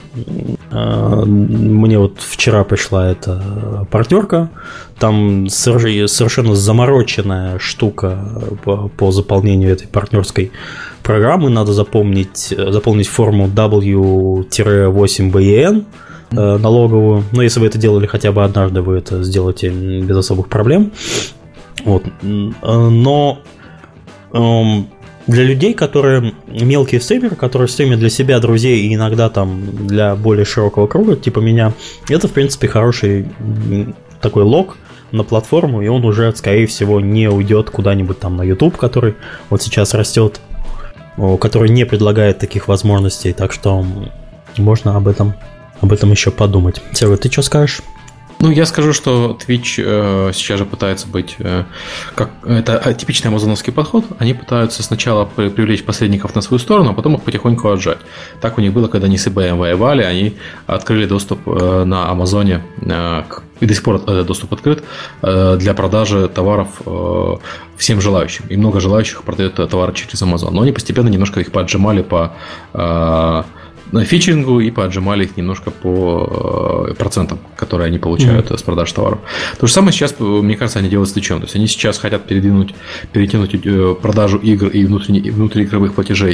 мне вот вчера пришла эта партнерка, там совершенно замороченная штука по, по заполнению этой партнерской программы. Надо запомнить, заполнить форму дабл ю восемь би и эн налоговую. Но если вы это делали хотя бы однажды, вы это сделаете без особых проблем. Вот. Но эм, для людей, которые мелкие стримеры, которые стримят для себя, друзей и иногда там для более широкого круга, типа меня, это, в принципе, хороший такой лог на платформу, и он уже, скорее всего, не уйдет куда-нибудь там на YouTube, который вот сейчас растет, который не предлагает таких возможностей, так что можно об этом Об этом еще подумать. Серега, ты что скажешь? Ну, я скажу, что Twitch э, сейчас же пытается быть... Э, как, это типичный амазоновский подход. Они пытаются сначала привлечь посредников на свою сторону, а потом их потихоньку отжать. Так у них было, когда они с eBay воевали, они открыли доступ э, на Амазоне, э, и до сих пор этот доступ открыт, э, для продажи товаров э, всем желающим. И много желающих продают товары через Amazon. Но они постепенно немножко их поджимали по... Э, на фичингу и поотжимали их немножко по процентам, которые они получают mm-hmm. с продаж товаров. То же самое сейчас, мне кажется, они делают с Twitch'ем. То есть они сейчас хотят передвинуть, перетянуть продажу игр и внутренних, внутриигровых платежей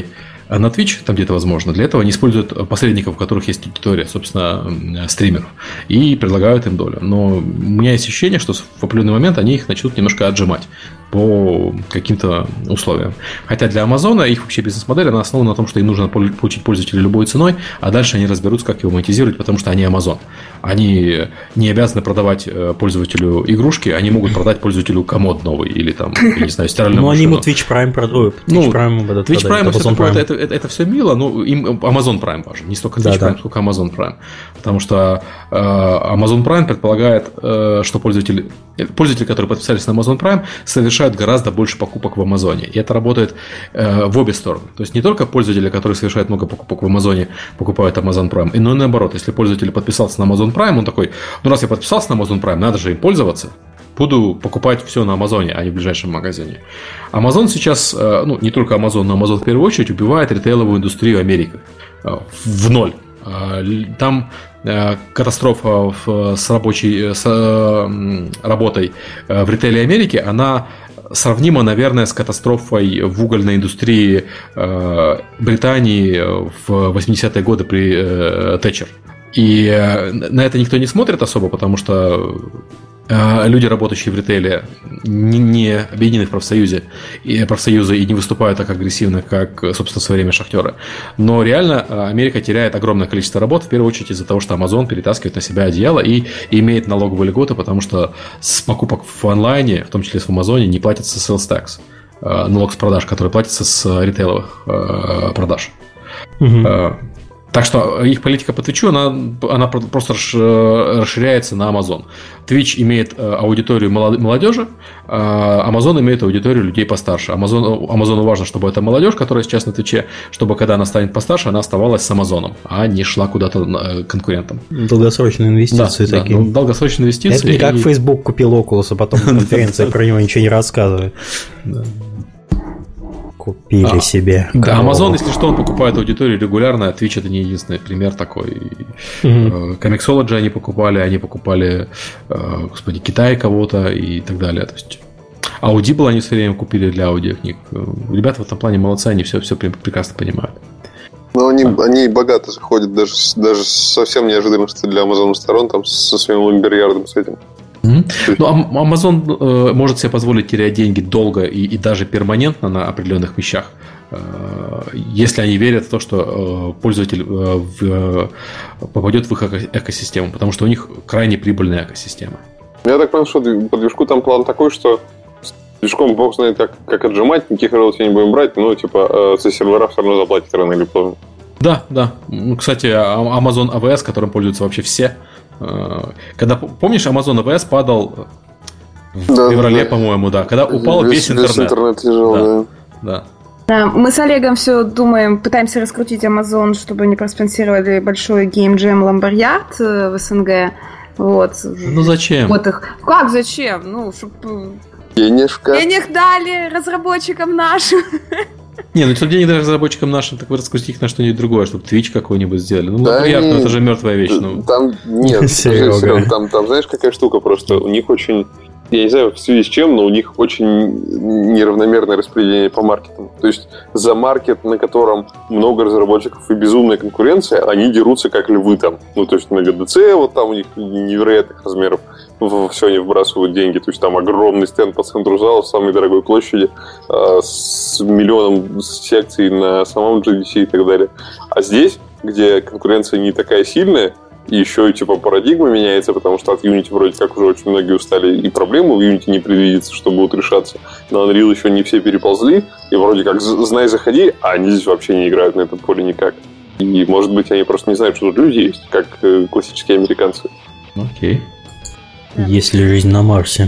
на Twitch, там где-то возможно, для этого они используют посредников, у которых есть аудитория, собственно, стримеров, и предлагают им долю. Но у меня есть ощущение, что в определенный момент они их начнут немножко отжимать по каким-то условиям. Хотя для Амазона их вообще бизнес-модель, она основана на том, что им нужно получить пользователя любой ценой, а дальше они разберутся, как его монетизировать, потому что они Amazon. Они не обязаны продавать пользователю игрушки, они могут продать пользователю комод новый или там, я не знаю, стиральную ну, машину. Ну, они ему Twitch Prime продают. Ну, Twitch Prime, это, Prime. Это, это, это все мило, но им Amazon Prime важен. Не столько Twitch да, Prime, да. сколько Amazon Prime. Потому что э, Amazon Prime предполагает, э, что пользователи, пользователи, которые подписались на Amazon Prime, совершают гораздо больше покупок в Амазоне. И это работает э, в обе стороны. То есть не только пользователи, которые совершают много покупок в Амазоне, покупают Amazon Prime, но и наоборот. Если пользователь подписался на Amazon Prime, он такой, ну раз я подписался на Amazon Prime, надо же им пользоваться. Буду покупать все на Амазоне, а не в ближайшем магазине. Амазон сейчас, ну не только Амазон, но Амазон в первую очередь убивает ритейловую индустрию Америки в ноль. Там катастрофа с рабочей с работой в ритейле Америки, она сравнима, наверное, с катастрофой в угольной индустрии Британии в восьмидесятые годы при Тэтчер. И на это никто не смотрит особо, потому что люди, работающие в ритейле, не объединены в профсоюзе, и профсоюзы и не выступают так агрессивно, как, собственно, в свое время шахтеры. Но реально Америка теряет огромное количество работ, в первую очередь из-за того, что Amazon перетаскивает на себя одеяло и имеет налоговые льготы, потому что с покупок в онлайне, в том числе в Амазоне, не платится sales tax, налог с продаж, который платится с ритейловых продаж. Угу. Так что их политика по Twitch, она, она просто расширяется на Amazon. Twitch имеет аудиторию молодежи, а Amazon имеет аудиторию людей постарше. Amazon, Amazon важно, чтобы эта молодежь, которая сейчас на Twitch, чтобы когда она станет постарше, она оставалась с Amazon, а не шла куда-то конкурентам. Долгосрочные инвестиции да, такие. Да, долгосрочные инвестиции. Это не как и... Facebook купил Oculus, а потом на конференции про него ничего не рассказывает. Купили а, себе. Да, Amazon, если что, он покупает аудиторию регулярно. Twitch это не единственный пример такой. Mm-hmm. Comixology они покупали, они покупали, господи, Китай кого-то и так далее. То есть Audible они все время купили для аудиокниг. Ребята в этом плане молодцы, они все, все прекрасно понимают. Ну, они, а. они богато заходят, даже, даже совсем неожиданно, что для Amazon сторон, там со своим лумберьярдом с этим. Mm-hmm. Ну, Amazon э, может себе позволить терять деньги долго и, и даже перманентно на определенных вещах, э, если они верят в то, что э, пользователь э, в, э, попадет в их эко- экосистему, потому что у них крайне прибыльная экосистема. Я так понял, что по движку там план такой, что с движком бог знает, как, как отжимать, никаких роялти не будем брать, но типа э, за сервера все равно заплатить рано или поздно. Да, да. Кстати, Amazon эй ви эс, которым пользуются вообще все. Когда, помнишь, Amazon эй ви эс падал в да, феврале, да. по-моему, да. Когда упал весь, весь интернет. Весь интернет лежал, да. Да. Да. Да. Мы с Олегом все думаем, пытаемся раскрутить Amazon, чтобы они проспонсировали большой Game Jam Ламбарьярд в СНГ. Вот. Ну зачем? Вот их. Как зачем? Ну, чтобы... Денежка. Денег дали разработчикам нашим. Не, ну чтобы денег дали разработчикам нашим, так вы раскрутите их на что-нибудь другое, чтобы Twitch какой-нибудь сделали. Ну, да приятно, не... это же мертвая вещь. Ну. Там, нет, Серега. Там, там, знаешь, какая штука просто, у них очень, я не знаю, в связи с чем, но у них очень неравномерное распределение по маркетам. То есть за маркет, на котором много разработчиков и безумная конкуренция, они дерутся как львы там. Ну, то есть на джи ди си, вот там у них невероятных размеров. Во все они вбрасывают деньги. То есть там огромный стенд по центру зала в самой дорогой площади э, с миллионом секций на самом джи ди си и так далее. А здесь, где конкуренция не такая сильная, и еще и типа парадигма меняется, потому что от Unity вроде как уже очень многие устали, и проблемы в Unity не предвидится, что будут решаться. На Unreal еще не все переползли, и вроде как знай, заходи, а они здесь вообще не играют на этом поле никак. И, может быть, они просто не знают, что тут люди есть, как э, классические американцы. Окей. Есть ли жизнь на Марсе?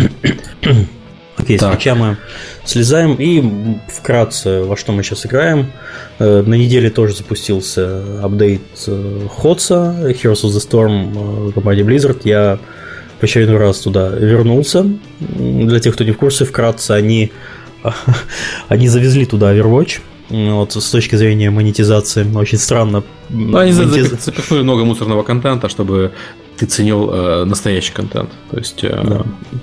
Окей, с Твича мы слезаем и вкратце, во что мы сейчас играем. На неделе тоже запустился апдейт Ходса, Heroes of the Storm компании Blizzard. Я в очередной раз туда вернулся. Для тех, кто не в курсе, вкратце, они, они завезли туда Overwatch. Вот, с точки зрения монетизации очень странно. Ну, они Монетиз... запихнули много мусорного контента, чтобы ты ценил э, настоящий контент. То есть, э, да.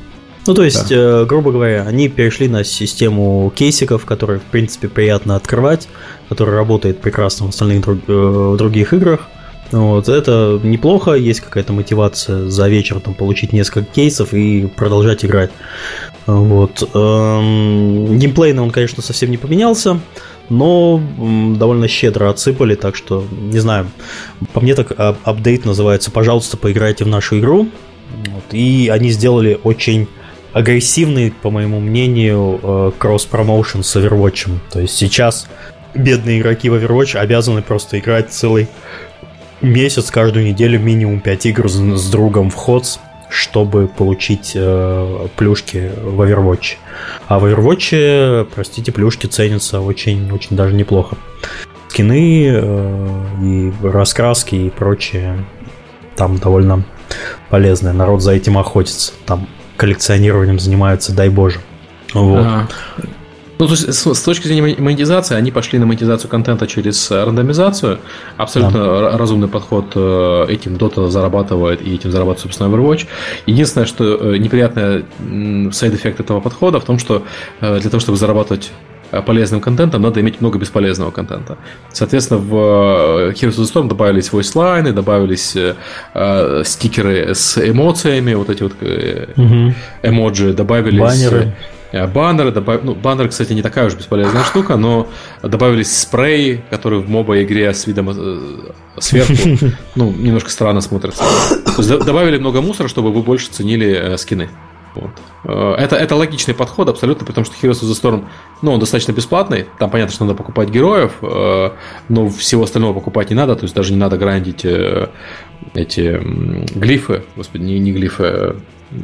Ну, то есть, да. э, грубо говоря, они перешли на систему кейсиков, которые, в принципе, приятно открывать, которая работает прекрасно в остальных друг, э, других играх. Вот, это неплохо, есть какая-то мотивация за вечер там, получить несколько кейсов и продолжать играть. Вот. Эм, геймплейно он, конечно, совсем не поменялся, но м, довольно щедро отсыпали, так что, не знаю, по мне так ап- апдейт называется «Пожалуйста, поиграйте в нашу игру». Вот, и они сделали очень агрессивный, по моему мнению, кросс-промоушен с Overwatch. То есть сейчас бедные игроки в Overwatch обязаны просто играть целый месяц, каждую неделю минимум пять игр с, с другом в ходс, чтобы получить э, плюшки в Overwatch. А в Overwatch, простите, плюшки ценятся очень-очень даже неплохо. Скины э, и раскраски и прочее там довольно полезные. Народ за этим охотится. Там коллекционированием занимаются, дай боже. Вот. Ага. Ну, то есть, с, с точки зрения монетизации, они пошли на монетизацию контента через рандомизацию. Абсолютно да. разумный подход. Этим Dota зарабатывает, и этим зарабатывает, собственно, Overwatch. Единственное, что неприятный сайд-эффект этого подхода в том, что для того, чтобы зарабатывать полезным контентом, надо иметь много бесполезного контента. Соответственно, в Heroes of the Storm добавились voice-лайны, добавились э, стикеры с эмоциями, вот эти вот э, угу. эмоджи, добавились... Баннеры. Баннеры, добав... ну, баннер, кстати, не такая уж бесполезная штука, но добавились спреи, которые в моба-игре с видом э, сверху, ну, немножко странно смотрятся. То есть добавили много мусора, чтобы вы больше ценили э, скины. Вот. Это, это логичный подход абсолютно, потому что Heroes of the Storm, ну, он достаточно бесплатный. Там понятно, что надо покупать героев, но всего остального покупать не надо. То есть даже не надо грандить эти глифы. Господи, не, не глифы.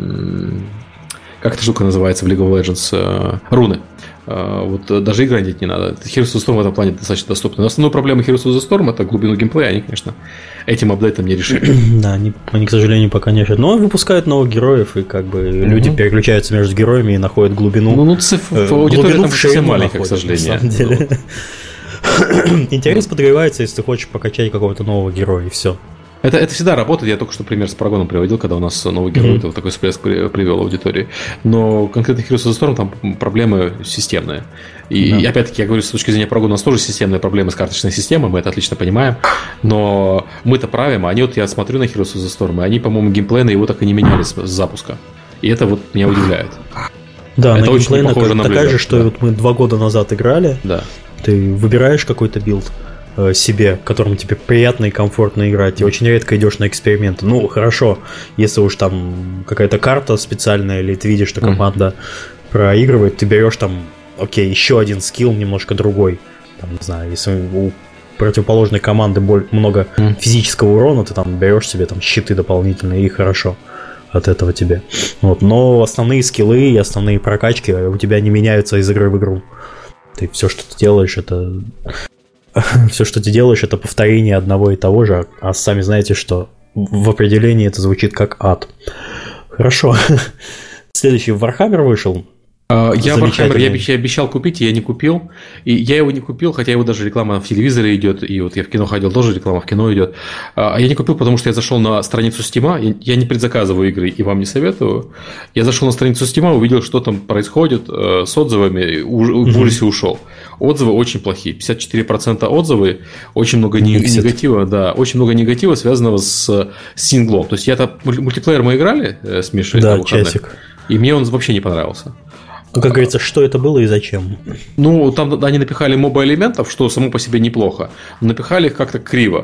Как эта штука называется в League of Legends? Руны. Вот даже и грандить не надо. Heroes of the Storm в этом плане достаточно доступны. Но основная проблема Heroes of the Storm — это глубину геймплея. Они, конечно, этим апдейтом не решили. Да, они, они, к сожалению, пока не решили. Но выпускают новых героев, и как бы uh-huh. люди переключаются между героями и находят глубину. Ну, ну циф... э, аудитория там совсем маленькая, к сожалению. На самом деле. Интерес подогревается, если ты хочешь прокачать какого-то нового героя, и все. Это, это всегда работает. Я только что пример с Парагоном приводил, когда у нас новый герой mm-hmm. такой всплеск привел аудитории. Но конкретно Heroes of the Storm там проблемы системные. И, yeah. и опять-таки, я говорю, с точки зрения Парагона, у нас тоже системные проблемы с карточной системой, мы это отлично понимаем. Но мы-то правим, а они вот, я смотрю на Heroes of the Storm, и они, по-моему, геймплейно его так и не меняли с, с запуска. И это вот меня удивляет. Да, это на геймплейно такая же, что да. вот мы два года назад играли. Да. Ты выбираешь какой-то билд себе, которым тебе приятно и комфортно играть, и очень редко идешь на эксперименты. Ну, хорошо, если уж там какая-то карта специальная, или ты видишь, что команда mm. проигрывает, ты берешь там, окей, еще один скилл, немножко другой. Там, не знаю, если у противоположной команды много mm. физического урона, ты там берешь себе там щиты дополнительные, и хорошо от этого тебе. Вот. Но основные скиллы и основные прокачки у тебя не меняются из игры в игру. Ты все, что ты делаешь, это... Все, что ты делаешь, это повторение одного и того же, а сами знаете, что в определении это звучит как ад. Хорошо. Следующий Warhammer вышел. Я Warhammer я обещал, обещал купить, и я не купил. И я его не купил, хотя его даже реклама в телевизоре идет, и вот я в кино ходил, тоже реклама в кино идет. А я не купил, потому что я зашел на страницу Steam, я не предзаказываю игры и вам не советую. Я зашел на страницу Steam, увидел, что там происходит с отзывами, в ужасе ушел. Отзывы очень плохие, пятьдесят четыре процента отзывы, очень много негатива, да, очень много негатива, связанного с синглом. То есть я-то мультиплеер мы играли с Мишей, да, часик. И мне он вообще не понравился. Ну, как говорится, что это было и зачем? Ну, там они напихали моба-элементов, что само по себе неплохо. Но напихали их как-то криво.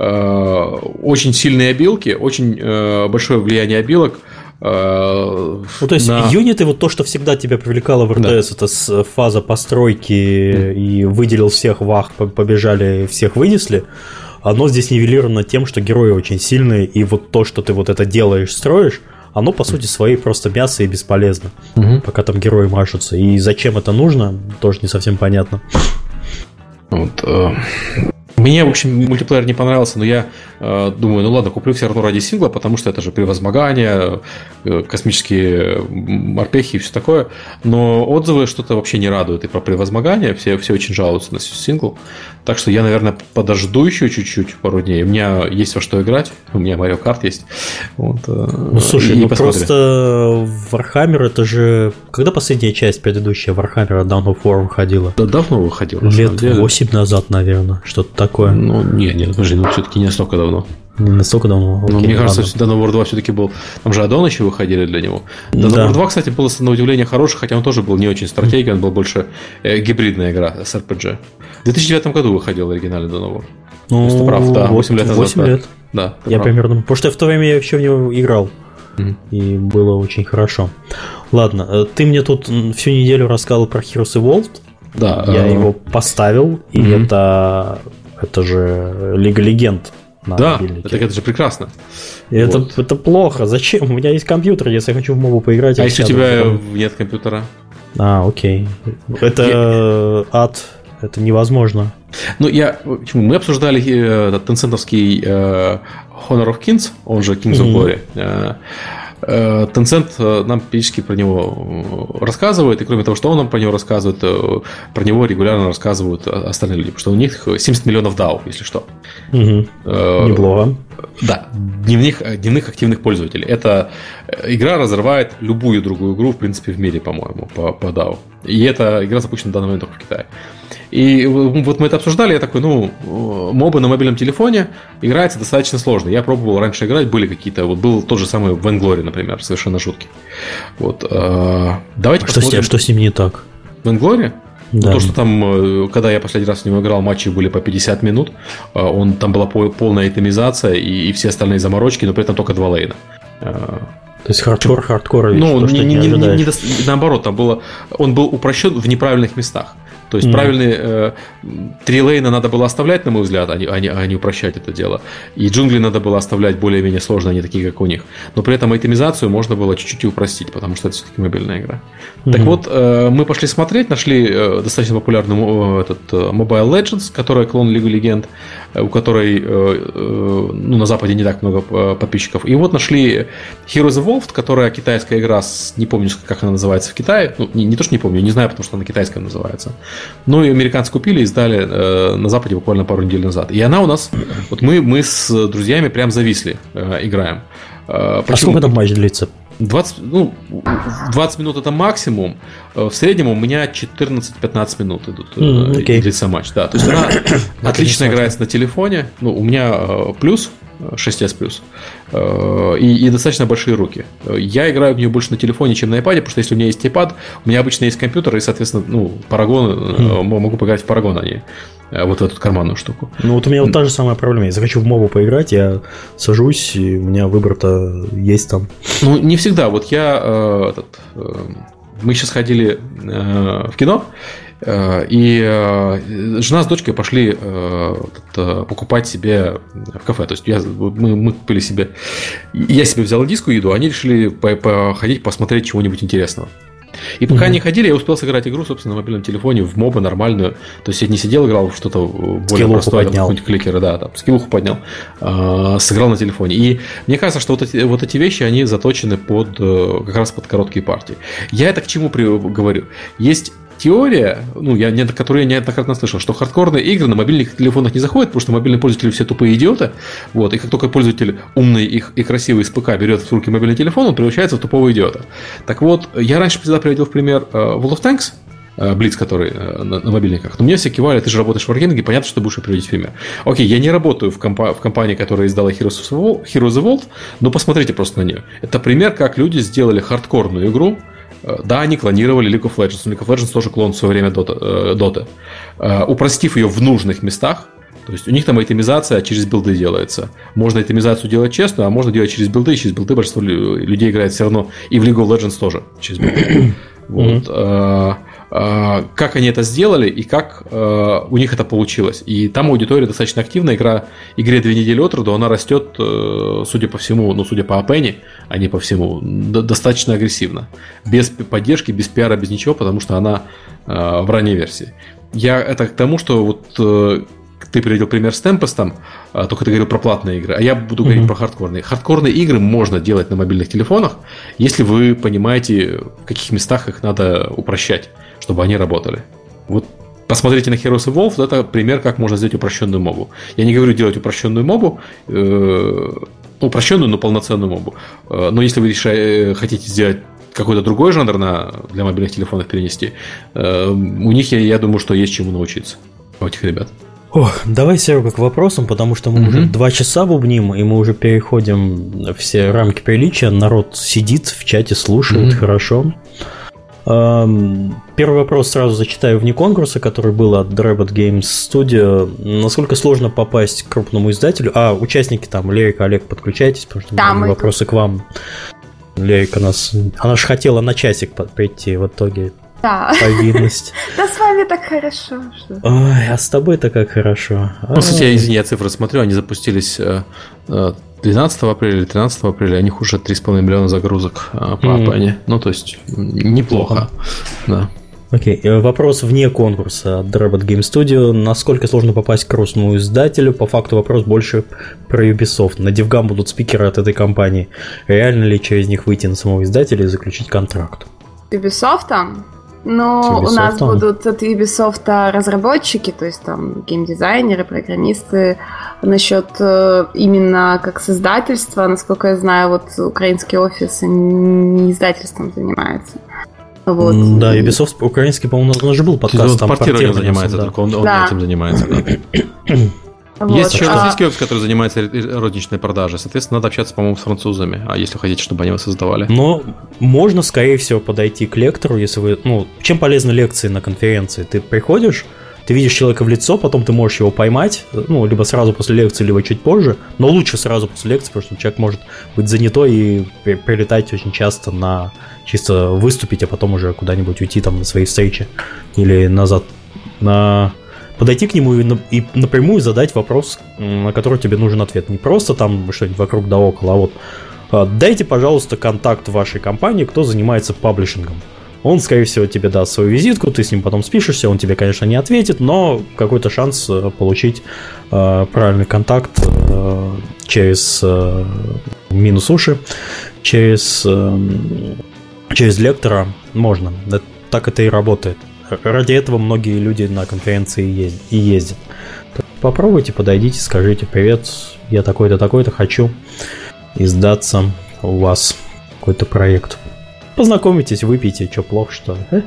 Очень сильные обилки, очень большое влияние обилок. Ну, то есть, на... юниты, вот то, что всегда тебя привлекало в эр тэ эс, да. это с фаза постройки mm. и выделил всех, вах, побежали, всех вынесли. Оно здесь нивелировано тем, что герои очень сильные, и вот то, что ты вот это делаешь, строишь, оно, по сути, своей просто мясо и бесполезно, угу. пока там герои машутся. И зачем это нужно, тоже не совсем понятно. Вот, э, Мне, в общем, мультиплеер не понравился, но я э, думаю, ну ладно, куплю все равно ради сингла, потому что это же превозмогание, э, космические морпехи и все такое. Но отзывы что-то вообще не радуют и про превозмогание, все, все очень жалуются на сингл. Так что я, наверное, подожду еще чуть-чуть, пару дней. У меня есть во что играть, у меня Mario Kart есть. Вот, э, ну слушай, ну посмотрим. Просто Warhammer это же... Когда последняя часть предыдущая Warhammer Dawn of War выходила? Да давно выходила. Лет восемь назад, наверное, что-то такое. Ну, нет, нет, подожди, ну все-таки не настолько давно. Не настолько давно. Ну, мне кажется, Dawn of War два все-таки был... Там же аддоны еще выходили для него. Dawn of War два, кстати, был, на удивление, хороший, хотя он тоже был не очень стратегией, он был больше э, гибридная игра с эр пи джи. В две тысячи девятом году выходил оригинальный Dawn of War. Ну, ты прав, да, восемь лет назад. восемь лет. Да, я прав. Примерно... Потому что в то время я еще в него играл. Mm-hmm. И было очень хорошо. Ладно, ты мне тут всю неделю рассказывал про Heroes Evolved. Да. Я uh-huh. его поставил, и mm-hmm. это... Это же Лига Легенд. На да, это, это же прекрасно. Это, вот. это плохо. Зачем? У меня есть компьютер, если я хочу в мобу поиграть. А если у тебя там... нет компьютера? А, окей. Это я... ад. Это невозможно. Ну, я... Почему? Мы обсуждали этот тенцентовский э, Honor of Kings, он же Kings mm-hmm. of Glory. Э, Tencent нам периодически про него рассказывает, и кроме того, что он нам про него рассказывает, про него регулярно рассказывают остальные люди, потому что у них семьдесят миллионов дао, если что. Угу. Э, Неплохо. Да, дневных, дневных активных пользователей. Эта игра разрывает любую другую игру, в принципе, в мире, по-моему, по, по дао. И эта игра запущена в данный момент только в Китае. И вот мы это обсуждали, я такой, ну, мобы на мобильном телефоне играется достаточно сложно. Я пробовал раньше играть, были какие-то, вот был тот же самый Vainglory, например, совершенно жуткий. Вот, э, давайте что посмотрим. С, что с ним не так? Vainglory? Да. Ну, то, что там, когда я последний раз в него играл, матчи были по пятьдесят минут, он, там была полная итемизация и, и все остальные заморочки, но при этом только два лейна. То есть хардкор, хардкор, ну, то, что не, не, не, не, не, наоборот, там было, он был упрощен в неправильных местах. То есть mm. правильные э, три лейна надо было оставлять, на мой взгляд, а не, а, не, а не упрощать это дело. И джунгли надо было оставлять более-менее сложные, не такие, как у них. Но при этом айтемизацию можно было чуть-чуть упростить, потому что это все-таки мобильная игра. Mm-hmm. Так вот, э, мы пошли смотреть, нашли э, достаточно популярный э, этот, э, Mobile Legends, которая клон Лиги Легенд, э, у которой э, э, ну, на Западе не так много э, подписчиков. И вот нашли Heroes Evolved, которая китайская игра, с, не помню, как она называется в Китае. Ну, не, не то, что не помню, не знаю, потому что она китайская называется. Ну, и американцы купили и сдали э, на Западе буквально пару недель назад. И она у нас... Вот мы, мы с друзьями прям зависли, э, играем. Э, а сколько там матч длится? двадцать, ну, двадцать минут это максимум. В среднем у меня четырнадцать-пятнадцать минут идут mm, okay. длится матч. Да, то есть она отлично играется на телефоне. Ну, у меня плюс, шесть эс плюс. И, и достаточно большие руки. Я играю в нее больше на телефоне, чем на iPad, потому что если у меня есть iPad, у меня обычно есть компьютер, и, соответственно, ну, Paragon, mm. могу поиграть в Paragon, а не вот в эту карманную штуку. Ну, вот у меня вот та же самая проблема. Я захочу в мобу поиграть, я сажусь, и у меня выбор-то есть там. Ну, не всегда. Вот я... Э, этот, э, мы сейчас ходили э, в кино, э, и э, жена с дочкой пошли э, этот, покупать себе в кафе. То есть я, мы, мы купили себе... Я себе взял индийскую еду, они решили походить, посмотреть чего-нибудь интересного. И пока mm-hmm. они ходили, я успел сыграть игру, собственно, на мобильном телефоне, в моба нормальную. То есть я не сидел, играл в что-то более скиллуху простое, там, какой-нибудь кликер, да, там, скиллуху поднял, э, сыграл на телефоне. И мне кажется, что вот эти, вот эти вещи, они заточены под, как раз под короткие партии. Я это к чему при, говорю? Есть теория, ну, я, которую я неоднократно слышал, что хардкорные игры на мобильных телефонах не заходят, потому что мобильные пользователи все тупые идиоты. Вот, и как только пользователь умный и, и красивый из ПК берет в руки мобильный телефон, он превращается в тупого идиота. Так вот, я раньше всегда приводил в пример World of Tanks, Блиц, который на, на мобильниках. Но мне все кивали, ты же работаешь в Wargaming, понятно, что ты будешь приводить пример. Окей, я не работаю в, компа- в компании, которая издала Heroes Evolved, Heroes Evolved, но посмотрите просто на нее. Это пример, как люди сделали хардкорную игру. Да, они клонировали League of Legends. League of Legends тоже клон в свое время Dota, Dota. Uh, упростив ее в нужных местах. То есть у них там айтемизация через билды делается. Можно айтемизацию делать честно, а можно делать через билды. И через билды большинство людей играет все равно. И в League of Legends тоже через билды. Вот. Uh, uh, как они это сделали и как uh, у них это получилось. И там аудитория достаточно активная. Игра, игре две недели от роду, она растет, uh, судя по всему, ну, судя по Апене, а не по всему, д- достаточно агрессивно. Без поддержки, без пиара, без ничего, потому что она uh, в ранней версии. Я это к тому, что вот uh, ты приводил пример с Tempest, только ты говорил про платные игры, а я буду говорить mm-hmm. про хардкорные. Хардкорные игры можно делать на мобильных телефонах, если вы понимаете, в каких местах их надо упрощать, чтобы они работали. Вот посмотрите на Heroes Evolved, это пример, как можно сделать упрощенную мобу. Я не говорю делать упрощенную мобу, э, упрощенную, но полноценную мобу. Э, но если вы решаете, хотите сделать какой-то другой жанр на, для мобильных телефонов перенести, э, у них, я, я думаю, что есть чему научиться у этих ребят. О, давай, Серега, к вопросам, потому что мы mm-hmm. уже два часа бубним, и мы уже переходим все рамки приличия. Народ сидит в чате, слушает, mm-hmm. хорошо. Первый вопрос сразу зачитаю вне конкурса, который был от Drabbit Games Studio. Насколько сложно попасть к крупному издателю? А, участники там, Лерика, Олег, подключайтесь, потому что да, вопросы к вам. Лерика нас... Она же хотела на часик прийти, в итоге... Да. Повинность. Да с вами так хорошо. Ой, а с тобой-то как хорошо. Ну, кстати, я, извини, я цифры смотрю, они запустились двенадцатого апреля или тринадцатого апреля, у них уже три с половиной миллиона загрузок по Апане. Ну, то есть, неплохо. Да. Окей, вопрос вне конкурса от Drabbit Game Studio. Насколько сложно попасть к крупному издателю? По факту вопрос больше про Ubisoft. На DevGam будут спикеры от этой компании. реально ли через них выйти на самого издателя и заключить контракт? Ubisoft? Но у нас будут от Ubisoft разработчики, то есть там геймдизайнеры, программисты. Насчет э, именно как создательства, насколько я знаю, вот украинский офис не издательством занимается. Вот. Да, Ubisoft украинский, по-моему, у нас же был подкаст. Там портированием занимается, да. Только он, он да. этим занимается. Да. Вот. Есть еще российский офис, который занимается розничной продажей. Соответственно, надо общаться, по-моему, с французами, а если хотите, чтобы они его создавали. Но можно, скорее всего, подойти к лектору, если вы... Ну, чем полезны лекции на конференции? Ты приходишь, ты видишь человека в лицо, потом ты можешь его поймать, ну, либо сразу после лекции, либо чуть позже, но лучше сразу после лекции, потому что человек может быть занятой и прилетать очень часто на чисто выступить, а потом уже куда-нибудь уйти там на свои встречи или назад на... Подойти к нему и, на, и напрямую задать вопрос, на который тебе нужен ответ. Не просто там что-нибудь вокруг да около, а вот а, дайте, пожалуйста, контакт вашей компании, кто занимается паблишингом. Он, скорее всего, тебе даст свою визитку, ты с ним потом спишешься, он тебе, конечно, не ответит, но какой-то шанс получить э, правильный контакт э, через э, минус уши, через, э, через лектора можно. Это, так это и работает. Ради этого многие люди на конференции и ездят. Попробуйте, подойдите, скажите: привет, я такой-то, такой-то, хочу издаться у вас какой-то проект. Познакомитесь, выпейте, что плохо, что ли?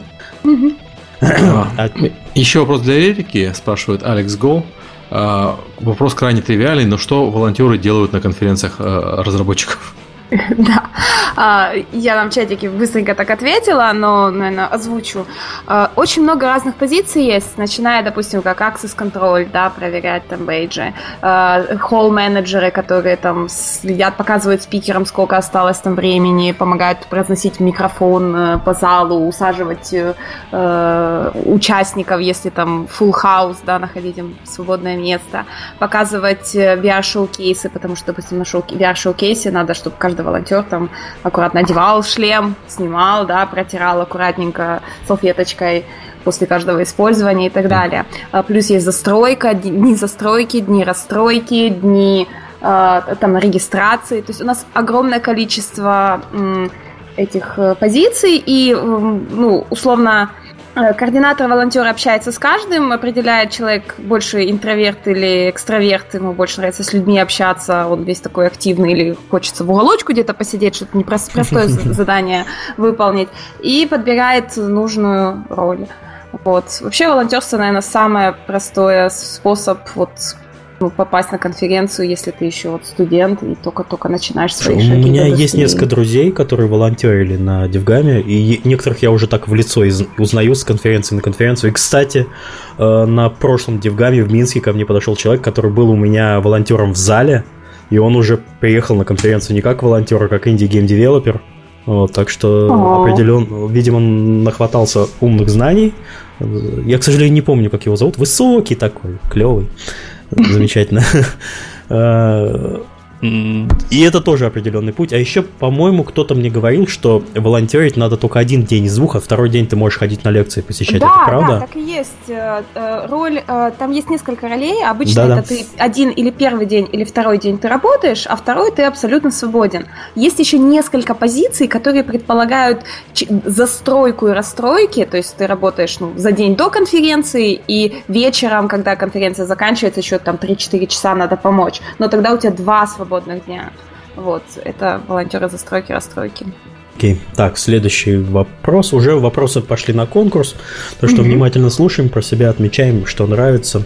Еще вопрос для Эрики, спрашивает Алекс Го. Вопрос крайне тривиальный, но что волонтеры делают на конференциях разработчиков? Да, я нам в чатике быстренько так ответила, но, наверное, озвучу. Очень много разных позиций есть, начиная, допустим, как Access Control, да, проверять там бейджи, холл-менеджеры, которые там следят, показывают спикерам, сколько осталось там времени, помогают разносить микрофон по залу, усаживать э, участников, если там full house, да, находить им свободное место, показывать ви ар-шоу-кейсы, потому что, допустим, на шоу- ви ар-шоу-кейсе надо, чтобы каждый волонтер там аккуратно одевал шлем, снимал, да, протирал аккуратненько салфеточкой после каждого использования и так далее. Плюс есть застройка, дни застройки, дни расстройки, дни э, там регистрации. То есть у нас огромное количество э, этих позиций, и, э, ну, условно, координатор волонтера общается с каждым, определяет, человек больше интроверт или экстраверт, ему больше нравится с людьми общаться, он весь такой активный, или хочется в уголочку где-то посидеть, что-то непростое задание выполнить, и подбирает нужную роль. Вот. Вообще волонтерство, наверное, самый простой способ вот, ну, попасть на конференцию, если ты еще вот студент и только-только начинаешь свои шаги. У меня есть несколько друзей, которые волонтерили на DevGam, и некоторых я уже так в лицо узнаю с конференции на конференцию. И, кстати, на прошлом DevGam в Минске ко мне подошел человек, который был у меня волонтером в зале, и он уже приехал на конференцию не как волонтер, а как инди-гейм-девелопер. Вот, так что определенно, видимо, нахватался умных знаний. Я, к сожалению, не помню, как его зовут. Высокий такой, клевый. Замечательно. И это тоже определенный путь. А еще, по-моему, кто-то мне говорил, что волонтерить надо только один день из двух, а второй день ты можешь ходить на лекции, посещать. Да, это правда? Да, так и есть. Роль, там есть несколько ролей. Обычно да, это да. ты один или первый день, или второй день ты работаешь, а второй ты абсолютно свободен. Есть еще несколько позиций, которые предполагают застройку и расстройки. То есть ты работаешь ну, за день до конференции, и вечером, когда конференция заканчивается, еще там три-четыре часа надо помочь. Но тогда у тебя два свободных дня. Вот, это волонтеры застройки, расстройки. Окей, okay. Так, следующий вопрос. Уже вопросы пошли на конкурс, то что mm-hmm. внимательно слушаем, про себя отмечаем, что нравится.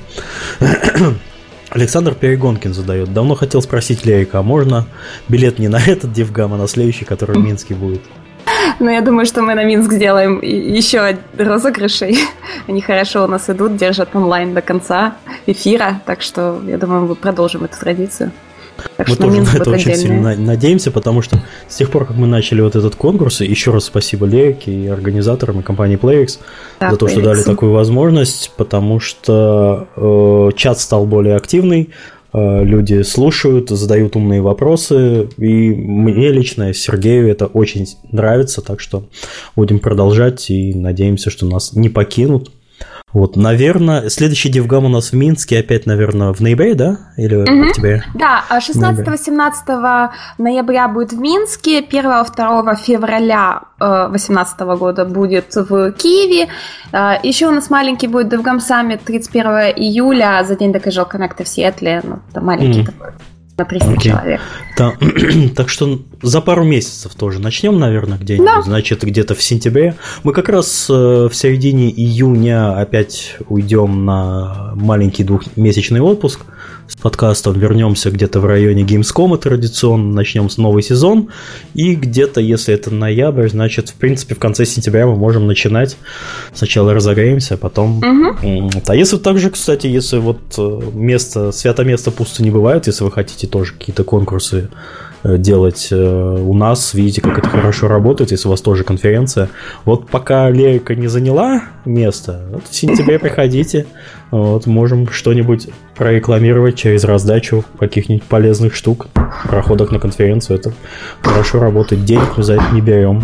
Александр Перегонкин задает. Давно хотел спросить Лерика, а можно билет не на этот DevGam, а на следующий, который в Минске будет? Ну, я думаю, что мы на Минск сделаем еще розыгрышей. Они хорошо у нас идут, держат онлайн до конца эфира, так что, я думаю, мы продолжим эту традицию. Так мы тоже на это очень сильно надеемся, потому что с тех пор, как мы начали вот этот конкурс, еще раз спасибо Лерике и организаторам и компании PlayX да, за то, PlayX. Что дали такую возможность, потому что э, чат стал более активный, э, люди слушают, задают умные вопросы, и мне лично, Сергею, это очень нравится, так что будем продолжать и надеемся, что нас не покинут. Вот, наверное, следующий DevGam у нас в Минске опять, наверное, в ноябре, да? Или в октябре? Да, шестнадцатого-семнадцатого ноября будет в Минске, первого-второго февраля две тысячи восемнадцатого года будет в Киеве. Еще у нас маленький будет DevGam Summit тридцать первого июля за день до Casual Connect в Сиэтле. Ну, это маленький mm. такой. На триста okay. человек. Да. Так что за пару месяцев тоже начнем, наверное, где-нибудь. Да. Значит, где-то в сентябре. Мы как раз в середине июня опять уйдем на маленький двухмесячный отпуск с подкастом. Вернемся где-то в районе Gamescom традиционно, начнем новый сезон. И где-то, если это ноябрь, значит, в принципе, в конце сентября мы можем начинать. Сначала разогреемся, а потом... Угу. А если также, кстати, если вот место, свято место пусто не бывает, если вы хотите тоже какие-то конкурсы делать у нас, видите, как это хорошо работает, если у вас тоже конференция. Вот пока Лерика не заняла место, вот в сентябре приходите, вот, можем что-нибудь прорекламировать через раздачу каких-нибудь полезных штук, проходах на конференцию. Это хорошо работает, денег мы за это не берем.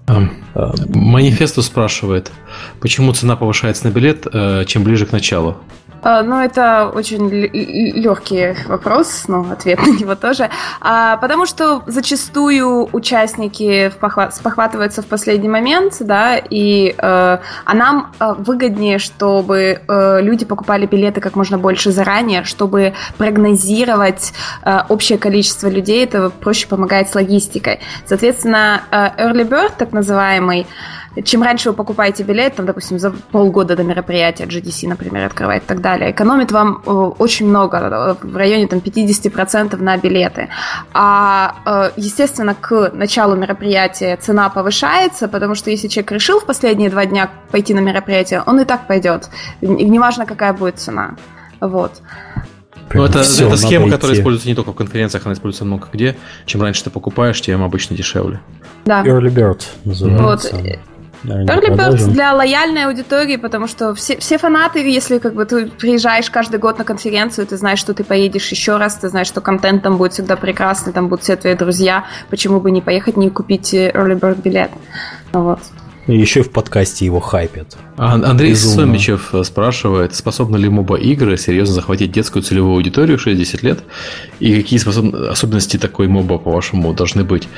Манифесту спрашивает, почему цена повышается на билет, чем ближе к началу? Ну, это очень легкий вопрос, но ответ на него тоже. А, потому что зачастую участники спохватываются в последний момент, да, и э, а нам выгоднее, чтобы э, люди покупали билеты как можно больше заранее, чтобы прогнозировать э, общее количество людей, это проще помогает с логистикой. Соответственно, э, early bird, так называемый, чем раньше вы покупаете билет, там, допустим, за полгода до мероприятия, джи ди си, например, открывает и так далее, экономит вам э, очень много, в районе там, пятьдесят процентов на билеты. А, э, естественно, к началу мероприятия цена повышается, потому что если человек решил в последние два дня пойти на мероприятие, он и так пойдет, неважно, какая будет цена. Вот. Ну, это, это схема, которая используется не только в конференциях, она используется много где. Чем раньше ты покупаешь, тем обычно дешевле. Да. Early Bird называется. Вот. Early Bird для лояльной аудитории, потому что все, все фанаты, если как бы ты приезжаешь каждый год на конференцию, ты знаешь, что ты поедешь еще раз, ты знаешь, что контент там будет всегда прекрасный, там будут все твои друзья, почему бы не поехать, не купить Early Bird билет. Вот. Еще и в подкасте его хайпят. Андрей Сомичев спрашивает, способны ли моба-игры серьезно захватить детскую целевую аудиторию шестьдесят лет? И какие способ... особенности такой моба, по-вашему, должны быть?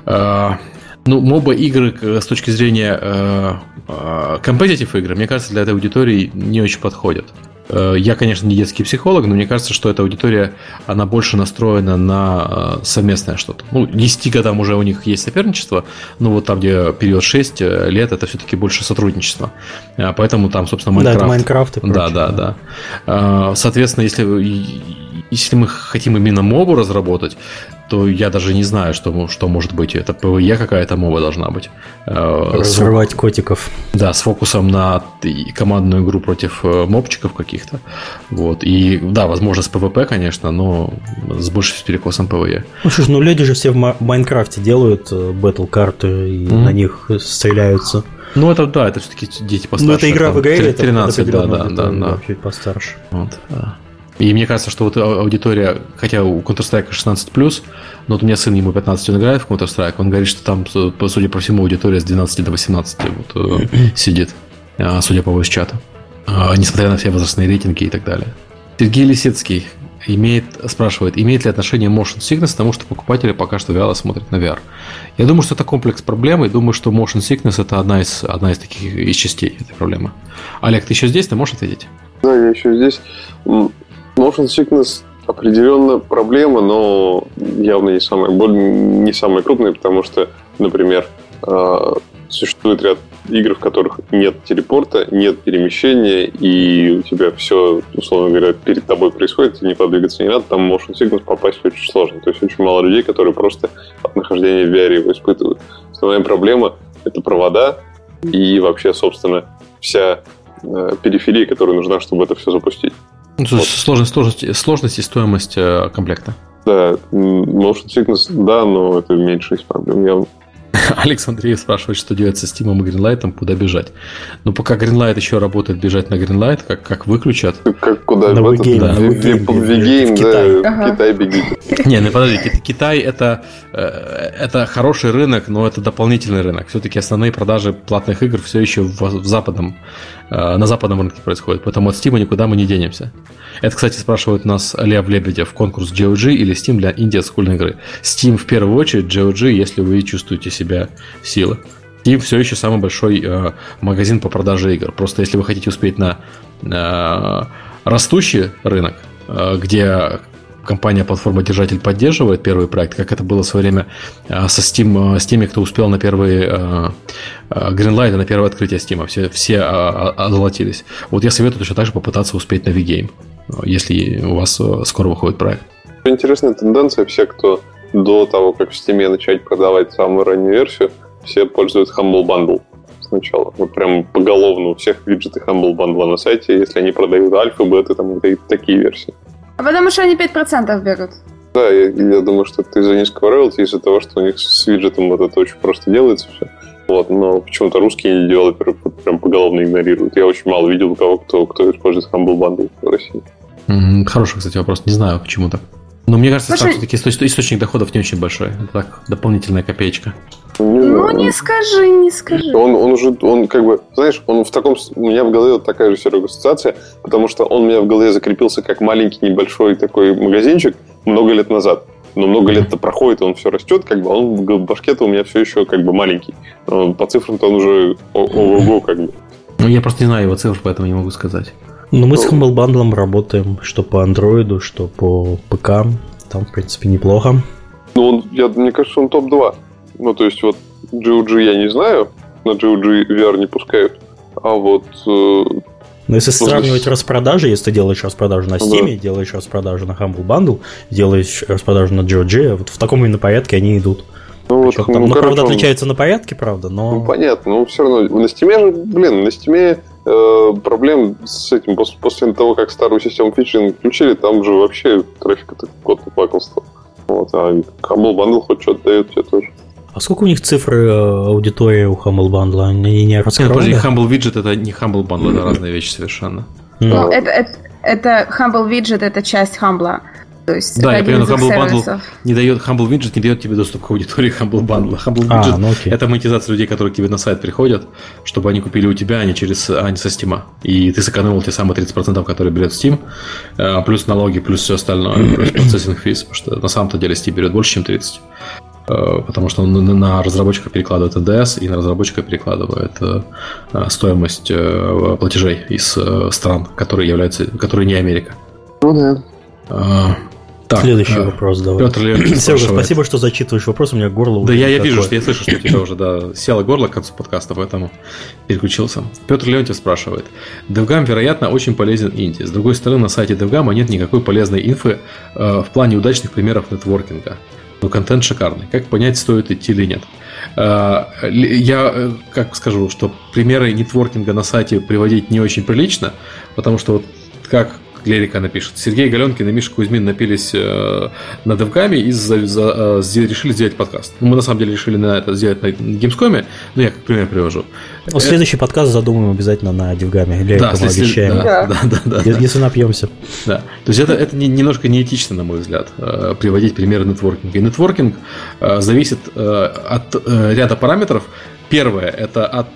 Ну, моба-игры с точки зрения компетитив игр, мне кажется, для этой аудитории не очень подходят. Я, конечно, не детский психолог, но мне кажется, что эта аудитория, она больше настроена на совместное что-то. Ну, десять там уже у них есть соперничество, но вот там, где период шесть лет, это все-таки больше сотрудничество. Поэтому там, собственно, Майнкрафт. Да, это Майнкрафт и прочее. Да, да, да, да. Соответственно, если, если мы хотим именно мобу разработать, то я даже не знаю, что, что может быть. Это ПВЕ какая-то моба должна быть. Разрывать с, котиков. Да, с фокусом на командную игру против мобчиков каких-то. Вот. И да, возможно, с ПВП, конечно, но с большим перекосом ПВЕ. Ну что ж, ну люди же все в Майнкрафте делают бэтл-карты и mm-hmm. на них стреляются. Ну, это да, это все-таки дети постарше. Ну, это игра в игре, тринадцать, это да, да, да, да. Чуть постарше. Вот, да. И мне кажется, что вот аудитория, хотя у Counter-Strike шестнадцать плюс, но вот у меня сын, ему пятнадцать, он играет в Counter-Strike, он говорит, что там, судя по всему, аудитория с двенадцати до восемнадцати вот, сидит, судя по voice-чату, несмотря на все возрастные рейтинги и так далее. Сергей Лисицкий имеет, спрашивает, имеет ли отношение motion sickness к тому, что покупатели пока что вяло смотрят на ви ар. Я думаю, что это комплекс проблем, и думаю, что motion sickness это одна из, одна из таких из частей этой проблемы. Олег, ты еще здесь, ты можешь ответить? Да, я еще здесь. Motion sickness определенно проблема, но явно не самая, не самая крупная, потому что, например, существует ряд игр, в которых нет телепорта, нет перемещения, и у тебя все, условно говоря, перед тобой происходит, тебе никуда двигаться не надо, там motion sickness попасть очень сложно. То есть очень мало людей, которые просто от нахождения в ви ар его испытывают. Основная проблема — это провода и вообще, собственно, вся э, периферия, которая нужна, чтобы это все запустить. Ну, вот. сложность, сложность, сложность и стоимость э, комплекта. Да, motion sickness, да, но это меньше из проблем явно. Алекс Андреев спрашивает, что делать со Steam и Greenlight, куда бежать. Ну, пока Greenlight еще работает, бежать на Greenlight, как, как выключат. Как куда? На в Вигейм, да. в Вигейм, да, ага. Китай бегите. Не, ну подожди, Китай это, это хороший рынок, но это дополнительный рынок. Все-таки основные продажи платных игр все еще в, в западном, на западном рынке происходят, поэтому от Steam никуда мы не денемся. Это, кстати, спрашивает нас Лев Лебедев, конкурс джи о джи или Steam для инди-скульной игры. Steam в первую очередь, джи о джи, если вы чувствуете себя силы. Steam все еще самый большой э, магазин по продаже игр. Просто если вы хотите успеть на э, растущий рынок, э, где компания-платформа-держатель поддерживает первый проект, как это было в свое время э, со Steam, э, с теми, кто успел на первые э, э, Greenlight, на первое открытие Steam. Все, все э, озолотились. Вот я советую точно так же попытаться успеть на Вигейм, если у вас э, скоро выходит проект. Интересная тенденция. Все, кто до того, как в Steam начать продавать самую раннюю версию, все пользуются Humble Bundle сначала. Вот прям поголовно у всех виджеты Humble Bundle на сайте, если они продают альфа, бета, там и такие версии. А потому что они пять процентов берут. Да, я, я думаю, что это из-за низкого роялти, из-за того, что у них с виджетом вот это очень просто делается все. Вот, но почему-то русские девелоперы прям поголовно игнорируют. Я очень мало видел у кого, кто, кто использует Humble Bundle в России. Mm-hmm. Хороший, кстати, вопрос. Не знаю, почему так. Но мне кажется, Слушай, там все-таки источник доходов не очень большой. Это так, дополнительная копеечка. Не ну, не скажи, не скажи. Он, он уже, он как бы, знаешь, он в таком... У меня в голове вот такая же, Серега, ассоциация, потому что он у меня в голове закрепился как маленький небольшой такой магазинчик много лет назад. Но много лет-то проходит, и он все растет, как бы, а он в башке-то у меня все еще как бы маленький. Но по цифрам-то он уже ого-го как бы. Ну, я просто не знаю его цифр, поэтому не могу сказать. Ну, мы с Humble Bundle работаем, что по андроиду, что по ПК. Там, в принципе, неплохо. Ну, он, я, мне кажется, он топ два. Ну, то есть, вот джи о джи я не знаю, на джи о джи ви ар не пускают, а вот... Э, Но если сравнивать распродажи, если ты делаешь распродажу на Steam, да. делаешь распродажу на Humble Bundle, делаешь распродажу на джи о джи, вот в таком именно порядке они идут. Ну, вот, там, ну, ну, короче, правда, он... отличается на порядке, правда, но... Ну, понятно, но все равно. На Steam же, блин, на Steam э, проблем с этим, после, после того, как старую систему фичеринг включили, там же вообще трафик-то кот наплакался. Вот, а Humble Bundle хоть что-то дает тебе тоже. А сколько у них цифры аудитории у Humble Bundle? Они не раскрывали? Нет, Humble Widget это не Humble Bundle, это разные вещи совершенно. Ну, это, это, это Humble Widget, это часть Humble. То есть да, я понимаю, но Humble Bundle не дает, Humble Widget не дает тебе доступ к аудитории Humble Bundle. Humble Widget а, ну это монетизация людей, которые к тебе на сайт приходят, чтобы они купили у тебя, а не через, а не со Steam. И ты сэкономил те самые тридцать процентов, которые берет Steam, плюс налоги, плюс все остальное, плюс процессинг физ, потому что на самом-то деле Steam берет больше, чем тридцать. Потому что он на разработчика перекладывает эн дэ эс и на разработчика перекладывает стоимость платежей из стран, которые являются, которые не Америка. Ну да. А, так, Следующий а, вопрос давай. Петр Леонидович Серега, спасибо, что зачитываешь вопрос, у меня горло. Да, я, я вижу, что я слышу, что у тебя уже да, село горло к концу подкаста, поэтому переключился. Петр Леонтьев спрашивает. DevGam, вероятно, очень полезен инди. С другой стороны, на сайте DevGam нет никакой полезной инфы э, в плане удачных примеров нетворкинга. Но контент шикарный. Как понять, стоит идти или нет? Э, я как скажу, что примеры нетворкинга на сайте приводить не очень прилично, потому что вот как Лерика напишет. Сергей Галенкин и Миша Кузьмин напились э, на DevGam и за, за, за, решили сделать подкаст. Ну, мы на самом деле решили на это сделать на Gamescom, но я как пример привожу. Ну, следующий это... подкаст задумаем обязательно на DevGam. Лерика, да, мы если, обещаем. Да, да, да, да, если, если напьемся. Да. То есть это, это немножко неэтично, на мой взгляд, приводить примеры нетворкинга. И нетворкинг зависит от ряда параметров. Первое – это от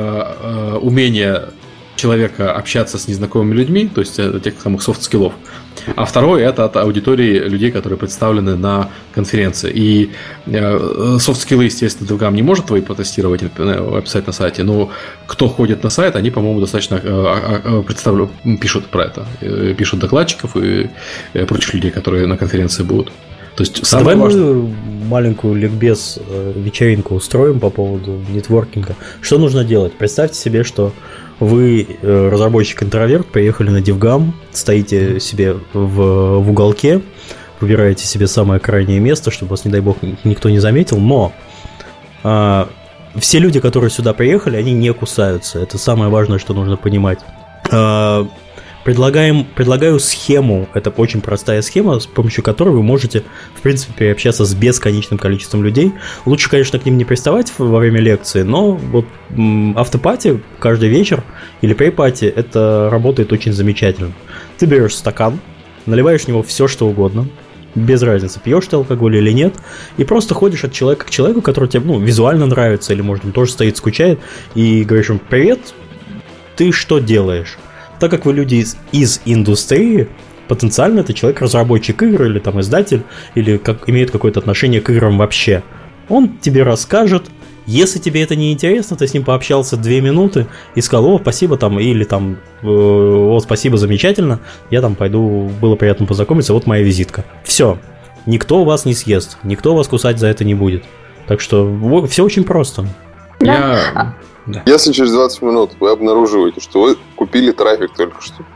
умения человека общаться с незнакомыми людьми, то есть тех самых софт-скиллов. А второе – это от аудитории людей, которые представлены на конференции. И софт-скиллы, естественно, DevGam не может твои протестировать и описать на сайте, но кто ходит на сайт, они, по-моему, достаточно представляют, пишут про это. Пишут докладчиков и прочих людей, которые на конференции будут. То есть самое Давай важное... мы маленькую ликбез, вечеринку устроим по поводу нетворкинга. Что нужно делать? Представьте себе, что вы, разработчик-интроверт, приехали на DevGam, стоите себе в, в уголке, выбираете себе самое крайнее место, чтобы вас, не дай бог, никто не заметил, но а, все люди, которые сюда приехали, они не кусаются. Это самое важное, что нужно понимать. А, Предлагаем, предлагаю схему, это очень простая схема, с помощью которой вы можете, в принципе, общаться с бесконечным количеством людей. Лучше, конечно, к ним не приставать во время лекции, но вот автопати каждый вечер или прей-пати, это работает очень замечательно. Ты берешь стакан, наливаешь в него все, что угодно, без разницы, пьешь ты алкоголь или нет, и просто ходишь от человека к человеку, который тебе, ну, визуально нравится, или, может, он тоже стоит, скучает, и говоришь ему: «Привет, ты что делаешь?» Так как вы люди из, из индустрии, потенциально это человек, разработчик игр, или там издатель, или как, имеет какое-то отношение к играм вообще. Он тебе расскажет. Если тебе это не интересно, ты с ним пообщался две минуты и сказал: «О, спасибо», там, или там «О, спасибо, замечательно, я там пойду, было приятно познакомиться, вот моя визитка». Все, никто вас не съест, никто вас кусать за это не будет. Так что все очень просто. Я... Да. Если через двадцать минут вы обнаруживаете, что вы купили трафик только что,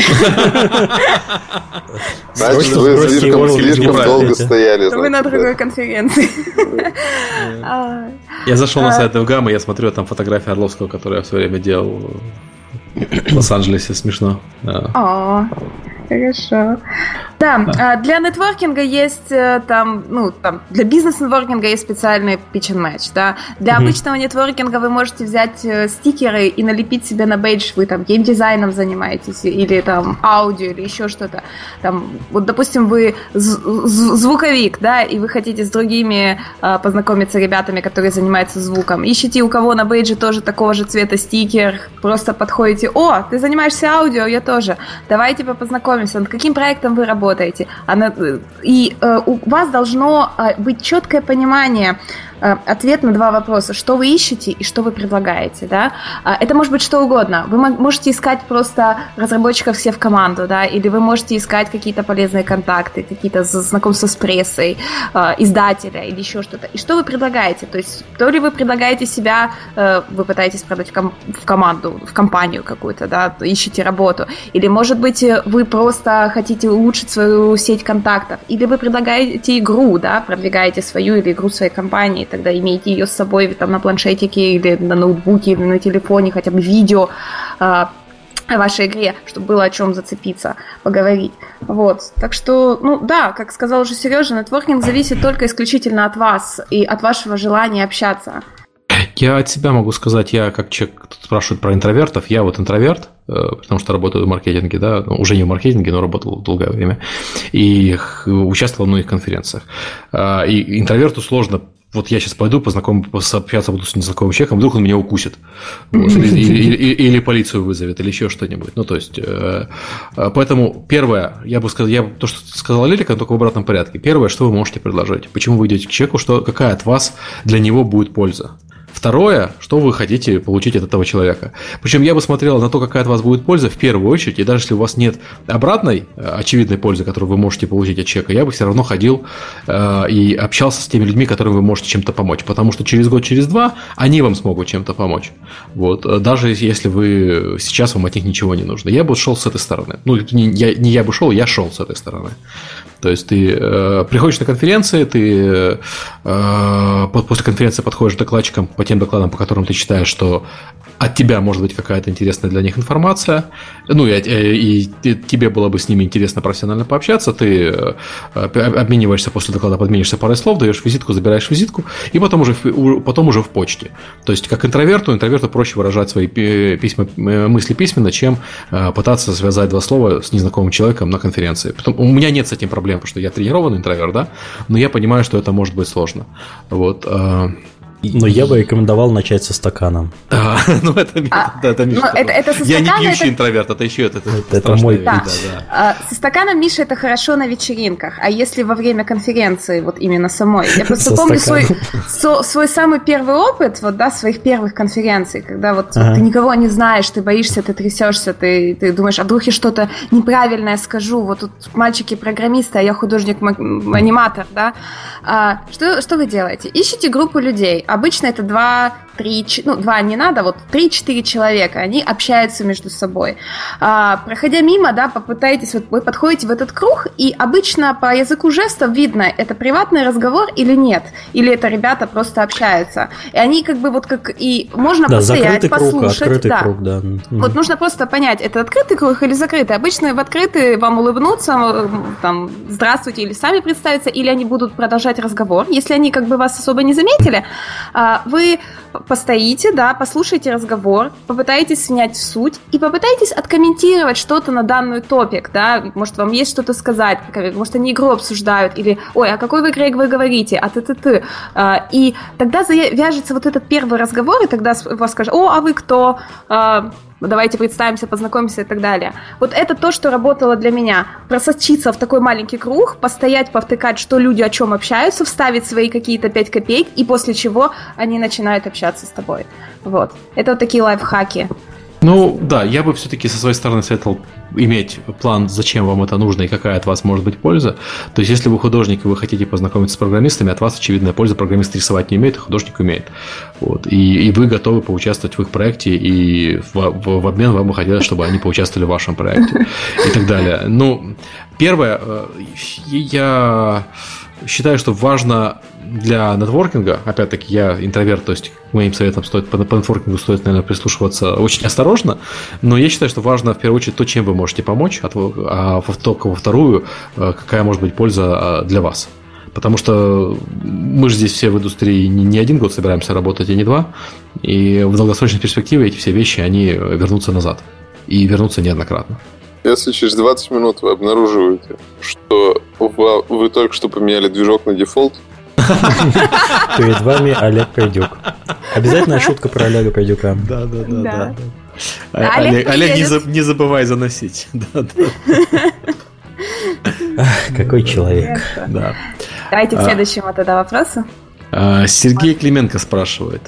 значит, вы слишком долго стояли. Вы на другой конференции. Я зашел на сайт DevGam, и я смотрю, там фотография Орловского, которую я в свое время делал в Лос-Анджелесе. Смешно. О, хорошо. Да, для нетворкинга есть там, ну, там, для бизнес-нетворкинга есть специальный pitch and match, да. Для mm-hmm. обычного нетворкинга вы можете взять стикеры и налепить себе на бейдж, вы там геймдизайном занимаетесь, или там аудио, или еще что-то. Там, вот, допустим, вы звуковик, да, и вы хотите с другими а, познакомиться ребятами, которые занимаются звуком. Ищите, у кого на бейдже тоже такого же цвета стикер, просто подходите: «О, ты занимаешься аудио, я тоже. Давайте познакомимся. Над каким проектом вы работаете?» Она, и э, у вас должно э, быть четкое понимание, э, ответ на два вопроса: что вы ищете и что вы предлагаете, да? Это может быть что угодно. Вы можете искать просто разработчиков все в команду, да, или вы можете искать какие-то полезные контакты, какие-то знакомства с прессой, э, издателя или еще что-то. И что вы предлагаете? То есть, то ли вы предлагаете себя, э, вы пытаетесь продать в, ком- в команду, в компанию какую-то, да, ищете работу, или, может быть, вы просто хотите улучшить свою сеть контактов, или вы предлагаете игру, да, продвигаете свою или игру своей компании, тогда имейте ее с собой там на планшетике или на ноутбуке, или на телефоне, хотя бы видео э, о вашей игре, чтобы было о чем зацепиться, поговорить. Вот. Так что, ну да, как сказал уже Сережа, нетворкинг зависит только исключительно от вас и от вашего желания общаться. Я от себя могу сказать, я как человек, тут спрашивают про интровертов, я вот интроверт, потому что работаю в маркетинге, да, уже не в маркетинге, но работал долгое время, и участвовал в многих конференциях. И интроверту сложно. Вот я сейчас пойду, познакомиться, общаться буду с незнакомым человеком, вдруг он меня укусит. Вот, или, или, или, или полицию вызовет, или еще что-нибудь. Ну, то есть, э, поэтому первое, я бы сказал, я, то, что сказала Лилика, только в обратном порядке. Первое, что вы можете предложить. Почему вы идете к человеку, что, какая от вас для него будет польза. Второе, что вы хотите получить от этого человека. Причем я бы смотрел на то, какая от вас будет польза в первую очередь, и даже если у вас нет обратной, очевидной пользы, которую вы можете получить от человека, я бы все равно ходил э, и общался с теми людьми, которым вы можете чем-то помочь, потому что через год, через два они вам смогут чем-то помочь. Вот. Даже если вы сейчас вам от них ничего не нужно. Я бы шел с этой стороны. Ну, не я, не я бы шел, я шел с этой стороны. То есть ты э, приходишь на конференции, ты э, после конференции подходишь к докладчикам, тем докладам, по которым ты считаешь, что от тебя может быть какая-то интересная для них информация, ну и, и, и тебе было бы с ними интересно профессионально пообщаться, ты обмениваешься после доклада, подменишься парой слов, даешь визитку, забираешь визитку, и потом уже, потом уже в почте. То есть, как интроверту, интроверту проще выражать свои письма, мысли письменно, чем пытаться связать два слова с незнакомым человеком на конференции. Потом, у меня нет с этим проблем, потому что я тренированный интроверт, да, но я понимаю, что это может быть сложно. Вот. Но я бы рекомендовал начать со стакана. А, ну это, а, да, это Миша. Это, это со я стакана, не пьющий это... интроверт, это еще это, это, это мой да. Да, да. А, со стаканом, Миша, это хорошо на вечеринках, а если во время конференции, вот именно самой. Я просто помню свой, со, свой самый первый опыт, вот, да, своих первых конференций, когда вот, ага. вот ты никого не знаешь, ты боишься, ты трясешься, ты, ты думаешь, а вдруг я что-то неправильное скажу, вот тут мальчики-программисты, а я художник-аниматор, да. А, что, что вы делаете? Ищите группу людей, обычно это два три, ну, два не надо, вот три-четыре человека, они общаются между собой. А, проходя мимо, да, попытайтесь, вот вы подходите в этот круг, и обычно по языку жестов видно, это приватный разговор или нет, или это ребята просто общаются. И они как бы вот как и можно да, постоять, послушать. Круг, открытый да. круг, да. Вот нужно просто понять, это открытый круг или закрытый. Обычно в открытый вам улыбнутся, там, здравствуйте, или сами представятся, или они будут продолжать разговор. Если они как бы вас особо не заметили, вы постоите, да, послушайте разговор, попытайтесь снять в суть и попытайтесь откомментировать что-то на данную топик, да, может, вам есть что-то сказать, может, они игру обсуждают, или, ой, о какой вы игре вы говорите, а ты-ты-ты. И тогда вяжется вот этот первый разговор, и тогда вас скажут, о, а вы кто? Давайте представимся, познакомимся и так далее. Вот это то, что работало для меня. Просочиться в такой маленький круг, постоять, повтыкать, что люди о чем общаются, вставить свои какие-то пять копеек, и после чего они начинают общаться с тобой. Вот. Это вот такие лайфхаки. Ну, да, я бы все-таки со своей стороны советовал иметь план, зачем вам это нужно и какая от вас может быть польза. То есть, если вы художник и вы хотите познакомиться с программистами, от вас очевидная польза. Программист рисовать не умеет, а художник умеет. Вот. И, и вы готовы поучаствовать в их проекте, и в, в, в обмен вам бы хотелось, чтобы они поучаствовали в вашем проекте и так далее. Ну, первое, я считаю, что важно для нетворкинга, опять-таки я интроверт, то есть к моим советам стоит, по, по нетворкингу стоит, наверное, прислушиваться очень осторожно, но я считаю, что важно в первую очередь то, чем вы можете помочь, а только во вторую, какая может быть польза для вас. Потому что мы же здесь все в индустрии не, не один год собираемся работать, а не два, и в долгосрочной перспективе эти все вещи, они вернутся назад, и вернутся неоднократно. Если через двадцать минут вы обнаруживаете, что вы, вы только что поменяли движок на дефолт, перед вами Олег Пройдюк. Обязательная шутка про Олега Пройдюка. Да, да, да, да. да. Олег, Олег не, за, не забывай заносить. Да, да. Какой человек. Да. Давайте к следующему тогда вопросу. Сергей Клименко спрашивает.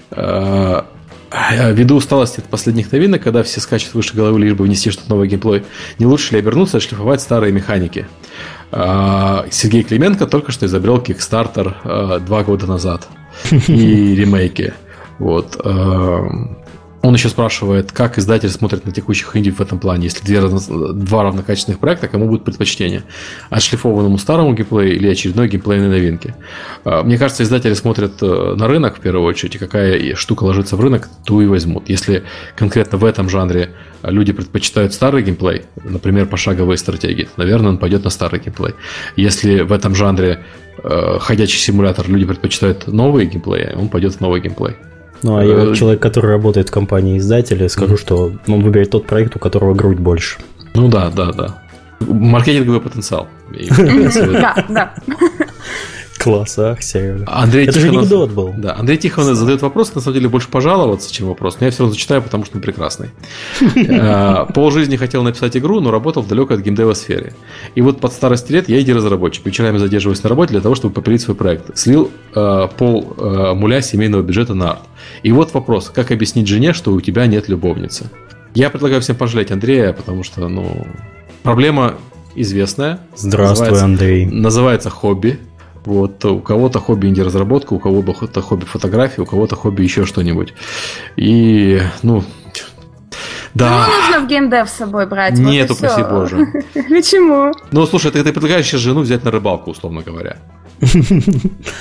Ввиду усталости от последних новинок, когда все скачут выше головы, лишь бы внести что-то новое в геймплей, не лучше ли обернуться и шлифовать старые механики? Сергей Клименко только что изобрел Kickstarter два года назад и ремейки. Вот. Он еще спрашивает, как издатель смотрит на текущих инди в этом плане. Если две, два равнокачественных проекта, кому будет предпочтение? Отшлифованному старому геймплею или очередной геймплейной новинке? Мне кажется, издатели смотрят на рынок в первую очередь, и какая штука ложится в рынок, ту и возьмут. Если конкретно в этом жанре люди предпочитают старый геймплей, например, пошаговые стратегии, то, наверное, он пойдет на старый геймплей. Если в этом жанре ходячий симулятор люди предпочитают новые геймплеи, он пойдет в новый геймплей. Ну, а я как человек, который работает в компании издателя, скажу, что он выберет тот проект, у которого грудь больше. Ну да, да, да. Маркетинговый потенциал. Да, да. Класс, ах, серьезно. Андрей Это Тихонов, же анекдот был. Да, Андрей Тихонов задает вопрос, на самом деле, больше пожаловаться, чем вопрос. Но я все равно зачитаю, потому что он прекрасный. Полжизни хотел написать игру, но работал в далекой от геймдева сфере. И вот под старость лет я инди-разработчик. Вечерами задерживаюсь на работе для того, чтобы попилить свой проект. Слил пол муля семейного бюджета на арт. И вот вопрос, как объяснить жене, что у тебя нет любовницы? Я предлагаю всем пожалеть Андрея, потому что, ну, проблема известная. Здравствуй, называется, Андрей. Называется хобби. Вот, у кого-то хобби инди-разработка, у кого-то хобби фотографии, у кого-то хобби еще что-нибудь. И, ну, да. Ну, нужно в геймдев с собой брать. Нет, вот упаси боже. Почему? Ну, слушай, ты, ты предлагаешь сейчас жену взять на рыбалку, условно говоря.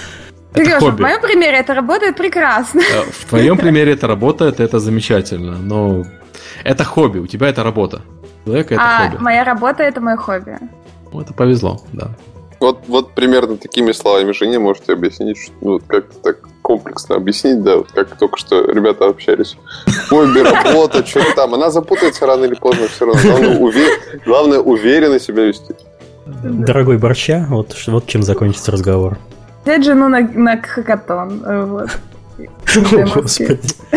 Сережа, в моем примере это работает прекрасно. В твоем примере это работает, это замечательно. Но это хобби, у тебя это работа. Человека это а хобби. Моя работа это мое хобби. Ну, это повезло, да. Вот, вот примерно такими словами Женя можете объяснить, что, ну, как-то так комплексно объяснить, да, вот как только что ребята общались. Хобби, работа, что-то там. Она запутается рано или поздно все равно. Главное, увер... Главное уверенно себя вести. Дорогой Борща, вот, вот чем закончится разговор. Взять жену на, на хакатон. Вот. О, Господи.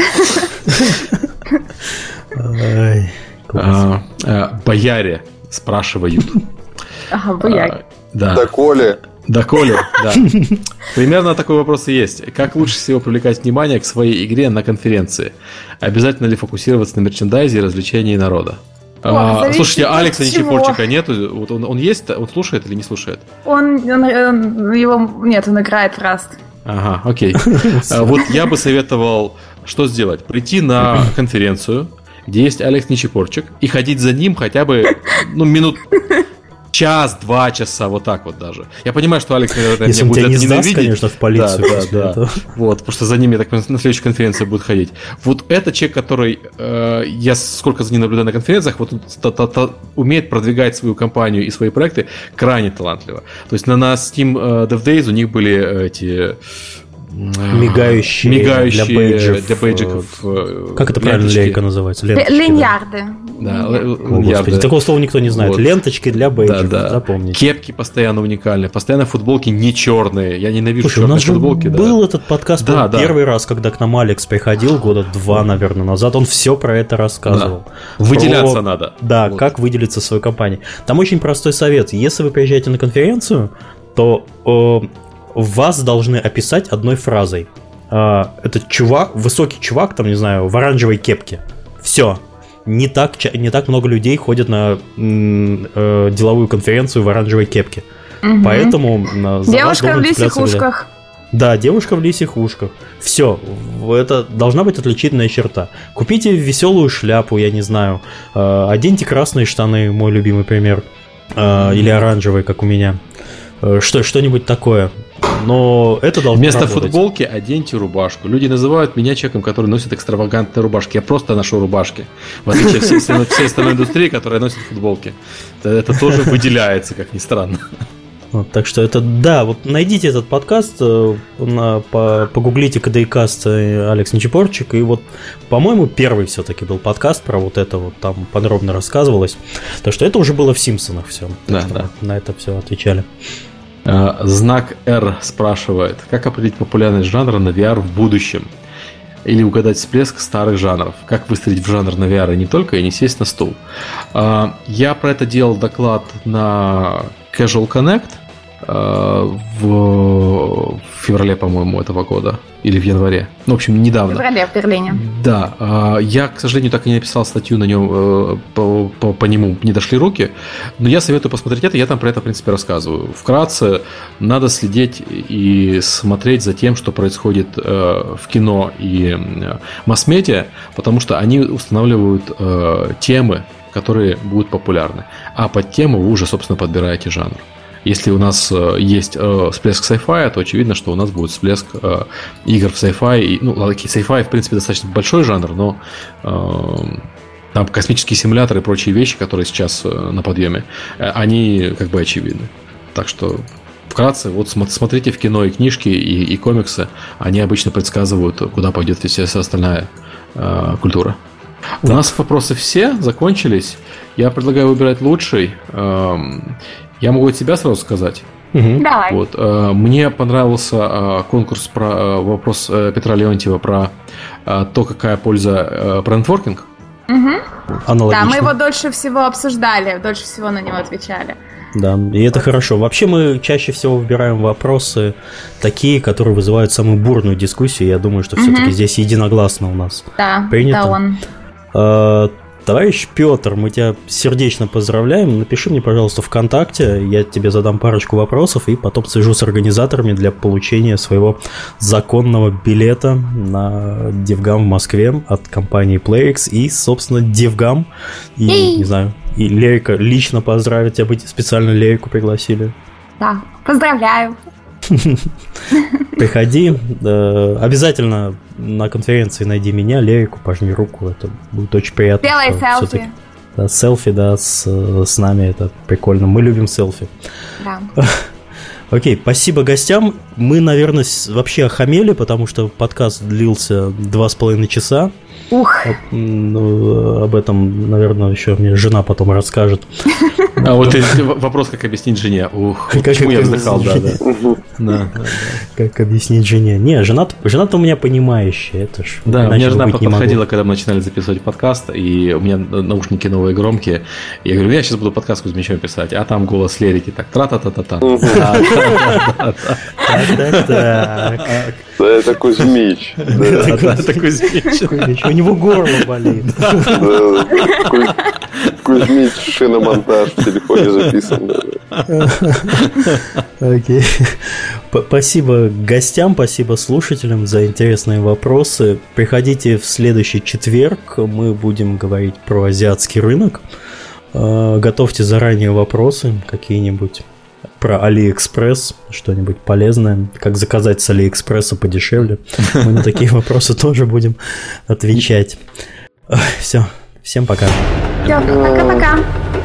Ай, а, а, бояре спрашивают. Ага, бояре. Да. Да, Коля. Да, Коля, да. Примерно такой вопрос и есть. Как лучше всего привлекать внимание к своей игре на конференции? Обязательно ли фокусироваться на мерчендайзе и развлечении народа? О, а, слушайте, Алекса Нечипорчика нету? Вот он, он есть? Он слушает или не слушает? Он, он, он его нет, он играет в Rust. Ага, окей. Вот я бы советовал, что сделать? Прийти на конференцию, где есть Алекс Нечипорчик, и ходить за ним хотя бы, ну, минут час, два часа, вот так вот даже. Я понимаю, что Алекс, наверное, если меня будет тебя не ненавидеть. сдаст, конечно, в полицию. Да, да, да. Вот, потому что за ним, я так понимаю, на следующей конференции будет ходить. Вот это человек, который, э, я сколько за ним наблюдаю на конференциях, вот он та, та, та, умеет продвигать свою компанию и свои проекты крайне талантливо. То есть на, на Steam э, Dev Days у них были эти... Мигающие, мигающие для бейджиков. Для бейджиков как это правильно лейка называется? Ленточки, Линьярды. Да, Господи, такого слова никто не знает. Вот. Ленточки для бейджиков, да, да. Запомните. Кепки постоянно уникальные, постоянно футболки не черные. Я ненавижу Слушай, черные футболки. Да. Был этот подкаст да, да. первый раз, когда к нам Алекс приходил, года два, наверное, назад. Он все про это рассказывал. Да. Выделяться про... надо. Да, вот. Как выделиться в своей компании. Там очень простой совет. Если вы приезжаете на конференцию, то э, вас должны описать одной фразой. Этот чувак, высокий чувак, там, не знаю, в оранжевой кепке. Все. Не так, не так много людей ходят на э, деловую конференцию в оранжевой кепке. Угу. Поэтому за девушка в лисих ушках. Да, девушка в лисих ушках. Все. Это должна быть отличительная черта. Купите веселую шляпу, я не знаю. Э, оденьте красные штаны, мой любимый пример. Э, или оранжевые, как у меня. Э, что, что-нибудь такое. Но это должно Вместо работать. футболки оденьте рубашку. Люди называют меня человеком, который носит экстравагантные рубашки. Я просто ношу рубашки. В отличие от всей, всей остальной индустрии, которая носит футболки. Это, это тоже выделяется, как ни странно. Вот, так что это, да, вот найдите этот подкаст, на, по, погуглите КДИ-каст Алекс Нечипорчик, и вот, по-моему, первый все-таки был подкаст про вот это вот, там подробно рассказывалось. Так что это уже было в Симпсонах все. Да, да. На это все отвечали. Знак R спрашивает, как определить популярность жанра на ви ар в будущем? Или угадать всплеск старых жанров? Как выстрелить в жанр на ви ар и не только, и не сесть на стул? Я про это делал доклад на Casual Connect в феврале, по-моему, этого года. Или в январе. Ну, в общем, недавно. В феврале в Берлине. Да. Я, к сожалению, так и не написал статью на нем, по, по, по нему не дошли руки. Но я советую посмотреть это. Я там про это, в принципе, рассказываю. Вкратце, надо следить и смотреть за тем, что происходит в кино и масс-медиа, потому что они устанавливают темы, которые будут популярны. А под тему вы уже, собственно, подбираете жанр. Если у нас э, есть э, всплеск sci-fi, то очевидно, что у нас будет всплеск э, игр в sci-fi. И, ну, sci-fi, в принципе, достаточно большой жанр, но э, там космические симуляторы и прочие вещи, которые сейчас э, на подъеме, э, они как бы очевидны. Так что, вкратце, вот смотрите в кино и книжки, и, и комиксы, они обычно предсказывают, куда пойдет вся остальная э, культура. У так. нас вопросы все закончились. Я предлагаю выбирать лучший. Я могу от себя сразу сказать. Угу. Давай. Вот. Мне понравился конкурс про вопрос Петра Леонтьева про то, какая польза брендворкинг. Угу. Да, мы его дольше всего обсуждали, дольше всего на него отвечали. Да, и это хорошо. Вообще мы чаще всего выбираем вопросы такие, которые вызывают самую бурную дискуссию. Я думаю, что все-таки угу. здесь единогласно у нас да, принято. Да, он. А, товарищ Петр, мы тебя сердечно поздравляем. Напиши мне, пожалуйста, ВКонтакте. Я тебе задам парочку вопросов и потом свяжу с организаторами для получения своего законного билета на DevGam в Москве от компании PlayX. И, собственно, DevGam и, и... не знаю, и Лейка лично поздравить тебя, быть специально Лейку пригласили. Да, поздравляю. Приходи. Обязательно на конференции найди меня, Лерику, пожми руку. Это будет очень приятно. Делай селфи. Да, селфи, да, с, с нами. Это прикольно. Мы любим селфи. Да. Окей, спасибо гостям. Мы, наверное, вообще охамели, потому что подкаст длился два с половиной часа. Ух. Ну, об этом, наверное, еще мне жена потом расскажет. А вот вопрос, как объяснить жене. Ух, почему я вздыхал, да, да. Как объяснить жене? Не, жена-то у меня понимающая, это ж. Да, у меня жена подходила, когда мы начинали записывать подкаст, и у меня наушники новые громкие. Я говорю, я сейчас буду подкаст с Кузьмичем писать, а там голос Лерики так, тра-та-та-та-та. Так-так-так. Это Кузьмич. Это Кузьмич. У него горло болит. Кузьмич шиномонтаж в телефоне записан. Окей. Спасибо гостям, спасибо слушателям за интересные вопросы. Приходите в следующий четверг, мы будем говорить про азиатский рынок. Готовьте заранее вопросы какие-нибудь. Про Алиэкспресс, что-нибудь полезное, как заказать с Алиэкспресса подешевле. Мы на такие вопросы тоже будем отвечать. Все, всем пока. Все, пока-пока.